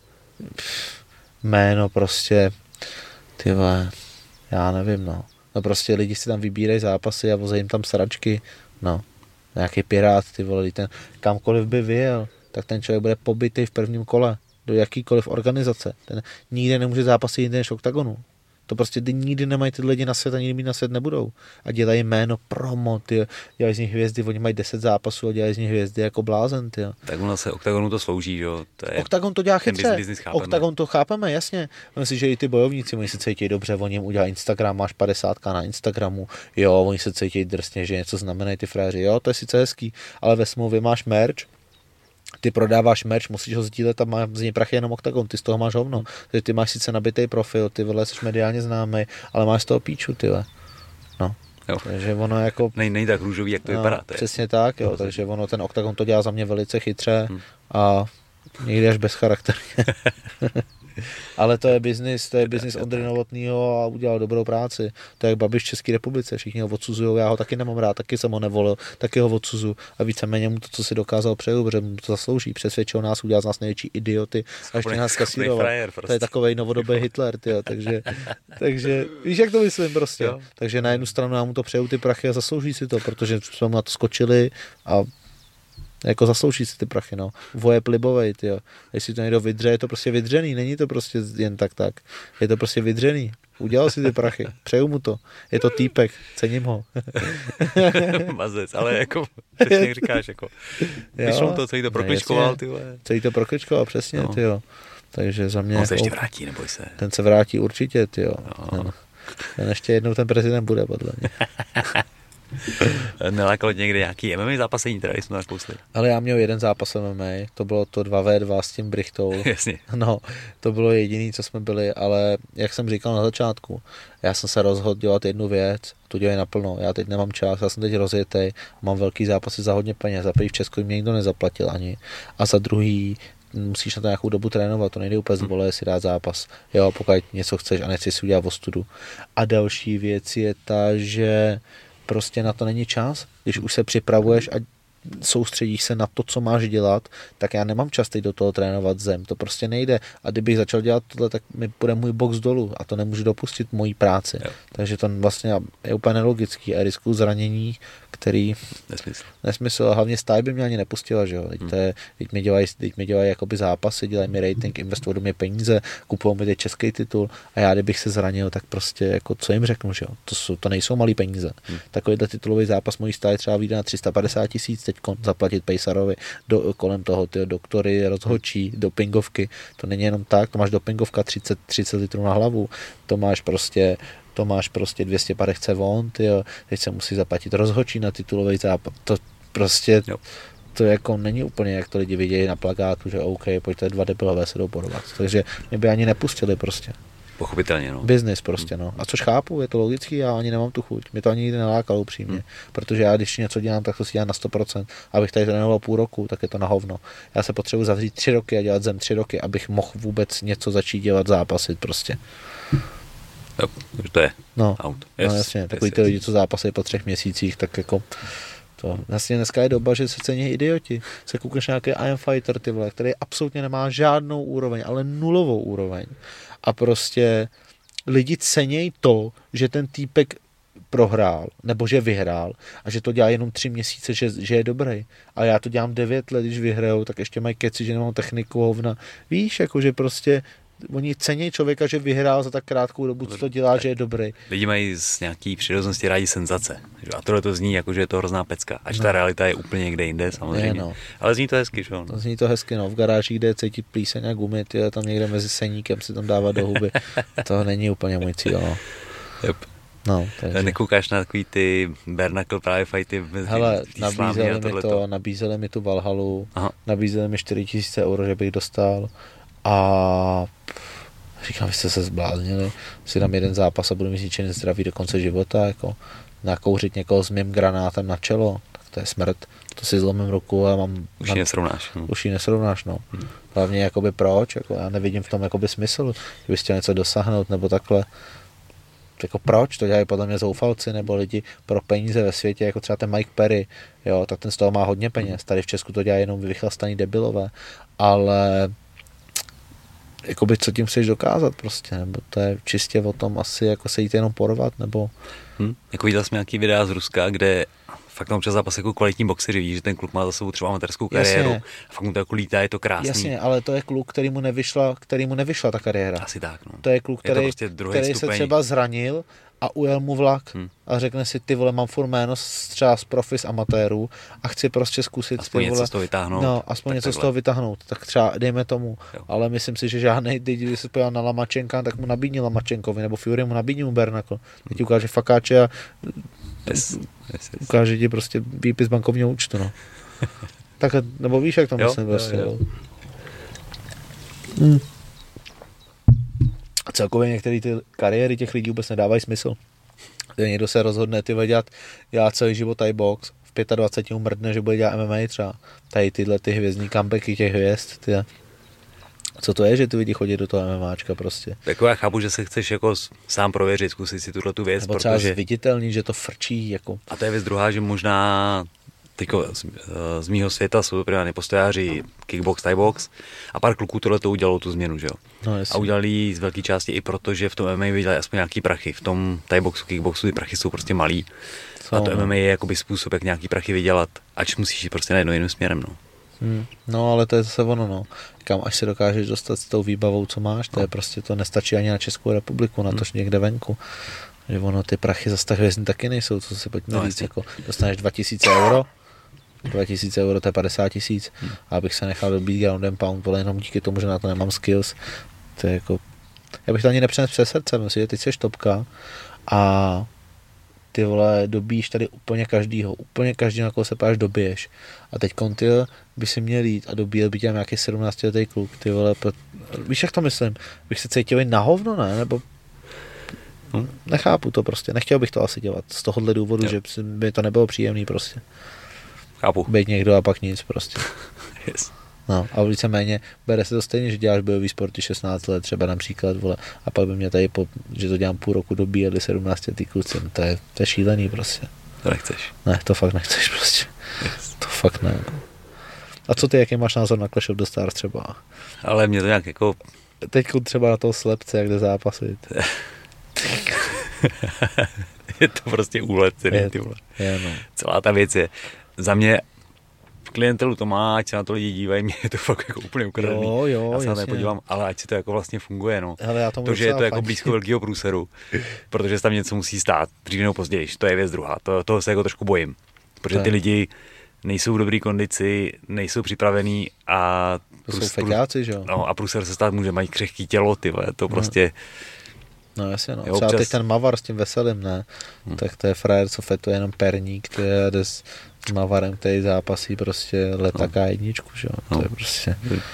jméno prostě, ty vole, já nevím, no. No prostě lidi si tam vybírají zápasy a vozejí jim tam sračky, no. Nějaký pirát, ty vole, ten kamkoliv by vyjel, tak ten člověk bude pobytý v prvním kole do jakýkoliv organizace. Ten nikdy nemůže zápasit jinde než Octagonu. To prostě nikdy nemají ty lidi na svět a nikdy mít na svět nebudou. A dělají jméno, promo, ty, dělají z nich hvězdy, oni mají 10 zápasů a dělají z nich hvězdy jako blázen, ty. Tak ono se Octagonu to slouží, jo. To je Octagon to dělá chytře. Octagon to chápeme, jasně. Myslím si, že i ty bojovníci, oni se cítí dobře, oni jim udělají Instagram, máš 50 na Instagramu, jo, oni se cítí drsně, že něco znamenají ty fréři, jo, to je sice hezký, ale ve smlouvě máš merch, ty prodáváš merch, musíš ho sdílet a má z něj prachy jenom Octagon, ty z toho máš hovno. Takže ty máš sice nabitý profil, ty vole, jsi mediálně známý, ale máš z toho píču, ty vole. No. Jo. Takže ono jako... Není tak růžový, jak to vypadá. Přesně tak, jo, takže ono ten Octagon to dělá za mě velice chytře a někdy až bez charakteru. Ale to je biznis Ondry Novotnýho a udělal dobrou práci. To je jak Babiš v České republice, všichni ho odsuzují, já ho taky nemám rád, taky jsem ho nevolil, taky ho odsuzu a víceméně mu to, co si dokázal přeju, protože mu to zaslouží, přesvědčil nás, udělal z nás největší idioty a ještě nás kasíroval. Prostě. To je takovej novodobý Hitler, tyjo, takže víš, jak to myslím prostě. Jo. Takže na jednu stranu nám mu to přeju ty prachy a zaslouží si to, protože jsme mu na to skočili a jako zaslouží si ty prachy, no. Vojeb libovej, tyjo. Jestli to někdo vydře, je to prostě vydřený, není to prostě jen tak. Je to prostě vydřený. Udělal si ty prachy, přeju mu to. Je to týpek, cením ho. Mazec, ale jako přesně jak říkáš, jako. Vyšlo to, celý to prokličkoval, ty vole. Celý to prokličkoval, přesně, no. Tyjo. Takže za mě... On se ještě vrátí, neboj se. Ten se vrátí určitě, tyjo. No. Ten ještě jednou ten prezident bude, podle mě. Nelákalo tě někdy nějaký MMA zápasení, teda jsme nakousli? Ale já měl jeden zápas MMA, to bylo to 2v2 s tím Brichtou. Jasně. No, to bylo jediný, co jsme byli, ale jak jsem říkal na začátku, já jsem se rozhodl dělat jednu věc, tu dělej naplno, já teď nemám čas, já jsem teď rozjetej, mám velký zápasy za hodně peněz, za první v Česku mě nikdo nezaplatil ani, a za druhý musíš na to nějakou dobu trénovat, to nejde úplně z vole si dát zápas, jo, pokud něco chceš a nechceš si udělat ostudu. A další věc je ta, že prostě na to není čas, když už se připravuješ a soustředíš se na to, co máš dělat, tak já nemám čas teď do toho trénovat zem, to prostě nejde. A kdybych začal dělat tohle, tak mi půjde můj box dolů a to nemůžu dopustit mojí práci. Jo. Takže to vlastně je úplně nelogický a riskuju zranění, který nesmysl. A hlavně stáj by mě ani nepustila, že jo. Teď mi dělají jakoby zápasy, dělají mi rating, investují do mě peníze, kupují mi teď český titul a já kdybych se zranil, tak prostě jako co jim řeknu, že jo. To nejsou malý peníze. Takovýhle titulový zápas mojí stáj třeba vyjde na 350 000 teď zaplatit Pejsarovi, kolem toho ty doktory, rozhodčí, dopingovky. To není jenom tak, to máš dopingovka 30 litrů na hlavu, to máš prostě 200 pár chce von, tyjo, teď se musí zaplatit rozhodčí na titulový zápas. To prostě, to jako není úplně, jak to lidi vidějí na plakátu, že OK, pojďte dva debilové se jdou porovat. Takže mě by ani nepustili prostě. Pochopitelně, no. Business prostě, no. A což chápu, je to logický, já ani nemám tu chuť. Mě to ani nikdy nelákalo upřímně. Protože já, když něco dělám, tak to si dělám na 100%. Abych tady trénoval půl roku, tak je to na hovno. Já se potřebuji zavřít 3 roky a dělat zem 3 roky, abych mohl vůbec něco začít dělat, zápasit prostě. Jo, to je out. No jasně, takový ty lidi, co zápasí po 3 měsících, tak jako to. Vlastně dneska je doba, že se cení idioti. Se koukneš nějaký I Am Fighter, ty vole, který absolutně nemá žádnou úroveň, ale nulovou úroveň. A prostě lidi cenějí to, že ten týpek prohrál, nebo že vyhrál a že to dělá jenom 3 měsíce, že je dobrý. A já to dělám 9 let, když vyhraju, tak ještě mají keci, že nemám techniku, hovna. Víš, jakože prostě oni cení člověka, že vyhrál za tak krátkou dobu, co to dělá, že je dobrý. Lidi mají z nějaký přirozenosti rádi senzace. A tohle to zní jako, že je to hrozná pecka. Až ta realita je úplně někde jinde, samozřejmě. Ale zní to hezky, že jo? No. Zní to hezky, no. V garážích, kde je cítit plíseň a gumy, tyhle, tam někde mezi seníkem si tam dává do huby. To není úplně můj cíl, no. Yep. No, takže. Nekoukáš na takový ty bare knuckle právě fighty? Hele, nabízeli mi tu Valhalu, nabízeli mi 4 000 €, že bych dostal a říkám, vy jste se zbláznili, si dám jeden zápas a budu mít zničený zdraví do konce života, jako nakouřit někoho s mým granátem na čelo, tak to je smrt, to si zlomím ruku a mám... Už ji nesrovnáš. Už ji nesrovnáš, no. Hlavně jakoby proč, jako já nevidím v tom jakoby smysl, kdybys chtěl něco dosáhnout nebo takhle. Jako proč? To dělají podle mě zoufalci nebo lidi pro peníze ve světě, jako třeba ten Mike Perry, jo, tak ten z toho má hodně peněz, tady v Česku to dělají jenom vychlastaný debilové, ale jakoby co tím chceš dokázat prostě, nebo to je čistě o tom asi jako se jít jenom porovat, nebo... Jako viděl jsem nějaký videa z Ruska, kde fakt tam občas zápas jako kvalitní boxeři, víš, že ten kluk má za sebou třeba amatérskou kariéru. Jasně. A fakt mu to jako lítá, je to krásný. Jasně, ale to je kluk, který mu nevyšla ta kariéra. Asi tak, no. To je kluk, který se třeba zranil a ujel mu vlak a řekne si, ty vole, mám furt jméno třeba z profis amatérů a chci prostě zkusit aspoň něco z toho vytáhnout. No, aspoň něco z toho vytáhnout, tak třeba dejme tomu, ale myslím si, že žádnej, když se pojel na Lamačenka, tak mu nabídni Lamačenkovi, nebo Fury mu nabídni mu bare knuckle. Teď ti ukáže fakáče a ukáže ti prostě výpis bankovního účtu, no. Tak, nebo víš, jak to myslím prostě, jo. A celkově některé ty kariéry těch lidí vůbec nedávají smysl. Někdo se rozhodne dělat celý život Thai box, v 25 umrdne, že bude dělat MMA třeba. Tady tyhle ty hvězdní comebacky těch hvězd, co to je, že ty lidi chodí do toho MMAčka prostě. Tak já chápu, že se chceš jako sám prověřit, zkusit si tuhletu věc, nebo třeba protože... viditelný, že to frčí jako. A to je věc druhá, že možná teďko z mýho světa jsou právě nepostojáři kickbox, thai box a pár kluků tohleto udělalo tu změnu, že jo. No, a udělali ji z velké části i proto, že v tom MMA vydělali aspoň nějaký prachy. V tom thai boxu, kickboxu ty prachy jsou prostě malý. A to MMA je jakoby způsob, jak nějaký prachy vydělat, ač musíš jít prostě na jiným směrem, no. No, ale to je zase ono, no. Kam až se dokážeš dostat s tou výbavou, co máš, to je prostě, to nestačí ani na Českou republiku, na tož někde venku. Že ono, ty prachy zase tak hvězdní taky nejsou, co si pojďme říct, jako dostaneš 2000 €, 2000 euro, to je 50 000. A abych se nechal dobít ground and pound, vole, jenom díky tomu, že na to nemám skills. To je jako... Já bych to ani nepřenesl přes srdce, myslím, že teď jsi topka a ty vole, dobíš tady úplně každýho, na koho se páš, dobiješ. A teď ty by si měl jít a dobíjel by tě nějaký 17letý kluk, ty vole, víš, jak to myslím? Bych se cítil na hovno, ne? Nebo nechápu to prostě, nechtěl bych to asi dělat z tohohle důvodu, jo. Že by to nebylo příjemný prostě. Chápu. Být někdo a pak nic prostě. Yes. No a víceméně bere se to stejně, že děláš bojový sporty 16 let, třeba například, vole, a pak by mě tady, že to dělám půl roku, dobíjeli 17 kluci, no to je šílený prostě. To nechceš. Ne, to fakt nechceš prostě. Yes. To fakt ne. A co ty, jaký máš názor na Clash of the Stars třeba? Ale mě to nějak jako... Teď třeba na toho slepce, jak jde zápasit. Je to prostě úlet, ty vole. No. Celá ta věc je, za mě v klientelu to má, ať se na to lidi dívají, mě je to fakt jako úplně ukradený. Jo, já se na to nepodívám, ale ať si to jako vlastně funguje, no. Hele, já tomu to, že je to jako blízko velkého průseru, protože se tam něco musí stát, dřív nebo později, to je věc druhá, toho se jako trošku bojím, protože ty lidi nejsou v dobrý kondici, nejsou připravený a... To jsou feťáci, že jo? No a průser se stát může, mají křehký tělo, ty vole, to prostě... No jasně, no. Třeba teď ten Mavar s tím Veselým, ne? Tak to je frajer, co fetuje jenom perník, to je jde s Mavarem, který zápasí prostě letaká jedničku, že jo? To je prostě...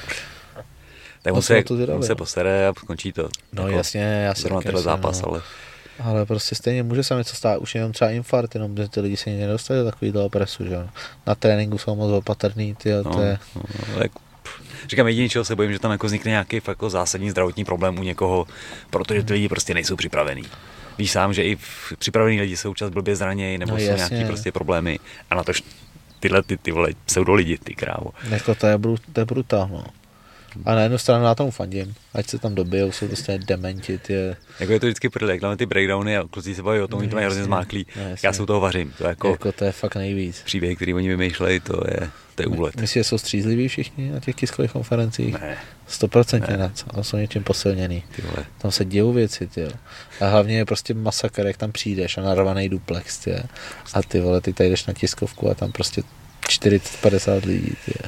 Tak on se posere a skončí to. No jako, jasně, já si říkám, zápas, no. Ale prostě stejně může se něco stát, už jenom třeba infarkt, jenom ty lidi se nedostali do takovýhle presu, že jo? Na tréninku jsou moc opatrný, to je... Říkám, jediný, čeho se bojím, že tam jako vznikne nějaký jako zásadní zdravotní problém u někoho, protože ty lidi prostě nejsou připravený. Víš sám, že i připravení lidi jsou čas blbě zranějí, nebo jsou nějaký prostě problémy a na to tyhle ty vole pseudo lidi, ty krávo. Jako to je brutál, no. A na jednu stranu na tom fandím, ať se tam dobijou, jsou prostě dementi, Jako je to vždycky prdele, jak máme ty breakdowny a kluci se baví o tom, oni to mají hrozně zmáklý. Já se u toho vařím. To jako to je fakt nejvíc. Příběh, který oni vymýšlejí, to je úlet. Myslíš, že jsou střízliví všichni na těch tiskových konferencích? Ne. 100% ne, ale jsou něčím posilněný. Tam se dějou věci, tyjo. A hlavně je prostě masakr, jak tam přijdeš a narvaný duplex, tyjo. A ty vole, ty tady jdeš na tiskovku a tam prostě 40-50 lidí, tyjo.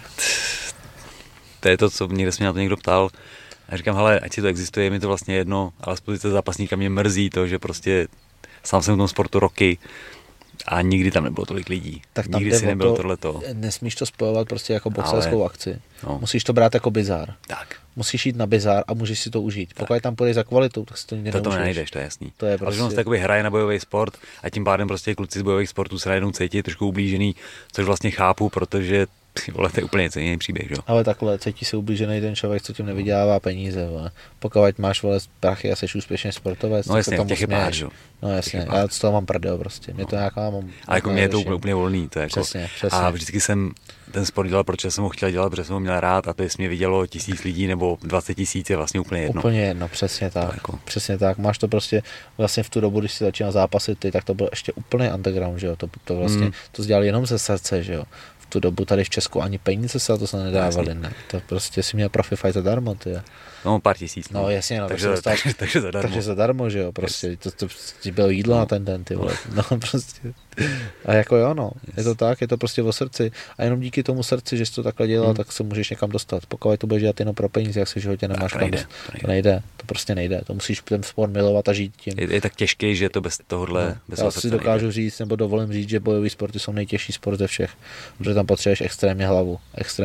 To je to, co někde se mě na to někdo ptal. A říkám, hele, ať si to existuje, je mi to vlastně jedno, ale z pozice zápasníka mě mrzí to, že prostě sám jsem v tom sportu roky a nikdy tam nebylo tolik lidí. Tak tam nikdy si nebylo tohleto. Nesmíš to spojovat prostě jako boxerskou akci. No. Musíš to brát jako bizár. Tak. Musíš jít na bizár a můžeš si to užít. Pokud tam půjdeš za kvalitou, tak si to nikdy neužiješ. To nenajdeš, to je jasný. To je prostě... Ale že on se takový hraje na bojový sport a tím pádem prostě kluci z bojových sportů se najednou cítí trošku ublížený, což vlastně chápu, protože vole, to je úplně něco jiný příběh, jo. Ale takhle, cítí se ublížený ten člověk, co tím nevydělává peníze, vole. Pokud máš, vole, prachy a jsi úspěšný sportovec, no jasně, těch je pár, jo. No jasně, já z toho mám prdel prostě, mě to nějaká mám... A jako mě je to úplně volný, to je jako... Přesně. A vždycky jsem ten sport dělal, protože jsem ho chtěl dělat, protože jsem ho měl rád a to jestli mě vidělo 1000 lidí nebo 20 000 je vlastně úplně jedno. Úplně jedno, přesně tak, jako... přesně tak. Máš to prostě vlastně v tu dobu, když jsi začínal zápasit, tak to byl ještě úplně underground, že jo, to vlastně, to jsi dělal jenom ze srdce, že jo. V tu dobu tady v Česku ani peníze se za to se nedávali, ne. To prostě si měl profi fight zadarmo, ty. No, pár tisíc. No jasně, no, takže zadarmo. Takže zadarmo, že jo, prostě, to bylo jídlo na ten den, ty vole, no prostě. A jako jo, no, je to tak, je to prostě o srdci. A jenom díky tomu srdci, že jsi to takhle dělal, tak se můžeš někam dostat. Pokud to budeš dělat jenom pro peníze, jak si v životě nemáš kam dostat. To nejde, to prostě nejde. To musíš ten sport milovat a žít tím. Je tak těžký, že to bez tohohle, bez já si dokážu říct, nebo dovolím říct, že bojový sporty jsou nejtěžší sport ze všech, protože tam potřebuješ extrémně hlavu.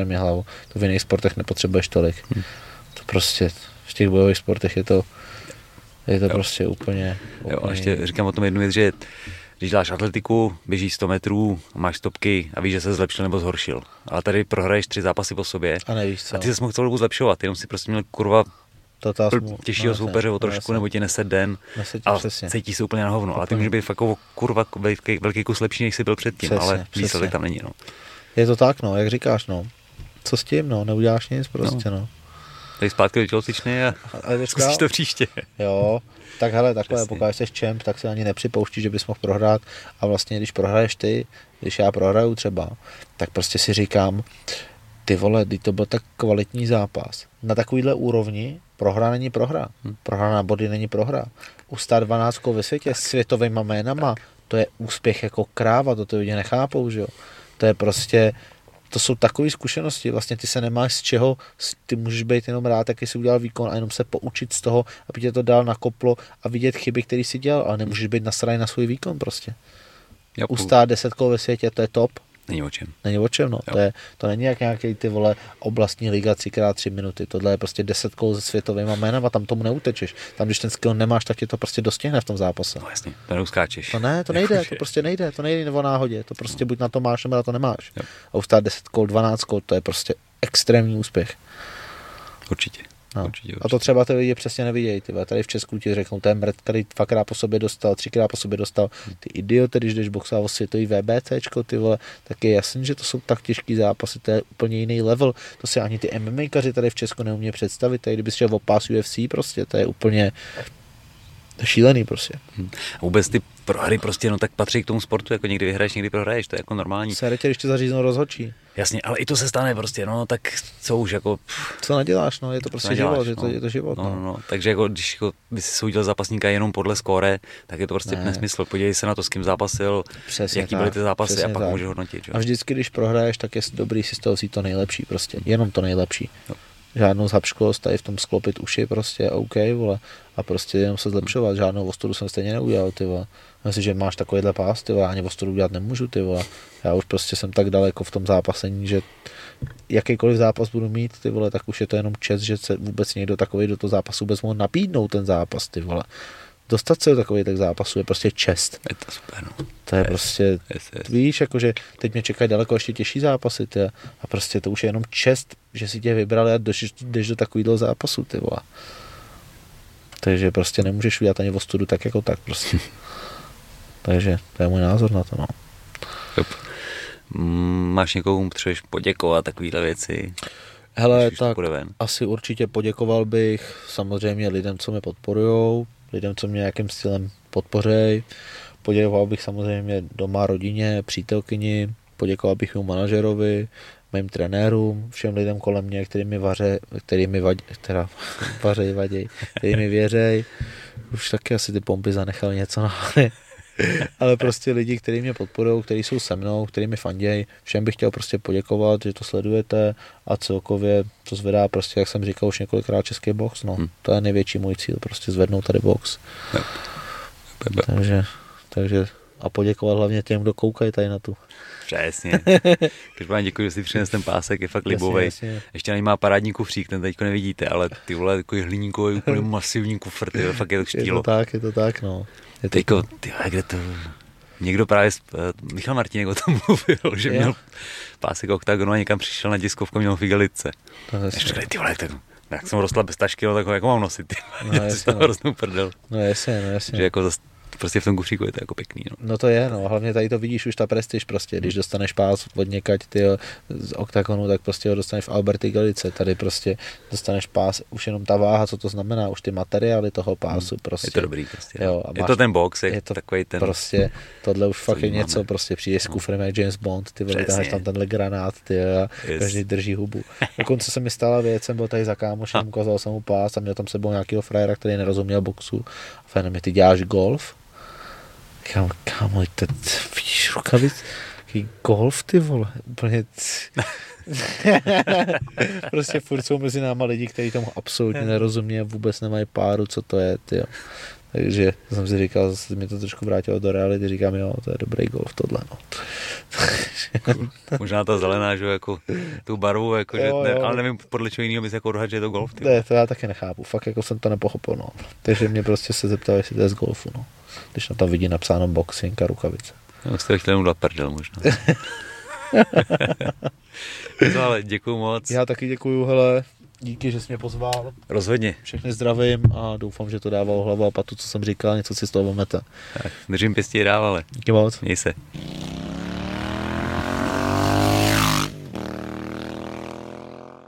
To v jiných sportech nepotřebuješ tolik. To prostě v těch bojových sportech je to prostě úplně... Jo, a ještě říkám o tom jednu věc, že když děláš atletiku, běžíš 100 metrů, máš stopky a víš, že se zlepšil nebo zhoršil. Ale tady prohraješ 3 zápasy po sobě a nevíš co. A ty se mohl celou dobu zlepšovat, jenom si prostě měl kurva těžšího soupeře o trošku, nebo ti nese den a cítí se úplně na hovno. Ale ty může být fakt kurva velký kus lepší, než jsi byl předtím, přesně, ale výsledek tam není. No. Je to tak, no, jak říkáš, no. Co s tím, no, neuděláš nic prostě, no. Tady zpátky do tělocvičny a zkusíš to příště. Jo, tak hele, takhle, pokud jsi champ, tak se ani nepřipouští, že bys mohl prohrát a vlastně, když prohraješ ty, když já prohraju třeba, tak prostě si říkám, ty vole, to byl tak kvalitní zápas. Na takovýhle úrovni prohra není prohra. Prohra na body není prohra. Ustát 12 ve světě s světovýma jménama, to je úspěch jako kráva, to lidi nechápou, že jo. To je prostě, to jsou takové zkušenosti, vlastně ty se nemáš z čeho, ty můžeš být jenom rád, jaký jsi udělal výkon a jenom se poučit z toho, aby tě to dal na koplo a vidět chyby, které jsi dělal, ale nemůžeš být nasraný na svůj výkon prostě. Ustát 10 kol ve světě, to je top. Není o čem. Není o čem, no. To není jak nějaký ty vole oblastní liga 3x3 minuty. Tohle je prostě 10 kol se světovýma jménem a tam tomu neutečeš. Tam, když ten skill nemáš, tak tě to prostě dostihne v tom zápase. No jasně, to neuskáčeš. To ne, to nejde, to prostě nejde, to nejde o náhodě. To prostě buď na to máš, nebo na to nemáš. Jo. A ustát 10 kol, 12 kol, to je prostě extrémní úspěch. Určitě. No. Určitě. A to třeba ty lidi přesně nevidějí. Tady v Česku ti řeknou, ten mrt, který 2krát po sobě dostal, 3krát po sobě dostal. Ty idioty, když jdeš boxovat o světový VBCčko, ty vole, tak je jasný, že to jsou tak těžký zápasy, to je úplně jiný level. To si ani ty MMAkaři tady v Česku neumí představit. Tady kdyby šel o pás UFC prostě, to je úplně šílený prostě. A vůbec ty prohry prostě, no tak patří k tomu sportu, jako někdy vyhraješ, někdy prohraješ, to je jako normální. Sere tě, když tě zaříznou rozhodčí. Jasně, ale i to se stane prostě, no tak co už jako... Co neděláš, no, je to prostě život, je to život. No. Takže jako, když jako, by si soudil zápasníka jenom podle skóre, tak je to prostě nesmysl. Podívej se na to, s kým zápasil, přesně jaký byly ty zápasy a pak můžeš hodnotit. A vždycky, když prohraješ, tak je dobrý si z toho vzít to nejlepší prostě, jenom to nejlepší. Jo. Žádnou zhapškost, tady v tom sklopit uši prostě, OK, vole, a prostě jenom se zlepšovat, žádnou ostudu jsem stejně neudělal, ty vole. Myslím, že máš takovýhle pás, ty vole, ani ostudu udělat nemůžu, ty vole. Já už prostě jsem tak daleko v tom zápasení, že jakýkoliv zápas budu mít, ty vole, tak už je to jenom čest, že se vůbec někdo takový do toho zápasu vůbec mohl nabídnout ten zápas, ty vole. Dostat se do takových tak zápasů je prostě čest. Je to super, no. To je prostě, víš, jakože teď mě čekají daleko ještě těžší zápasy, ty, a prostě to už je jenom čest, že si tě vybrali a jdeš do takovýhle zápasu, ty vole. Takže prostě nemůžeš udělat ani ostudu tak jako tak prostě. Takže to je můj názor na to, no. Máš někoho, komu potřebuješ poděkovat, takovýhle věci? Hele, tak asi určitě poděkoval bych samozřejmě lidem, co mě podporujou, lidem, co mě nějakým stylem podpořejí. Poděkoval bych samozřejmě doma, rodině, přítelkyni, poděkoval bych mu manažerovi, mým trenérům, všem lidem kolem mě, který mi věřej. Už taky asi ty pompy zanechal něco na ale prostě lidi, kteří mě podporují, kteří jsou se mnou, kteří mi fandějí, všem bych chtěl prostě poděkovat, že to sledujete a celkově to zvedá prostě, jak jsem říkal už několikrát, český box, no. To je největší můj cíl, prostě zvednout tady box. Takže a poděkovat hlavně těm, kdo koukají tady na tu. Přesně. Každopádně děkuji, že jsi přines ten pásek, je fakt libovej. Ještě na něj má parádní kufřík, ten teďko nevidíte, ale ty vole, takový hliníkový, úplně masivní kufr, ty fakt je to štílo. Je to tak, no. Teďko, ty vole, kde to... Někdo právě, Michal Martínek o tom mluvil, že měl pásek oktagonu a někam přišel na diskovku, měl v igelitce. Ještě ty vole, jak jsem rostla bez tašky, no tak ho jako mám nosit, ty vole, to toho hroznou prdel. No jasně. Že jako prostě v tom kufříku je to jako pěkný. No to je, no, hlavně tady to vidíš už ta prestiž prostě, když dostaneš pás od někať z oktagonu, tak prostě ho dostaneš v Albert Igelice, tady prostě dostaneš pás, už jenom ta váha, co to znamená, už ty materiály toho pásu prostě. Je to dobrý prostě. Jo, je to ten box, je to takový ten... Prostě, tohle už fakt je něco, prostě přijdeš s kufrem jak James Bond, ty vole, dáš tam tenhle granát, ty a každý drží hubu. Dokonce se mi stala věc, jsem byl tady za kámošem, ukázal jsem mu pás a měl tam sebou nějakého frajera, který nerozuměl boxu. A fajn, mi ty děláš golf? Kámo, vidíš rukavic? Jaký golf, ty vole, úplně... Prostě furt jsou mezi náma lidi, kteří tomu absolutně nerozumí a vůbec nemají páru, co to je, tyjo. Takže jsem si říkal, zase mi to trošku vrátilo do reality, říkám, jo, to je dobrý golf, tohle, no. Možná ta zelená, že jako tu barvu, jako, jo, že, ale nevím, podle čeho jiného bys jako odhad, že je to golf, tyjo. Ne, to já taky nechápu, fakt jako jsem to nepochopil, no. Takže mě prostě se zeptal, jestli to je z golfu, no. Když na tam vidí napsáno boxing a rukavice. No, jste chtěl mu dát prdel možná. No, ale děkuju moc. Já taky děkuju, hele, díky, že jsi mě pozval. Rozhodně. Všechny zdravím a doufám, že to dávalo hlavu a patu, co jsem říkal, něco si z toho vemete. Tak, držím pěstí dál, ale. Díky moc. Měj se.